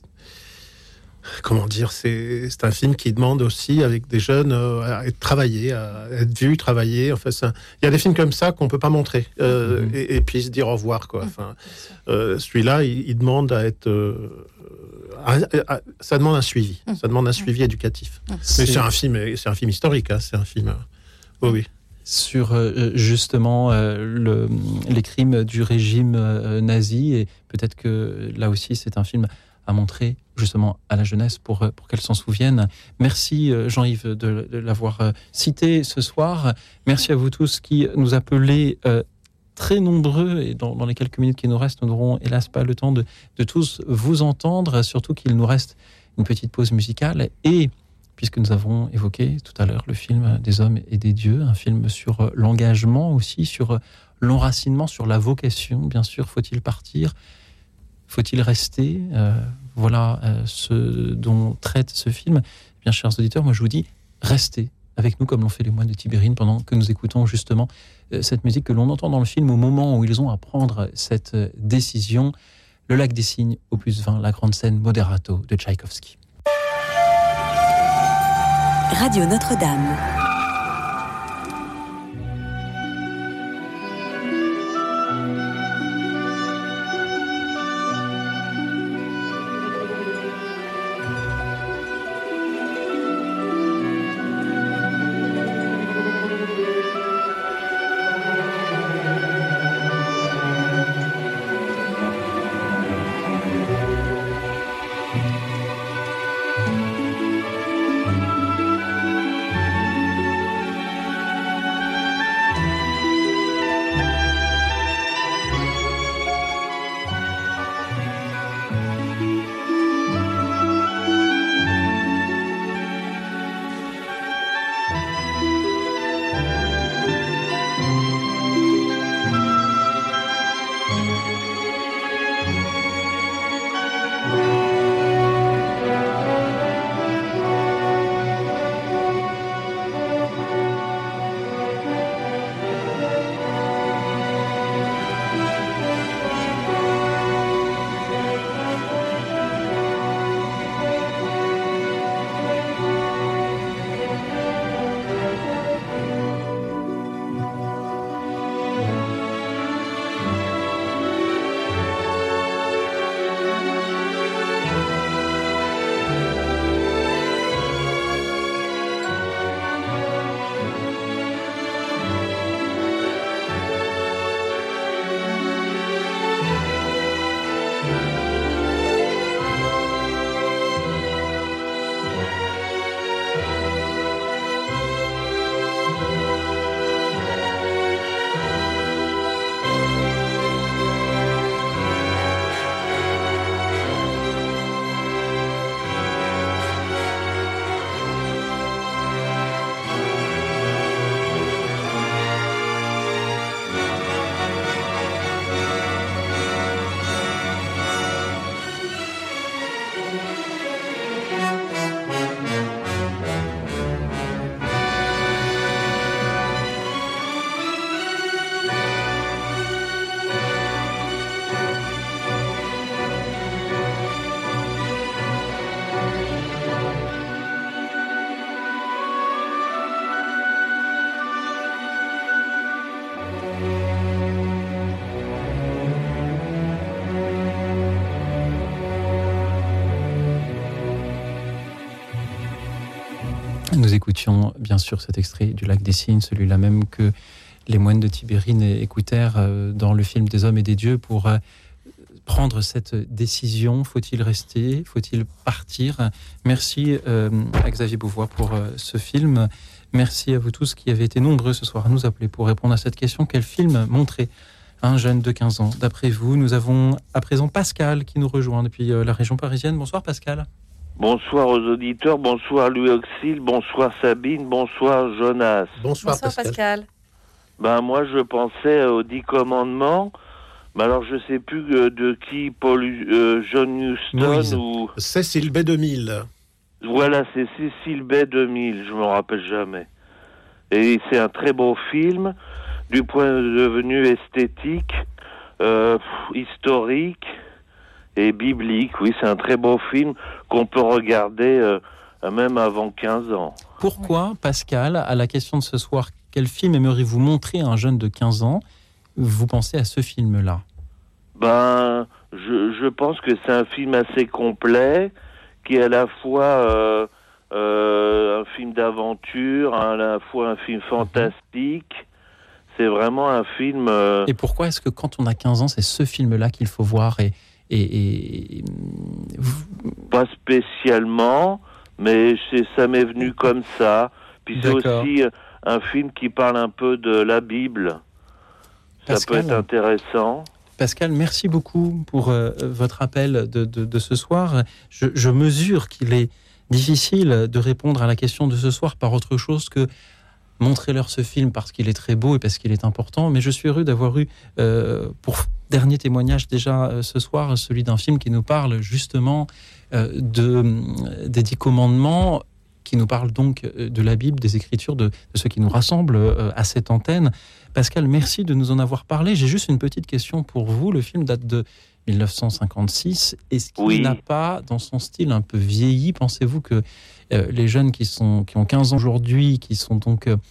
Comment dire, c'est, c'est un film qui demande aussi avec des jeunes euh, à être travaillé, à être vu, travailler. Enfin, c'est un... il y a des films comme ça qu'on peut pas montrer euh, mmh. et, et puis se dire au revoir, quoi. Enfin, euh, celui-là, il, il demande à être, euh, à, à, ça demande un suivi, mmh. ça demande un suivi éducatif. Mmh. Mais c'est un film, c'est un film historique, hein, c'est un film. Euh, oh, oui. Sur euh, justement euh, le, les crimes du régime euh, nazi et peut-être que là aussi c'est un film à montrer justement à la jeunesse pour, pour qu'elle s'en souvienne. Merci Jean-Yves de, de l'avoir cité ce soir. Merci à vous tous qui nous appelez euh, très nombreux, et dans, dans les quelques minutes qui nous restent, nous n'aurons hélas pas le temps de, de tous vous entendre, surtout qu'il nous reste une petite pause musicale. Et puisque nous avons évoqué tout à l'heure le film des hommes et des dieux, un film sur l'engagement aussi, sur l'enracinement, sur la vocation, bien sûr, faut-il partir ? Faut-il rester ? euh, Voilà euh, ce dont traite ce film. Bien, chers auditeurs, moi je vous dis, restez avec nous comme l'ont fait les moines de Tibérine pendant que nous écoutons justement euh, cette musique que l'on entend dans le film au moment où ils ont à prendre cette euh, décision. Le lac des cygnes, opus vingt, la grande scène Moderato de Tchaïkovski. Radio Notre-Dame. Nous écoutions bien sûr cet extrait du Lac des Cygnes, celui-là même que les moines de Tibérine écoutèrent dans le film des hommes et des dieux pour prendre cette décision. Faut-il rester ? Faut-il partir ? Merci euh, à Xavier Beauvois pour euh, ce film. Merci à vous tous qui avez été nombreux ce soir à nous appeler pour répondre à cette question. Quel film montrer à un jeune de quinze ans d'après vous ? Nous avons à présent Pascal qui nous rejoint depuis euh, la région parisienne. Bonsoir Pascal. Bonsoir aux auditeurs, bonsoir Louis Auxil, bonsoir Sabine, bonsoir Jonas. Bonsoir, bonsoir Pascal. Pascal. Ben moi je pensais aux Dix Commandements, mais alors je sais plus de qui, Paul, euh, John Huston Moïse. ou... Cécile B deux mille. Voilà, c'est Cécile B deux mille, je me rappelle jamais. Et c'est un très beau film, du point de vue esthétique, euh, historique et biblique. Oui, c'est un très beau film qu'on peut regarder euh, même avant quinze ans. Pourquoi, Pascal, à la question de ce soir, quel film aimeriez-vous montrer à un jeune de quinze ans ? Vous pensez à ce film-là ? Ben, je, je pense que c'est un film assez complet, qui est à la fois euh, euh, un film d'aventure, à la fois un film fantastique. C'est vraiment un film... Euh... Et pourquoi est-ce que quand on a quinze ans, c'est ce film-là qu'il faut voir et, et, et vous... Pas spécialement, mais c'est, ça m'est venu comme ça. Puis c'est D'accord. aussi un film qui parle un peu de la Bible. Ça Pascal, peut être intéressant. Pascal, merci beaucoup pour euh, votre appel de, de, de ce soir. Je, je mesure qu'il est difficile de répondre à la question de ce soir par autre chose que montrez-leur ce film parce qu'il est très beau et parce qu'il est important. Mais je suis heureux d'avoir eu, euh, pour dernier témoignage déjà euh, ce soir, celui d'un film qui nous parle justement euh, de, des dix commandements, qui nous parle donc de la Bible, des Écritures, de, de ce qui nous rassemble euh, à cette antenne. Pascal, merci de nous en avoir parlé. J'ai juste une petite question pour vous. Le film date de dix-neuf cent cinquante-six. Est-ce qu'il Oui. n'a pas, dans son style, un peu vieilli ? Pensez-vous que euh, les jeunes qui, sont, qui ont quinze ans aujourd'hui, qui sont donc, euh,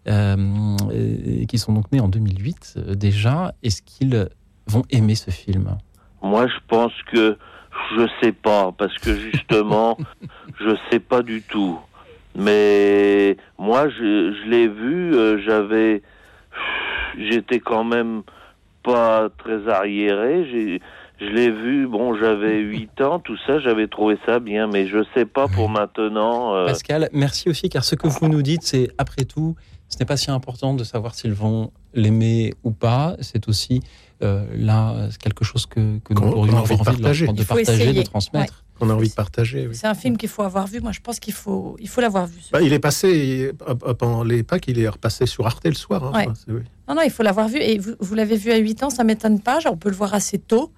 euh, qui sont donc nés en deux mille huit euh, déjà, est-ce qu'ils vont aimer ce film ? Moi, je pense que je sais pas, parce que justement, je sais pas du tout. Mais moi, je, je l'ai vu, euh, j'avais, j'étais quand même pas très arriéré. J'ai, je l'ai vu, bon, j'avais huit ans, tout ça, j'avais trouvé ça bien, mais je sais pas pour maintenant. Euh... Pascal, merci aussi, car ce que vous nous dites, c'est, après tout, ce n'est pas si important de savoir s'ils vont l'aimer ou pas. C'est aussi euh, là quelque chose que, que nous Qu'on- pourrions qu'on a avoir envie de envie de, partager. leur- de Il faut partager, essayer. de transmettre. On a envie de partager. Oui. C'est un film qu'il faut avoir vu. Moi, je pense qu'il faut, il faut l'avoir vu. Bah, il est passé euh, pendant les Pâques, il est repassé sur Arte le soir. Hein, Ouais. enfin, c'est- oui. Non, non, il faut l'avoir vu. Et vous, vous l'avez vu à huit ans, ça m'étonne pas. Genre, on peut le voir assez tôt.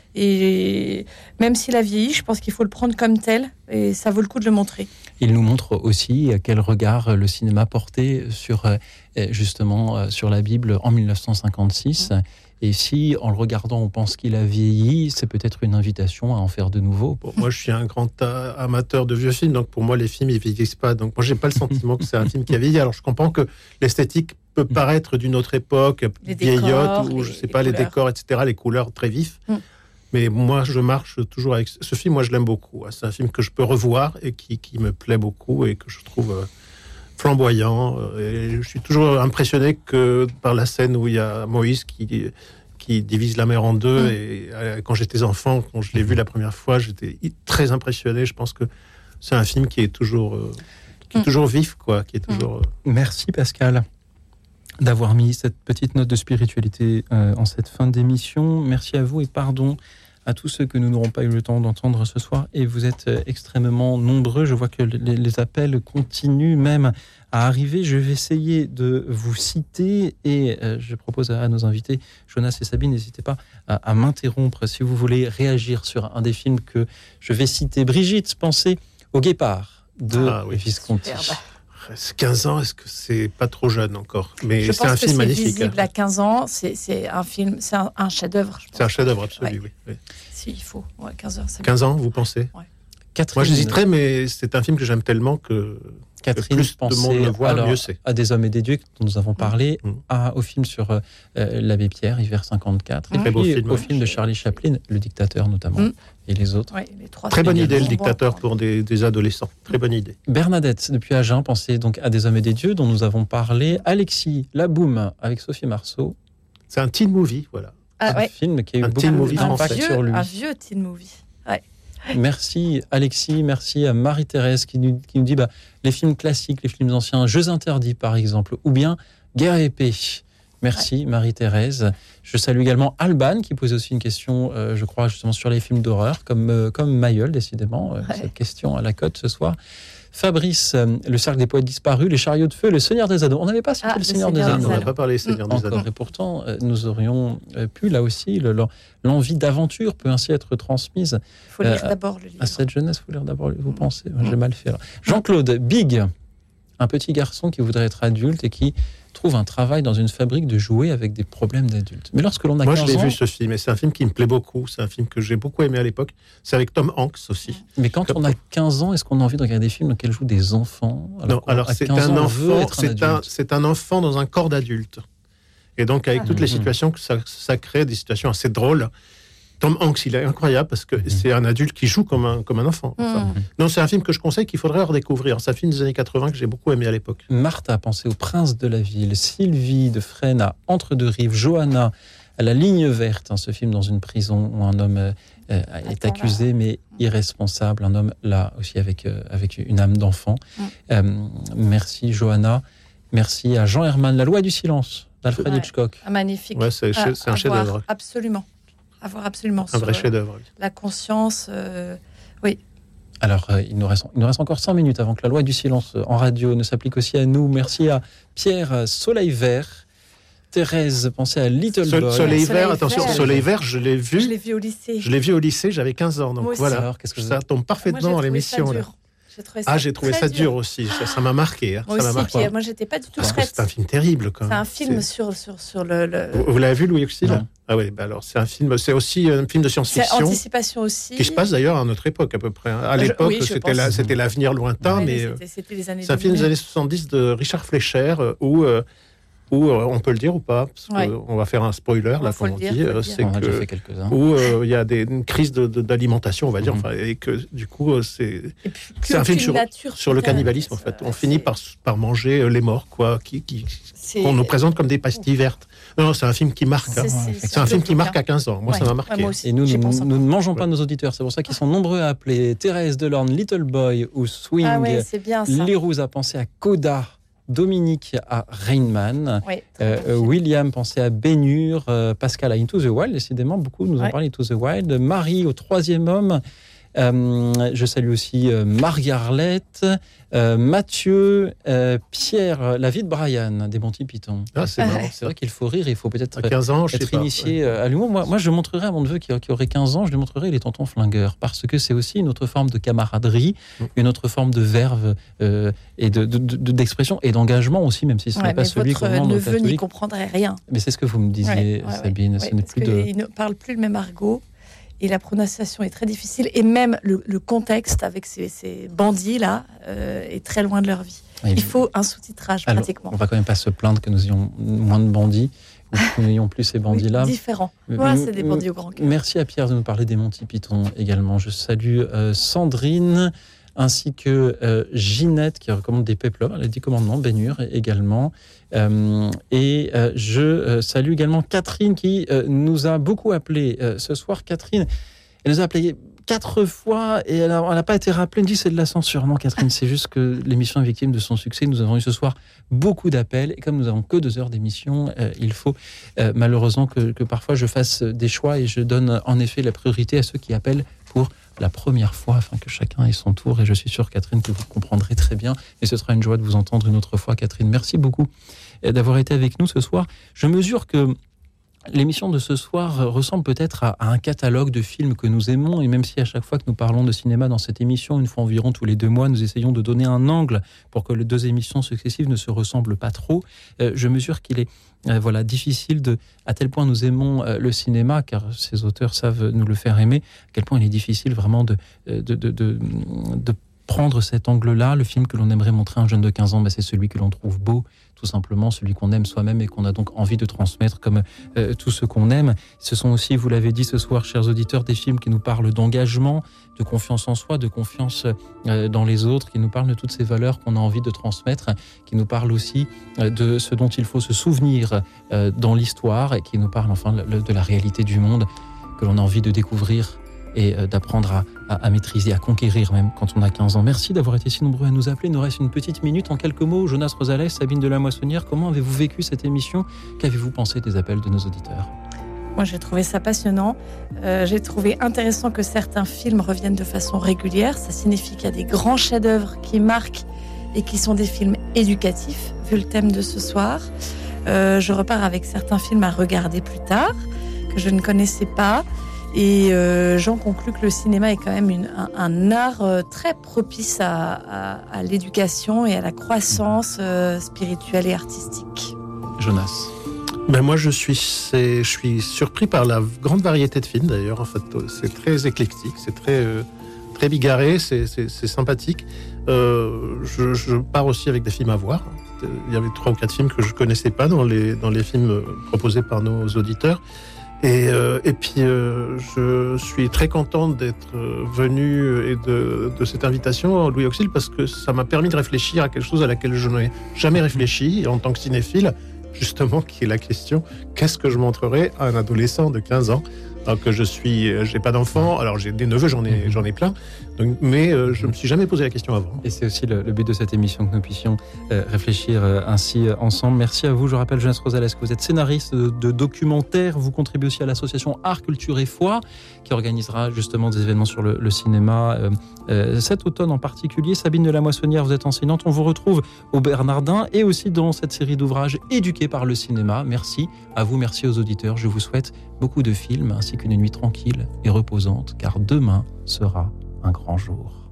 Et même s'il a vieilli, je pense qu'il faut le prendre comme tel. Et ça vaut le coup de le montrer. Il nous montre aussi quel regard le cinéma portait sur, euh, justement, euh, sur la Bible en dix-neuf cent cinquante-six. Mmh. Et si, en le regardant, on pense qu'il a vieilli, c'est peut-être une invitation à en faire de nouveau. Bon, moi, je suis un grand euh, amateur de vieux films, donc pour moi, les films, ils vieillissent pas. Donc, moi, j'ai pas le sentiment que c'est un film qui a vieilli. Alors, je comprends que l'esthétique peut paraître d'une autre époque, Les vieillotte, décors, ou les- je sais les pas, les couleurs. décors, et cetera, les couleurs très vives. Mm. Mais moi, je marche toujours avec ce film. Moi, je l'aime beaucoup. C'est un film que je peux revoir et qui, qui me plaît beaucoup et que je trouve euh, flamboyant. Et je suis toujours impressionné que par la scène où il y a Moïse qui qui divise la mer en deux. Mmh. Et euh, quand j'étais enfant, quand je l'ai vu la première fois, j'étais très impressionné. Je pense que c'est un film qui est toujours, euh, qui est mmh. toujours vif, quoi. Qui est toujours. Euh... Merci Pascal d'avoir mis cette petite note de spiritualité euh, en cette fin d'émission. Merci à vous et pardon à tous ceux que nous n'aurons pas eu le temps d'entendre ce soir. Et vous êtes extrêmement nombreux. Je vois que les, les appels continuent même à arriver. Je vais essayer de vous citer et euh, je propose à, à nos invités, Jonas et Sabine, n'hésitez pas à, à m'interrompre si vous voulez réagir sur un des films que je vais citer. Brigitte, pensez au Guépard de ah, oui. Visconti. quinze ans, est-ce que c'est pas trop jeune encore? Mais je c'est un film c'est magnifique. Visible à quinze ans, c'est, c'est un film, c'est un, un chef-d'œuvre. C'est un chef-d'œuvre absolu, ouais. oui, oui. Si, il faut. Ouais, quinze ans, c'est quinze bien. ans, vous pensez? Ouais. Catherine, moi, j'hésiterais, mais c'est un film que j'aime tellement que, Catherine, que plus de monde le voit, alors, mieux c'est. à Des hommes et des dieux dont nous avons parlé, mmh. à, au film sur euh, l'abbé Pierre, hiver cinquante-quatre, mmh. et puis film, au ouais. film de Charlie Chaplin, Le Dictateur notamment, mmh. et les autres. Ouais, les trois Très bonne idée, Le Dictateur, bon. pour des, des adolescents. Très bonne idée. Bernadette, depuis Agen, pensez donc à Des hommes et des dieux dont nous avons parlé. Alexis, La Boum, avec Sophie Marceau. C'est un teen movie, voilà. Ah, un ouais. film qui a eu un beaucoup d'impact sur lui. Un vieux teen movie. Ouais. Merci Alexis, merci à Marie-Thérèse qui nous, qui nous dit bah, les films classiques, les films anciens, Jeux interdits par exemple, ou bien Guerre et épée. Merci ouais. Marie-Thérèse. Je salue également Alban qui posait aussi une question, euh, je crois, justement sur les films d'horreur, comme, euh, comme Mayol, décidément, euh, ouais. cette question à la cote ce soir. Fabrice, euh, Le cercle des poètes disparus, Les chariots de feu, Le Seigneur des anneaux. On n'avait pas cité ah, Le Seigneur des anneaux. On n'a pas parlé Seigneur des anneaux. Et pourtant, euh, nous aurions euh, pu, là aussi, le, l'envie d'aventure peut ainsi être transmise. Il faut lire euh, d'abord le livre. À cette jeunesse, il faut lire d'abord, vous pensez, mmh. j'ai mal fait. Là. Jean-Claude, Big, un petit garçon qui voudrait être adulte et qui trouve un travail dans une fabrique de jouets avec des problèmes d'adultes. Mais lorsque l'on a Moi, quinze ans... Moi, je l'ai ans, vu, ce film, et c'est un film qui me plaît beaucoup. C'est un film que j'ai beaucoup aimé à l'époque. C'est avec Tom Hanks aussi. Mais quand Comme... on a quinze ans, est-ce qu'on a envie de regarder des films dans lesquels jouent des enfants? Alors, non, alors c'est un, ans, enfant, c'est, un, c'est un enfant dans un corps d'adulte. Et donc, avec ah, toutes mmh. les situations que ça, ça crée, des situations assez drôles. Tom Hanks, il est incroyable parce que mmh. c'est un adulte qui joue comme un, comme un enfant. Enfin, mmh. Non, c'est un film que je conseille, qu'il faudrait redécouvrir. C'est un film des années quatre-vingts que j'ai beaucoup aimé à l'époque. Martha, pensez au Prince de la Ville. Sylvie de Fresnes à Entre deux Rives. Johanna à la ligne verte, hein, ce film dans une prison où un homme euh, euh, est accusé mais irresponsable, un homme là aussi avec, euh, avec une âme d'enfant. Mm. Euh, merci Johanna, merci à Jean Herman, La loi du silence d'Alfred ouais. Hitchcock. Ah, magnifique. Ouais, c'est, à, c'est un chef-d'œuvre. Absolument. À voir absolument. Un vrai chef-d'œuvre. La conscience, euh, oui. Alors, euh, il, nous reste, il nous reste encore cinq minutes avant que la loi du silence en radio ne s'applique aussi à nous. Merci à Pierre Soleil Vert. Thérèse, pensez à Little Sol, Boy. Soleil Vert, attention, Soleil Vert, je l'ai vu. Je l'ai vu au lycée. Je l'ai vu au lycée, j'avais quinze ans. Donc Moi aussi. voilà, Alors, qu'est-ce que ça tombe parfaitement moi, dans l'émission. Là. J'ai trouvé ça ah, j'ai trouvé ça dur, dur aussi. Ça, ça m'a marqué. Hein. Moi ça aussi, m'a marqué. Puis, moi, j'étais pas du tout Parce prête. que c'est un film terrible, quand même. C'est un film c'est... sur, sur, sur le. le... Vous, vous l'avez vu, Louis Auxil ? Ah oui, bah alors c'est un film. C'est aussi un film de science-fiction. C'est anticipation aussi. Qui se passe d'ailleurs à notre époque à peu près. À l'époque, je, oui, c'était, la, c'était l'avenir lointain, ouais, mais c'était, c'était les années c'est un film des années soixante-dix de Richard Fleischer où. Euh, Où euh, on peut le dire ou pas, parce ouais. qu'on va faire un spoiler, là, comme on dit, dire, c'est on que, où il euh, y a des, une crise de, de, d'alimentation, on va dire, mm-hmm. enfin, et que du coup, c'est, c'est un film sur, sur le cannibalisme, en fait. On c'est... finit par, par manger les morts, quoi, qui, qui, qu'on nous présente comme des pastilles vertes. Non, non, c'est un film qui marque. C'est, hein. c'est, c'est, c'est un film qui marque à quinze ans. Moi, ouais. ça m'a marqué. Ouais, moi aussi, et nous, nous, nous ne mangeons pas nos auditeurs. C'est pour ça qu'ils sont nombreux à appeler Thérèse Delorme, Little Boy ou Swing. Ah ouais, c'est bien ça. Lérouz a pensé à Coda. Dominique à Rainman, oui, euh, William pensait à Bénur, euh, Pascal à Into the Wild, décidément beaucoup nous ont ouais. parlé Into the Wild, Marie au Troisième Homme, euh, je salue aussi euh, Margarlette, euh, Mathieu, euh, Pierre, la vie de Brian des Monty Python. Ah, c'est, marrant, c'est vrai qu'il faut rire, il faut peut-être à quinze ans, être initié ouais. à l'humour. Moi, moi, je montrerai à mon neveu qui, qui aurait quinze ans, je lui montrerai les tontons flingueurs, parce que c'est aussi une autre forme de camaraderie, mmh. une autre forme de verve euh, et de, de, de, d'expression et d'engagement aussi, même si ce ouais, n'est pas celui qu'on demande aux catholiques. Votre neveu n'y comprendrait rien. Mais c'est ce que vous me disiez, ouais, ouais, Sabine. Ouais, ce ouais, n'est plus de... Il ne parle plus le même argot. Et la prononciation est très difficile. Et même le, le contexte avec ces, ces bandits-là euh, est très loin de leur vie. Et il faut un sous-titrage, alors, pratiquement. On ne va quand même pas se plaindre que nous ayons moins de bandits, ou que nous n'ayons plus ces bandits-là. Oui, différents. Moi, c'est des bandits au grand cœur. Merci à Pierre de nous parler des Monty Python également. Je salue euh, Sandrine, ainsi que euh, Ginette, qui recommande des péplums. Elle a dit commandement, Bénur également. Euh, et euh, je euh, salue également Catherine, qui euh, nous a beaucoup appelé euh, ce soir. Catherine, elle nous a appelé quatre fois et elle n'a pas été rappelée. Elle dit c'est de la censure. Non, Catherine, c'est juste que l'émission est victime de son succès. Nous avons eu ce soir beaucoup d'appels et comme nous n'avons que deux heures d'émission, euh, il faut euh, malheureusement que, que parfois je fasse des choix et je donne en effet la priorité à ceux qui appellent pour la première fois, afin que chacun ait son tour. Et je suis sûr, Catherine, que vous comprendrez très bien. Et ce sera une joie de vous entendre une autre fois, Catherine. Merci beaucoup d'avoir été avec nous ce soir. Je mesure que l'émission de ce soir ressemble peut-être à, à un catalogue de films que nous aimons, et même si à chaque fois que nous parlons de cinéma dans cette émission, une fois environ tous les deux mois, nous essayons de donner un angle pour que les deux émissions successives ne se ressemblent pas trop, euh, je mesure qu'il est euh, voilà, difficile de, à tel point nous aimons euh, le cinéma, car ces auteurs savent nous le faire aimer, à quel point il est difficile vraiment de, de, de, de, de, de prendre cet angle-là. Le film que l'on aimerait montrer à un jeune de quinze ans, ben c'est celui que l'on trouve beau, tout simplement, celui qu'on aime soi-même et qu'on a donc envie de transmettre comme euh, tout ce qu'on aime. Ce sont aussi, vous l'avez dit ce soir, chers auditeurs, des films qui nous parlent d'engagement, de confiance en soi, de confiance euh, dans les autres, qui nous parlent de toutes ces valeurs qu'on a envie de transmettre, qui nous parlent aussi euh, de ce dont il faut se souvenir euh, dans l'histoire, et qui nous parlent enfin le, de la réalité du monde que l'on a envie de découvrir et d'apprendre à, à, à maîtriser, à conquérir même quand on a quinze ans. Merci d'avoir été si nombreux à nous appeler. Il nous reste une petite minute. En quelques mots, Jonas Rosales, Sabine de la Moissonnière, comment avez-vous vécu cette émission ? Qu'avez-vous pensé des appels de nos auditeurs ? Moi, j'ai trouvé ça passionnant. Euh, j'ai trouvé intéressant que certains films reviennent de façon régulière. Ça signifie qu'il y a des grands chefs-d'œuvre qui marquent et qui sont des films éducatifs, vu le thème de ce soir. Euh, je repars avec certains films à regarder plus tard, que je ne connaissais pas. Et euh, j'en conclus que le cinéma est quand même une, un, un art euh, très propice à, à, à l'éducation et à la croissance euh, spirituelle et artistique. Jonas. Ben moi, je suis, c'est, je suis surpris par la grande variété de films, d'ailleurs. En fait, c'est très éclectique, c'est très, euh, très bigarré, c'est, c'est, c'est sympathique. Euh, je, je pars aussi avec des films à voir. Il y avait trois ou quatre films que je connaissais pas dans les, dans les films proposés par nos auditeurs. Et, euh, et puis, euh, je suis très content d'être venu et de, de cette invitation, Louis Auxil, parce que ça m'a permis de réfléchir à quelque chose à laquelle je n'ai jamais réfléchi en tant que cinéphile, justement, qui est la question, qu'est-ce que je montrerai à un adolescent de quinze ans ? Alors que je suis, j'ai pas d'enfants, alors j'ai des neveux, j'en ai, j'en ai plein, donc, mais euh, je me suis jamais posé la question avant. Et c'est aussi le, le but de cette émission, que nous puissions euh, réfléchir euh, ainsi euh, ensemble. Merci à vous. Je rappelle, Jeunesse Rosalesque, vous êtes scénariste de, de documentaires, vous contribuez aussi à l'association Art, Culture et Foi, qui organisera justement des événements sur le, le cinéma euh, euh, cet automne en particulier. Sabine de la Moissonnière, vous êtes enseignante, on vous retrouve au Bernardin et aussi dans cette série d'ouvrages éduqués par le cinéma. Merci à vous, merci aux auditeurs. Je vous souhaite beaucoup de films ainsi qu'une nuit tranquille et reposante, car demain sera un grand jour.